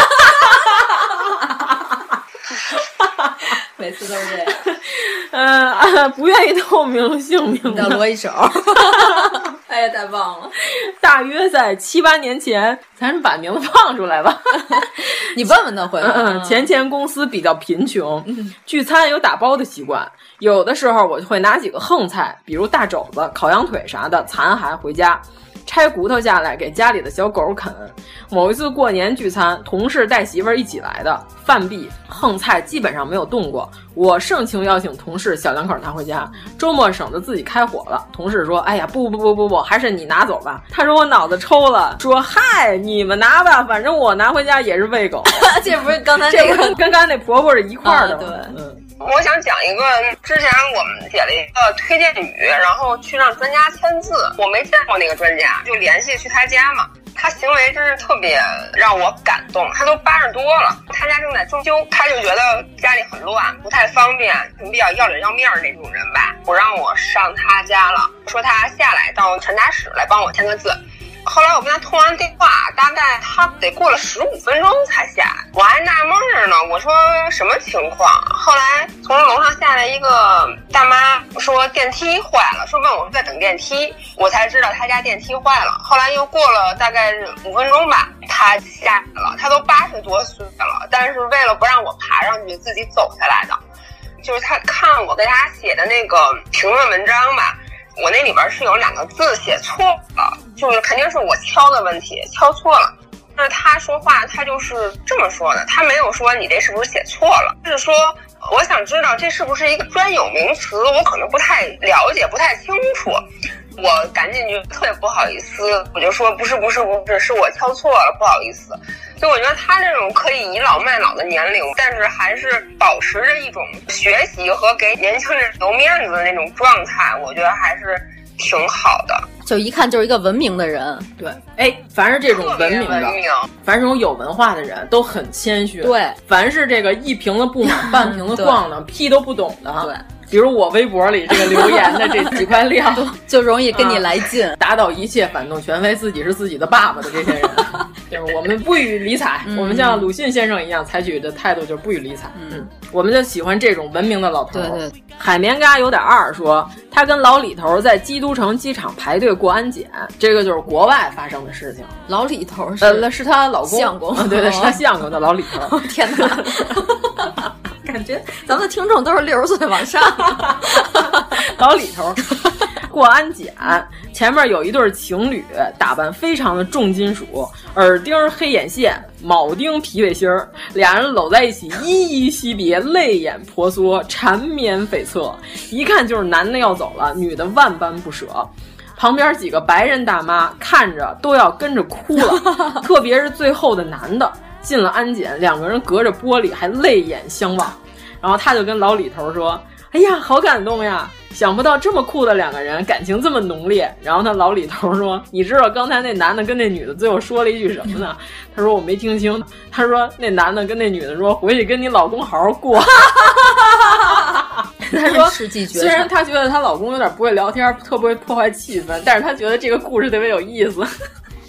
每次都是这样。 不愿意透明姓名的罗一手。哎呀，太棒了！ 大约在7、8年前，咱是把名字放出来吧。 你问问他会吗？ 前公司比较贫穷，聚餐有打包的习惯，有的时候我就会拿几个横菜，比如大肘子、烤羊腿啥的，残骸回家。拆骨头下来给家里的小狗啃。某一次过年聚餐，同事带媳妇儿一起来的，饭毕横菜基本上没有动过，我盛情邀请同事小两口拿回家，周末省得自己开火了。同事说，哎呀不，还是你拿走吧。他说我脑子抽了，说嗨你们拿吧，反正我拿回家也是喂狗。 这不是刚才这个跟刚才那婆婆是一块儿的吗？ 对， 我想讲一个，之前我们写了一个推荐语，然后去让专家签字，我没见过那个专家，就联系去他家嘛。他行为真是特别让我感动，他都80多了，他家正在装修，他就觉得家里很乱，不太方便，比较要脸要面那种人吧。我让我上他家了，说他下来到传达室来帮我签个字。后来我跟他通完电话，大概他得过了15分钟才下来，我还纳闷着呢，我说什么情况？后来从楼上下来一个大妈说电梯坏了，说问我在等电梯，我才知道他家电梯坏了。后来又过了大概5分钟吧，他下来了，他都80多岁了，但是为了不让我爬上去，自己走下来的。就是他看我给他写的那个评论文章吧，我那里边是有2个字写错了，就是肯定是我敲的问题，敲错了。但是他说话，他就是这么说的，他没有说你这是不是写错了，就是说我想知道这是不是一个专有名词，我可能不太了解，不太清楚。我赶紧就特别不好意思，我就说不是，是我敲错了，不好意思。所以我觉得他这种可以倚老卖老的年龄，但是还是保持着一种学习和给年轻人留面子的那种状态，我觉得还是挺好的。 就一看就是一个文明的人。 对，凡是这种文明的，凡是这种有文化的人都很谦虚。 对， 凡是这个一瓶子不满半瓶子逛的屁都不懂的。 对， 比如我微博里这个留言的这几块料， 就容易跟你来劲， 打倒一切反动权威自己是自己的爸爸的这些人，就是我们不予理睬。我们像鲁迅先生一样采取的态度就是不予理睬。我们就喜欢这种文明的老头。 对， 海绵嘎有点二说，他跟老李头在基督城机场排队过安检，这个就是国外发生的事情。 老李头是他老公相公， 对，是他相公的老李头。 天哪！感觉咱们的听众都是60岁往上。 老李头过安检，前面有一对情侣，打扮非常的重金属，耳钉黑眼线，铆钉皮背心儿，俩人搂在一起，依依惜别，泪眼婆娑，缠绵悱恻，一看就是男的要走了，女的万般不舍。旁边几个白人大妈看着都要跟着哭了，特别是最后的男的进了安检，两个人隔着玻璃还泪眼相望，然后他就跟老李头说，哎呀好感动呀，想不到这么酷的2个人感情这么浓烈。然后他老李头说，你知道刚才那男的跟那女的最后说了一句什么呢？他说我没听清，他说那男的跟那女的说，回去跟你老公好好过。他说虽然他觉得她老公有点不会聊天，特别破坏气氛，但是他觉得这个故事特别有意思。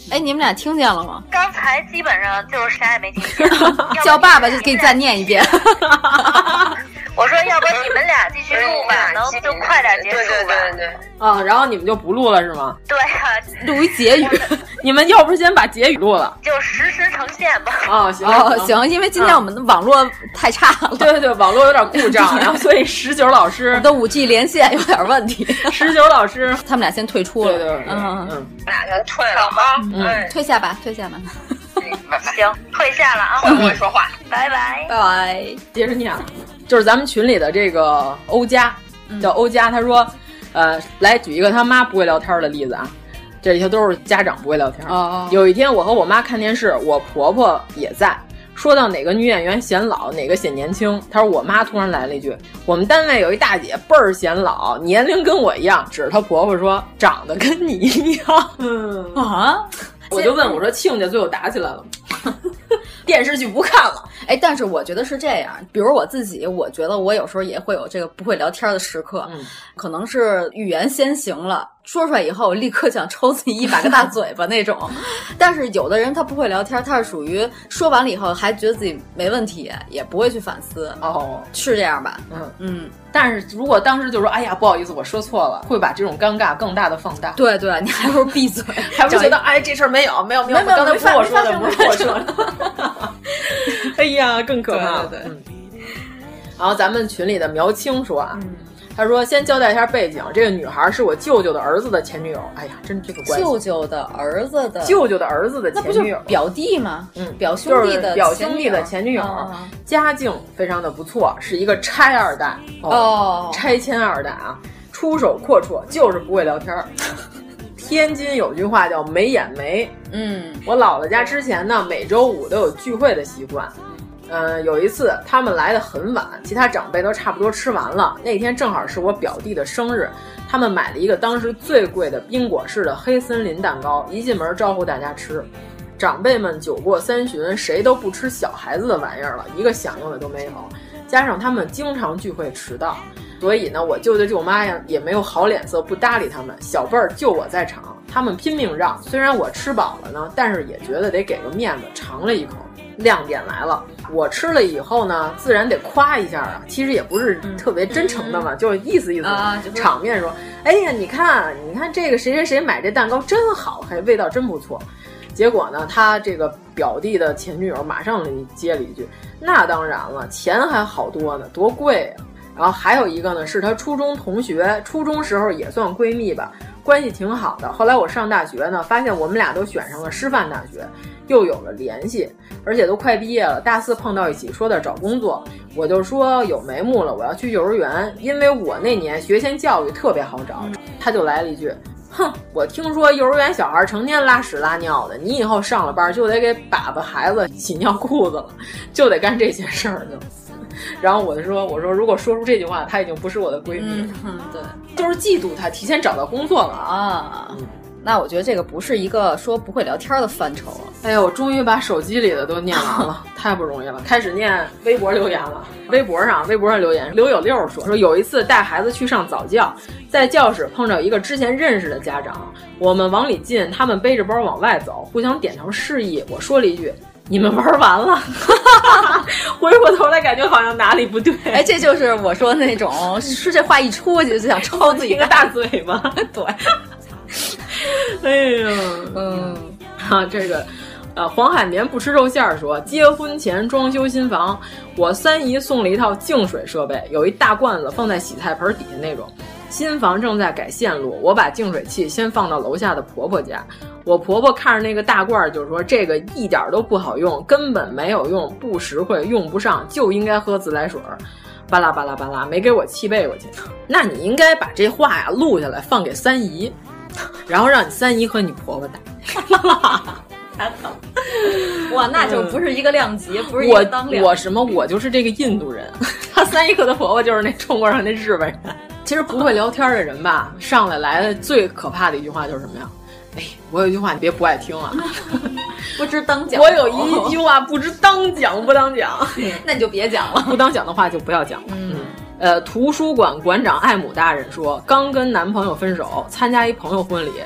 哎，你们俩听见了吗？ 刚才基本上就是啥也没听见。 叫爸爸就给你再念一遍。 我说，要不你们俩继续录吧，能就快点结束吧。 对。 啊，然后你们就不录了是吗？ 对啊， 录一结语。 你们要不先把结语录了， 就实时呈现吧。 哦，行行，因为今天我们的网络太差了。 对，网络有点故障，然后所以19老师的5G 连线有点问题。 19老师他们俩先退出了。 对， 俩先退了啊。 退下吧。 行，退下了啊。 会不会说话？ 拜拜。 拜拜。 接着念，就是咱们群里的这个欧佳，叫欧佳，他说，来举一个他妈不会聊天的例子啊。这些都是家长不会聊天。有一天我和我妈看电视，我婆婆也在，说到哪个女演员显老，哪个显年轻，她说我妈突然来了一句，我们单位有一大姐倍儿显老，年龄跟我一样，指着她婆婆说长得跟你一样。我就问我说亲家最后打起来了吗？电视剧不看了。 哎，但是我觉得是这样，比如我自己，我觉得我有时候也会有这个不会聊天的时刻，可能是语言先行了，说出来以后立刻想抽自己一百个大嘴巴那种。但是有的人他不会聊天，他是属于说完了以后还觉得自己没问题，也不会去反思。是这样吧？ 但是如果当时就说哎呀不好意思我说错了，会把这种尴尬更大的放大。 对，你还不如闭嘴， 还不觉得哎这事儿没有，刚才不是我说的，不是我说的。哎呀，更可怕了。对。然后咱们群里的苗青说啊，他说先交代一下背景，这个女孩是我舅舅的儿子的前女友。哎呀，真这个关系。 舅舅的儿子的前女友， 表弟吗？ 表兄弟的前女友，家境非常的不错，是一个拆二代拆迁二代啊，出手阔绰，就是不会聊天。天津有句话叫没眼没。我姥姥家之前呢，每周5都有聚会的习惯。有一次他们来的很晚，其他长辈都差不多吃完了。那天正好是我表弟的生日，他们买了一个当时最贵的冰果式的黑森林蛋糕，一进门招呼大家吃。长辈们酒过三巡，谁都不吃小孩子的玩意儿了，一个响应的都没有。加上他们经常聚会迟到，所以呢，我舅舅舅妈呀也没有好脸色不搭理他们。小辈儿就我在场，他们拼命让，虽然我吃饱了呢，但是也觉得得给个面子，尝了一口。亮点来了，我吃了以后呢，自然得夸一下啊，其实也不是特别真诚的嘛，就是意思场面说，哎呀，你看这个谁谁谁买这蛋糕真好，还味道真不错。结果呢，他这个表弟的前女友马上接了一句，那当然了，钱还好多呢，多贵啊。然后还有一个呢，是他初中同学，初中时候也算闺蜜吧，关系挺好的。后来我上大学呢，发现我们俩都选上了师范大学，又有了联系，而且都快毕业了。大4碰到一起，说的找工作，我就说有眉目了，我要去幼儿园，因为我那年学前教育特别好找。他就来了一句，哼，我听说幼儿园小孩成天拉屎拉尿的，你以后上了班就得给粑粑孩子洗尿裤子了，就得干这些事儿就。然后我说如果说出这句话，她已经不是我的闺蜜了。 对， 就是嫉妒她提前找到工作了啊。 那我觉得这个不是一个说不会聊天的范畴了。 哎呀，我终于把手机里的都念完了，太不容易了。开始念微博留言了。微博上留言，刘有六说有一次带孩子去上早教，在教室碰着一个之前认识的家长，我们往里进，他们背着包往外走，互相点头示意。我说了一句，你们玩完了。回过头来感觉好像哪里不对。 哎，这就是我说的那种，是这话一出去就想抽自己个大嘴巴。 对。 哎呀，这个，黄海绵不吃肉馅儿说，结婚前装修新房，我3姨送了一套净水设备，有一大罐子放在洗菜盆底下那种。新房正在改线路，我把净水器先放到楼下的婆婆家。我婆婆看着那个大罐，就说这个一点都不好用，根本没有用，不实惠，用不上，就应该喝自来水。巴拉巴拉巴拉，没给我气背过去。那你应该把这话呀录下来，放给3姨。然后让你3姨和你婆婆打。 哇，那就不是一个量级，不是一个当量。 我就是这个印度人，他3姨和他婆婆就是那中国上那日本人。其实不会聊天的人吧，上来的最可怕的一句话就是什么呀？哎，我有一句话你别不爱听啊， 不知当讲。 我有一句话不知当讲不当讲， 那你就别讲了。 不当讲的话就不要讲了。图书馆馆长艾姆大人说，刚跟男朋友分手，参加一朋友婚礼，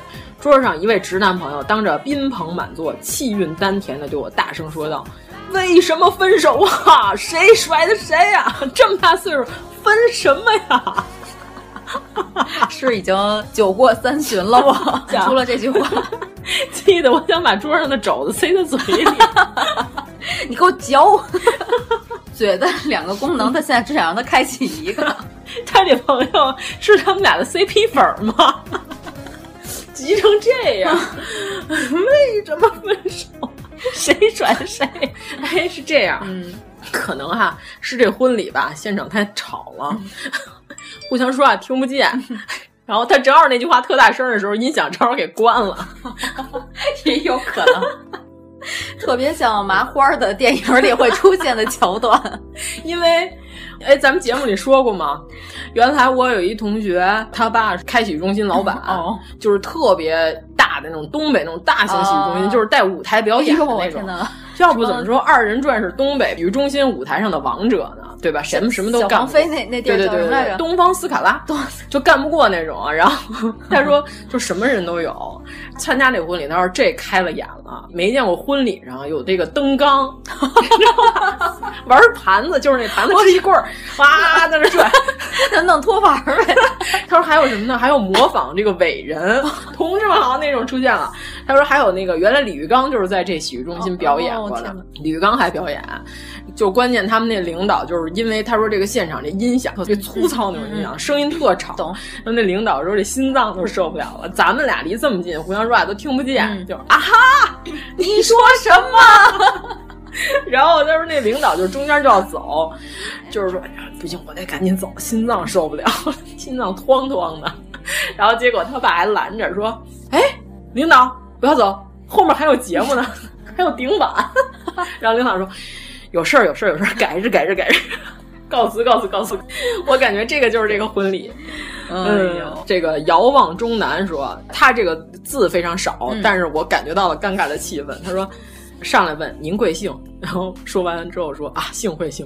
桌上一位直男朋友当着宾朋满座，气韵丹田的对我大声说道：“为什么分手啊？谁甩的谁呀？这么大岁数分什么呀？” 是已经酒过三巡了吗？除了这句话， 气得我想把桌上的肘子塞到嘴里。 你给我嚼！嘴的2个功能，他现在只想让他开启一个。 他这朋友是他们俩的 CP 粉吗？急成这样，为什么分手？谁甩谁？哎，是这样，可能哈是这婚礼吧，现场太吵了，互相说话听不见。然后他正好那句话特大声的时候，音响正好给关了， 也有可能。特别像麻花的电影里会出现的桥段。 因为咱们节目里说过嘛，原来我有一同学，他爸是开洗浴中心老板，就是特别大的那种东北那种大型洗浴中心，就是带舞台表演的那种。要不怎么说二人转是东北洗浴中心舞台上的王者呢？对吧？什么都干不过。小王菲那地儿叫什么来着？ 东方斯卡拉，就干不过那种啊。然后他说，就什么人都有。参加这个婚礼，他说这开了眼了，没见过婚礼上有这个灯缸，玩盘子，就是那盘子支一棍儿，哇，在那转， 弄托盘呗。 他说还有什么呢？还有模仿这个伟人，同志们好那种出现了。他说还有那个原来李玉刚就是在这洗浴中心表演过的，李玉刚还表演。就关键他们那领导就是因为他说这个现场这音响特别粗糙那种音响，声音特吵，然后那领导说这心脏都受不了了，咱们俩离这么近，互相说话都听不见，就啊哈， 你说什么？ 然后他说那领导就中间就要走，就是说不行，我得赶紧走，心脏受不了，心脏哐哐的。然后结果他爸还拦着说：“哎，领导不要走，后面还有节目呢，还有顶板。”然后领导说：“有事儿，改日。告辞。我感觉这个就是这个婚礼。这个遥望中南说他这个字非常少，但是我感觉到了尴尬的气氛。他说上来问您贵姓，然后说完之后说啊幸会。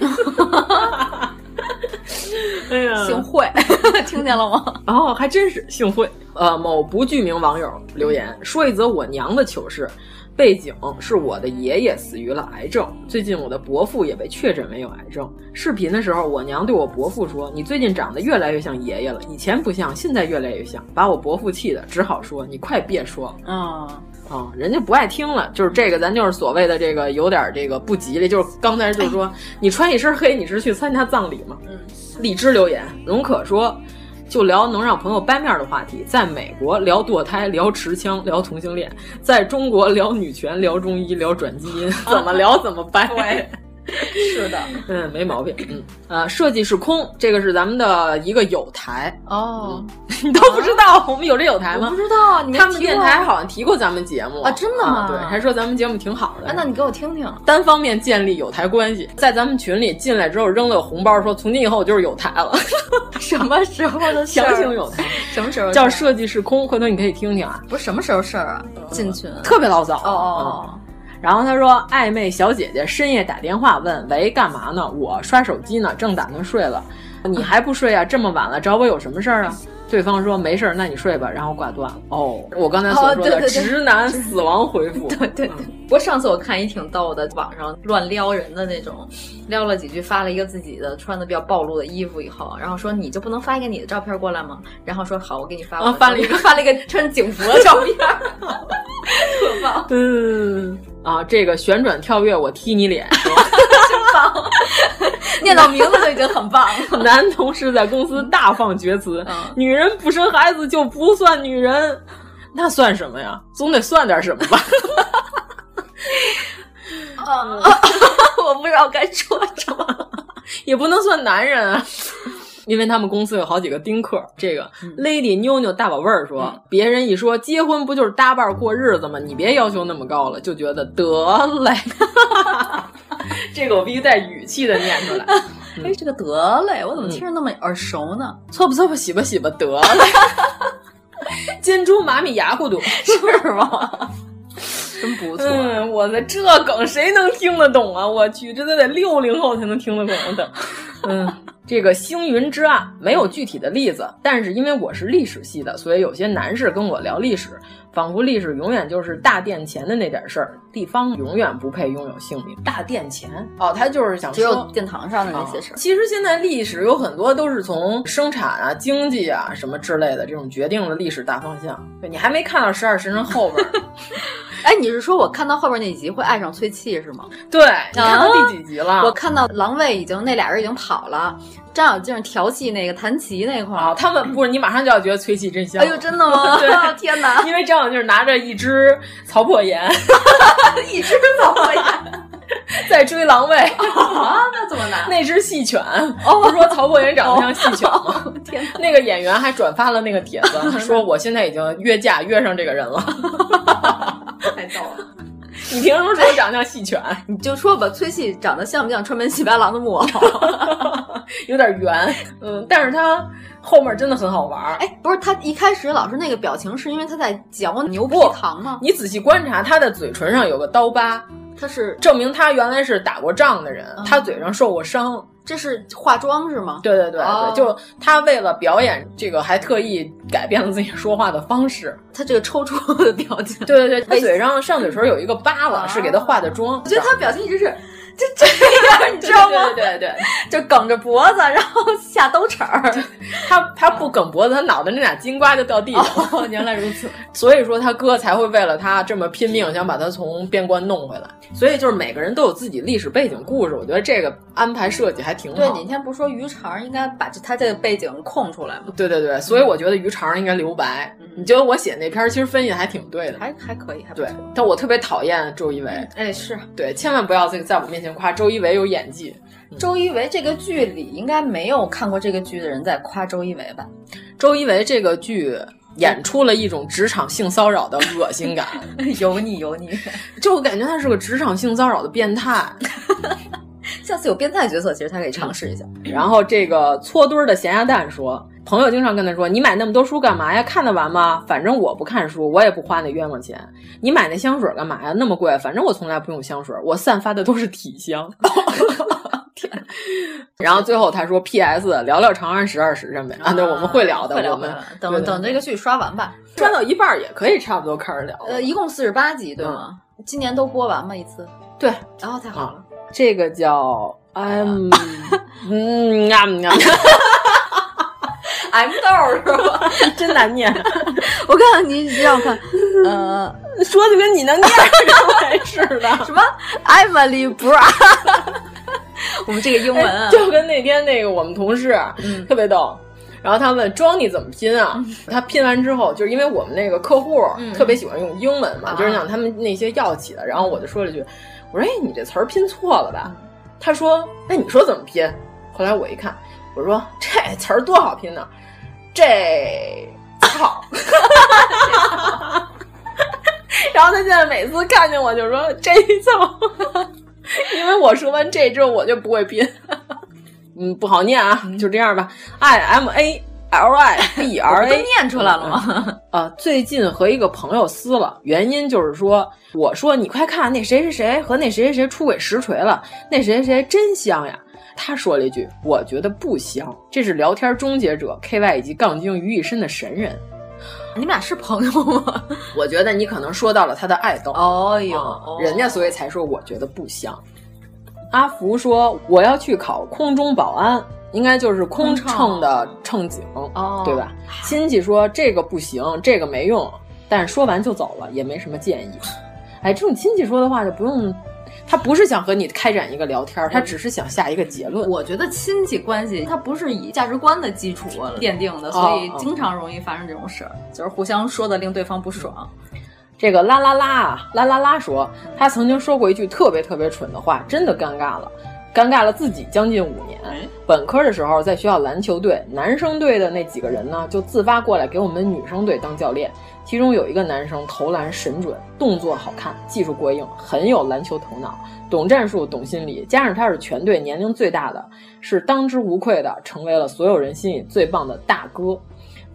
哎呀， 幸会，听见了吗？ 哦，还真是幸会。某不具名网友留言说一则我娘的糗事。背景是我的爷爷死于了癌症，最近我的伯父也被确诊为有癌症。视频的时候，我娘对我伯父说：“你最近长得越来越像爷爷了，以前不像，现在越来越像。”把我伯父气的，只好说：“你快别说。”人家不爱听了，就是这个，咱就是所谓的这个有点这个不吉利，就是刚才就是说，你穿一身黑，你是去参加葬礼吗？荔枝留言，荣可说。就聊能让朋友掰面的话题，在美国聊堕胎，聊持枪，聊同性恋；在中国聊女权，聊中医，聊转基因，怎么聊怎么掰。 对，是的， 没毛病。设计是空，这个是咱们的一个友台哦。 你都不知道我们有这友台吗？ 我不知道，你他们电台好像提过咱们节目啊，真的吗？ 对，还说咱们节目挺好的。 那你给我听听。 单方面建立友台关系，在咱们群里进来之后扔了个红包，说从今以后我就是友台了。 什么时候的强行友台？ 什么时候？ 叫设计是空，回头你可以听听啊。 不是什么时候事儿啊？进群特别唠叨。然后他说暧昧小姐姐深夜打电话问喂干嘛呢？我刷手机呢，正打算睡了。你还不睡啊？这么晚了找我有什么事儿啊？对方说没事，那你睡吧，然后挂断了。我刚才所说的直男死亡回复。 对。不过上次我看一挺逗的，网上乱撩人的那种，撩了几句，发了一个自己的穿的比较暴露的衣服以后，然后说你就不能发一个你的照片过来吗？然后说好，我给你发。发了一个穿警服的照片，特棒。这个旋转跳跃我踢你脸， 真棒。念到名字就已经很棒了。 男同事在公司大放厥词，女人不生孩子就不算女人，那算什么呀？总得算点什么吧。 我不知道该说什么， 也不能算男人啊。因为他们公司有好几个丁克，这个 Lady 妞妞大宝贝儿说，别人一说结婚不就是搭伴过日子吗？你别要求那么高了，就觉得得嘞。这个我必须带语气的念出来。 这个得嘞，我怎么听着那么耳熟呢？ 搓吧搓吧，洗吧洗吧，得嘞。煎猪麻米牙糊肚， 是吗？真不错。 我的这梗谁能听得懂啊？我去，这得60后才能听得懂的。 这个星云之案没有具体的例子，但是因为我是历史系的，所以有些男士跟我聊历史，仿佛历史永远就是大殿前的那点事儿，地方永远不配拥有姓名。大殿前他就是想说只有殿堂上的那些事儿。 其实现在历史有很多都是从生产啊、经济啊什么之类的这种决定了历史大方向。对，你还没看到12时辰后边。 哎，你是说我看到后边那集会爱上崔器是吗？ 对，你看到第几集了？ 我看到狼卫那俩人已经跑了，张小静调戏那个弹棋那块儿， 他们不是你马上就要觉得崔器真香。 哎呦，真的吗？ 对， 天哪！ 因为张小静拿着一只曹破岩， 一只曹破岩。 在追狼卫那怎么拿？ 那只细犬，不是说曹破岩长得像细犬吗？ 天哪！ 那个演员还转发了那个帖子，说我现在已经约上这个人了。 太逗了！ 你凭什么说我长得像细犬？ 你就说吧，崔器长得像不像川本喜八郎的木偶？ 有点圆，但是他后面真的很好玩。 哎，不是，他一开始老是那个表情，是因为他在嚼牛皮糖吗？ 你仔细观察，他的嘴唇上有个刀疤。 他是证明他原来是打过仗的人，他嘴上受过伤。 这是化妆是吗？ 对对对对，就他为了表演这个，还特意改变了自己说话的方式。 他这个抽搐的表情， 对对对，他嘴上上嘴唇有一个疤了，是给他化的妆。 我觉得他表情一直是就这样，你知道吗？ 对对对， 就梗着脖子，然后下兜齿儿。 他不梗脖子，他脑袋那俩金瓜就掉地上。 原来如此， 所以说他哥才会为了他这么拼命，想把他从边关弄回来。所以就是每个人都有自己历史背景故事，我觉得这个安排设计还挺好。 对，你那天不是说于肠应该把他这个背景空出来吗？ 对对对，所以我觉得于肠应该留白。你觉得我写那篇其实分析还挺对的， 还可以，还对。但我特别讨厌周一围。 哎，是对，千万不要在我面前夸周一围有演技。 周一围这个剧里应该没有看过这个剧的人在夸周一围吧？ 周一围这个剧演出了一种职场性骚扰的恶心感， 油腻， 就我感觉他是个职场性骚扰的变态。 下次有变态角色，其实他可以尝试一下。 然后这个搓堆的咸鸭蛋说，朋友经常跟他说：“你买那么多书干嘛呀？看得完吗？反正我不看书，我也不花那冤枉钱。你买那香水干嘛呀？那么贵，反正我从来不用香水，我散发的都是体香。”然后最后他说 ：“P.S. 聊聊长安12时辰呗。”对，我们会聊的， 会聊我们等这个剧刷完吧， 刷到一半也可以差不多开始聊。 一共48集对吗？今年都播完吗一次？ 对， 然后太好了。 这个叫 M 豆是吧？ 真难念。 我看你让我看， 说的跟你能念出来似的。 什么 Emily Brown？ 我们这个英文啊， 就跟那天那个我们同事，特别逗。然后他问 Johnny 怎么拼啊？他拼完之后，就是因为我们那个客户特别喜欢用英文嘛，就是讲他们那些药企的。然后我就说了句，我说：“哎，你这词儿拼错了吧？”他说：“那你说怎么拼？”后来我一看，我说：“这词儿多好拼呢，这操！”然后他现在每次看见我就说：“这操！”因为我说完这之后我就不会拼。不好念啊，就这样吧。IMALIBRA 都念出来了吗？ 最近和一个朋友撕了，原因就是说，我说你快看那谁谁谁和那谁谁谁出轨实锤了，那谁谁谁真香呀。他说了一句，我觉得不香，这是聊天终结者 KY 以及杠精于一身的神人。 你们俩是朋友吗？ 我觉得你可能说到了他的爱豆。 哦哟， 人家所以才说我觉得不香。阿福说我要去考空中保安，应该就是空乘的乘警，对吧？亲戚说这个不行，这个没用，但是说完就走了，也没什么建议。哎，这种亲戚说的话就不用，他不是想和你开展一个聊天，他只是想下一个结论。 我觉得亲戚关系它不是以价值观的基础奠定的，所以经常容易发生这种事儿，就是互相说的令对方不爽。 这个啦啦啦说，他曾经说过一句特别特别蠢的话，真的尴尬了自己将近5年。本科的时候在学校篮球队，男生队的那几个人呢就自发过来给我们女生队当教练，其中有一个男生投篮神准，动作好看，技术过硬，很有篮球头脑，懂战术懂心理，加上他是全队年龄最大的，是当之无愧的成为了所有人心里最棒的大哥。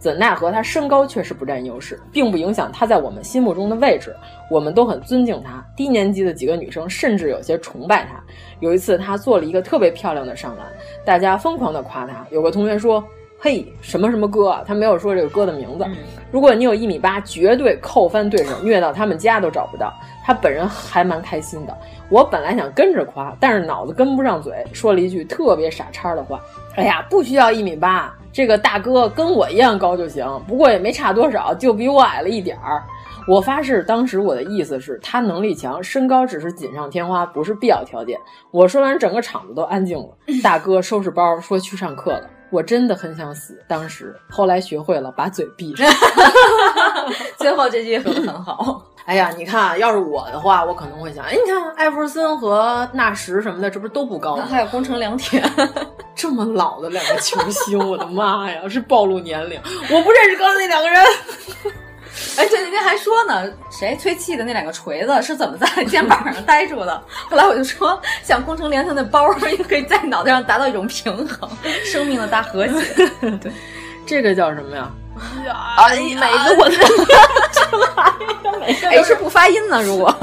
怎奈何他身高确实不占优势，并不影响他在我们心目中的位置，我们都很尊敬他。低年级的几个女生甚至有些崇拜他。有一次他做了一个特别漂亮的上篮，大家疯狂地夸他。有个同学说，嘿，什么什么哥，他没有说这个哥的名字。如果你有1.8米，绝对扣翻对手，虐到他们家都找不到。他本人还蛮开心的。我本来想跟着夸，但是脑子跟不上嘴，说了一句特别傻叉的话：哎呀，不需要1.8米，这个大哥跟我一样高就行，不过也没差多少，就比我矮了一点儿。我发誓，当时我的意思是他能力强，身高只是锦上添花，不是必要条件。我说完，整个场子都安静了。大哥收拾包说去上课了。我真的很想死，当时后来学会了把嘴闭上。 最后这句说得很好。 哎呀，你看，要是我的话，我可能会想，哎，你看艾弗森和纳什什么的，这不是都不高吗？ 还有宫城良田， 这么老的两个球星，我的妈呀，是暴露年龄！我不认识刚才那两个人。 哎，对，那天还说呢，谁吹气的那2个锤子是怎么在肩膀上待住的？后来我就说，像宫城良田的包也可以在脑袋上达到一种平衡，生命的大和谐。 对，这个叫什么呀？ 哎，每个我出来，H 不发音呢，如果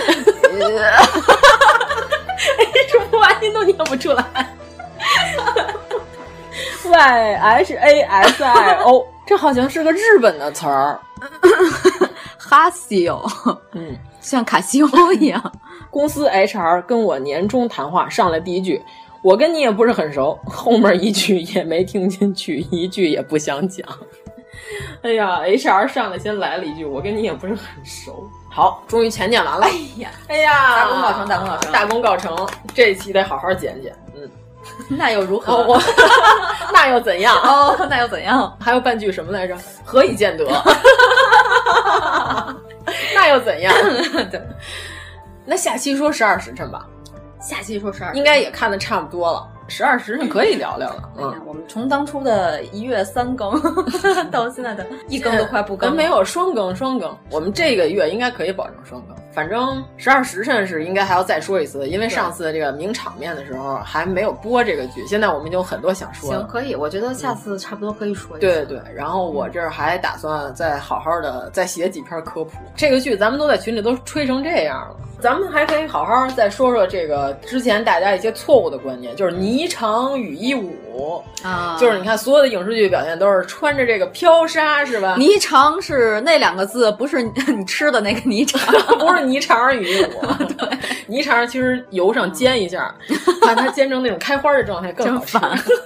H 不发音都念不出来。YHASIO， 这好像是个日本的词儿。 哈西欧，像卡西欧一样。 公司 HR 跟我年终谈话上来第一句，我跟你也不是很熟，后面一句也没听进去，一句也不想讲。哎呀 ，HR 上来先来了一句，我跟你也不是很熟。好，终于前剪完了。哎呀， 大功告成，大功告成， 大功告成。这一期得好好剪剪。 那又如何？ 那又怎样？ 哦，那又怎样？ 还有半句什么来着？何以见得？那又怎样？对，那下期说12时辰吧。 下期说12， 应该也看得差不多了。12时辰可以聊聊了。 我们从当初的1月3更到现在的1更都快不更了， 没有双更。我们这个月应该可以保证双更。反正12时辰是应该还要再说一次，因为上次这个名场面的时候还没有播这个剧，现在我们就有很多想说的。 行，可以，我觉得下次差不多可以说一次。对，然后我这儿还打算再好好的再写几篇科普。这个剧咱们都在群里都吹成这样了，咱们还可以好好再说说这个之前大家一些错误的观念，就是霓裳羽衣舞啊，就是你看所有的影视剧表现都是穿着这个飘纱，是吧？ 霓裳是那2个字，不是你吃的那个霓裳， 不是霓裳羽衣舞。对，霓裳其实油上煎一下，把它煎成那种开花的状态更好吃。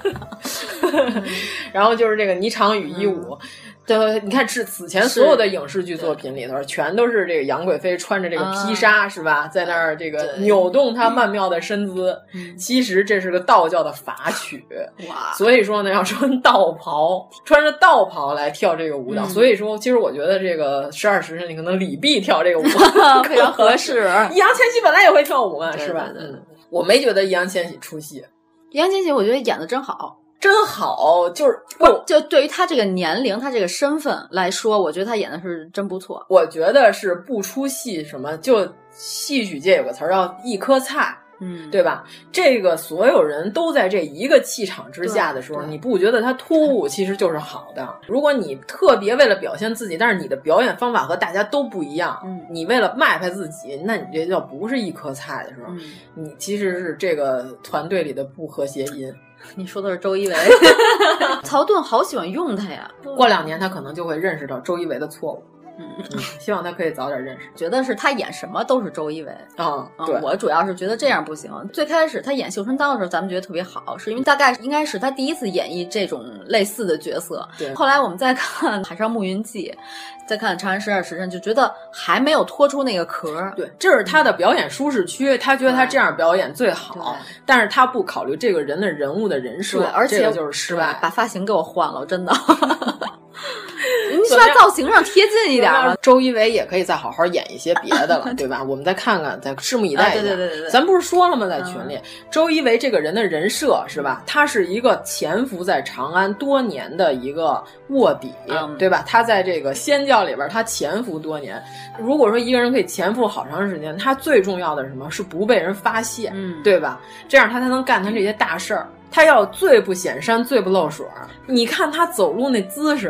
然后就是这个霓裳羽衣舞。对，你看是此前所有的影视剧作品里头，全都是这个杨贵妃穿着这个披纱，是吧，在那儿这个扭动她曼妙的身姿。其实这是个道教的法曲，哇！所以说呢，要穿道袍，穿着道袍来跳这个舞蹈。所以说，其实我觉得这个12时辰里可能李泌跳这个舞非常合适。 易烊千玺本来也会跳舞嘛，是吧？我没觉得易烊千玺出戏， 易烊千玺我觉得演得真好。 真好，就是就对于他这个年龄，他这个身份来说，我觉得他演的是真不错。 我觉得是不出戏什么，就戏曲界有个词儿叫一颗菜，对吧？这个所有人都在这一个气场之下的时候，你不觉得他突兀，其实就是好的。如果你特别为了表现自己，但是你的表演方法和大家都不一样，你为了卖拍自己，那你这叫不是一颗菜的时候，你其实是这个团队里的不和谐音。 你说的是周一围，曹盾好喜欢用他呀。 过2年他可能就会认识到周一围的错误。希望他可以早点认识。 觉得是他演什么都是周一围对， 我主要是觉得这样不行。最开始他演绣春刀的时候，咱们觉得特别好，是因为大概应该是他第一次演绎这种类似的角色。 对， 后来我们再看《海上牧云记》，再看《长安12时辰》，就觉得还没有脱出那个壳。 对，这是他的表演舒适区，他觉得他这样表演最好，但是他不考虑这个人的人物的人设， 而且这个就是失败。 把发型给我换了，真的。你是在造型上贴近一点吗？ 周一围也可以再好好演一些别的了，对吧？我们再看看，再拭目以待一下。 对， 咱不是说了吗？在群里，周一围这个人的人设是吧？他是一个潜伏在长安多年的一个卧底，对吧？他在这个仙教里边，他潜伏多年。如果说一个人可以潜伏好长时间，他最重要的是什么？是不被人发现，对吧？这样他才能干他这些大事儿。他要最不显山，最不露水。你看他走路那姿势。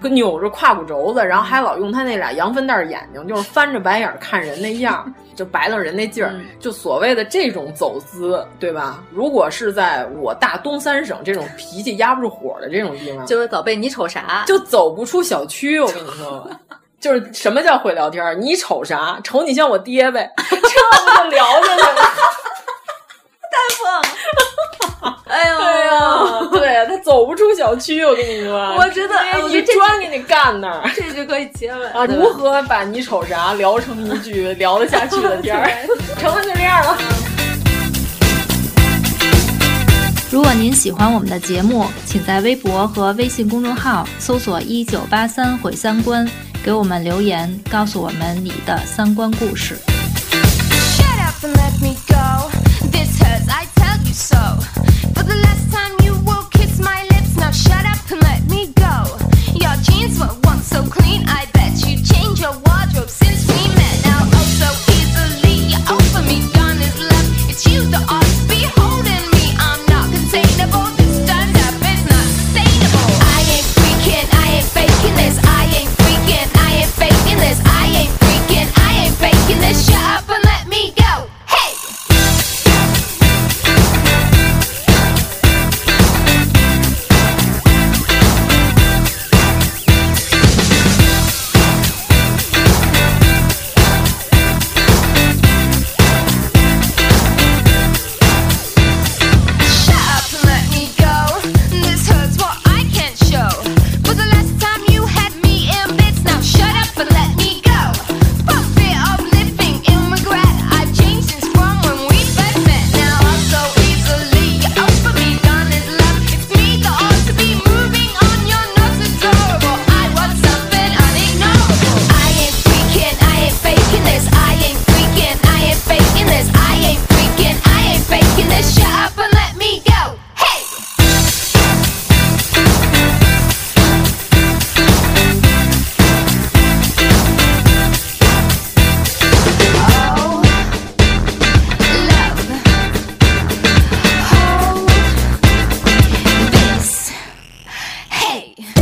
扭着胯骨轴子，然后还老用他那俩羊粪蛋眼睛，就是翻着白眼看人那样，就白了人那劲儿，就所谓的这种走姿，对吧？如果是在我大东三省这种脾气压不住火的这种地方， 就是早被你瞅啥， 就走不出小区。我跟你说吧，就是什么叫会聊天？你瞅啥？瞅你像我爹呗，这不就聊下去了？ 太棒了！哎呦， 对呀，对他走不出小区，我跟你说， 我觉得一砖给你干那儿， 这就可以结尾啊！如何把你瞅啥聊成一句聊得下去的天儿？成了就这样了。 如果您喜欢我们的节目，请在微博和微信公众号搜索1983毁三观，给我们留言，告诉我们你的三观故事。 Shut up and let me go. This hurts, I tell you so. For the last time you will kiss my lips. Now shut up and let me go. Your jeans were once so clean. I bet you changed your wardrobe since we met. Now oh so easily you offer me honest love. It's you that ought to be holding me. I'm not containable. This turned up is not sustainable. I ain't freaking, I ain't faking this. I ain't freaking, I ain't faking this. I ain't freaking, I ain't faking this. Shut up and let me go. Hey! Hey!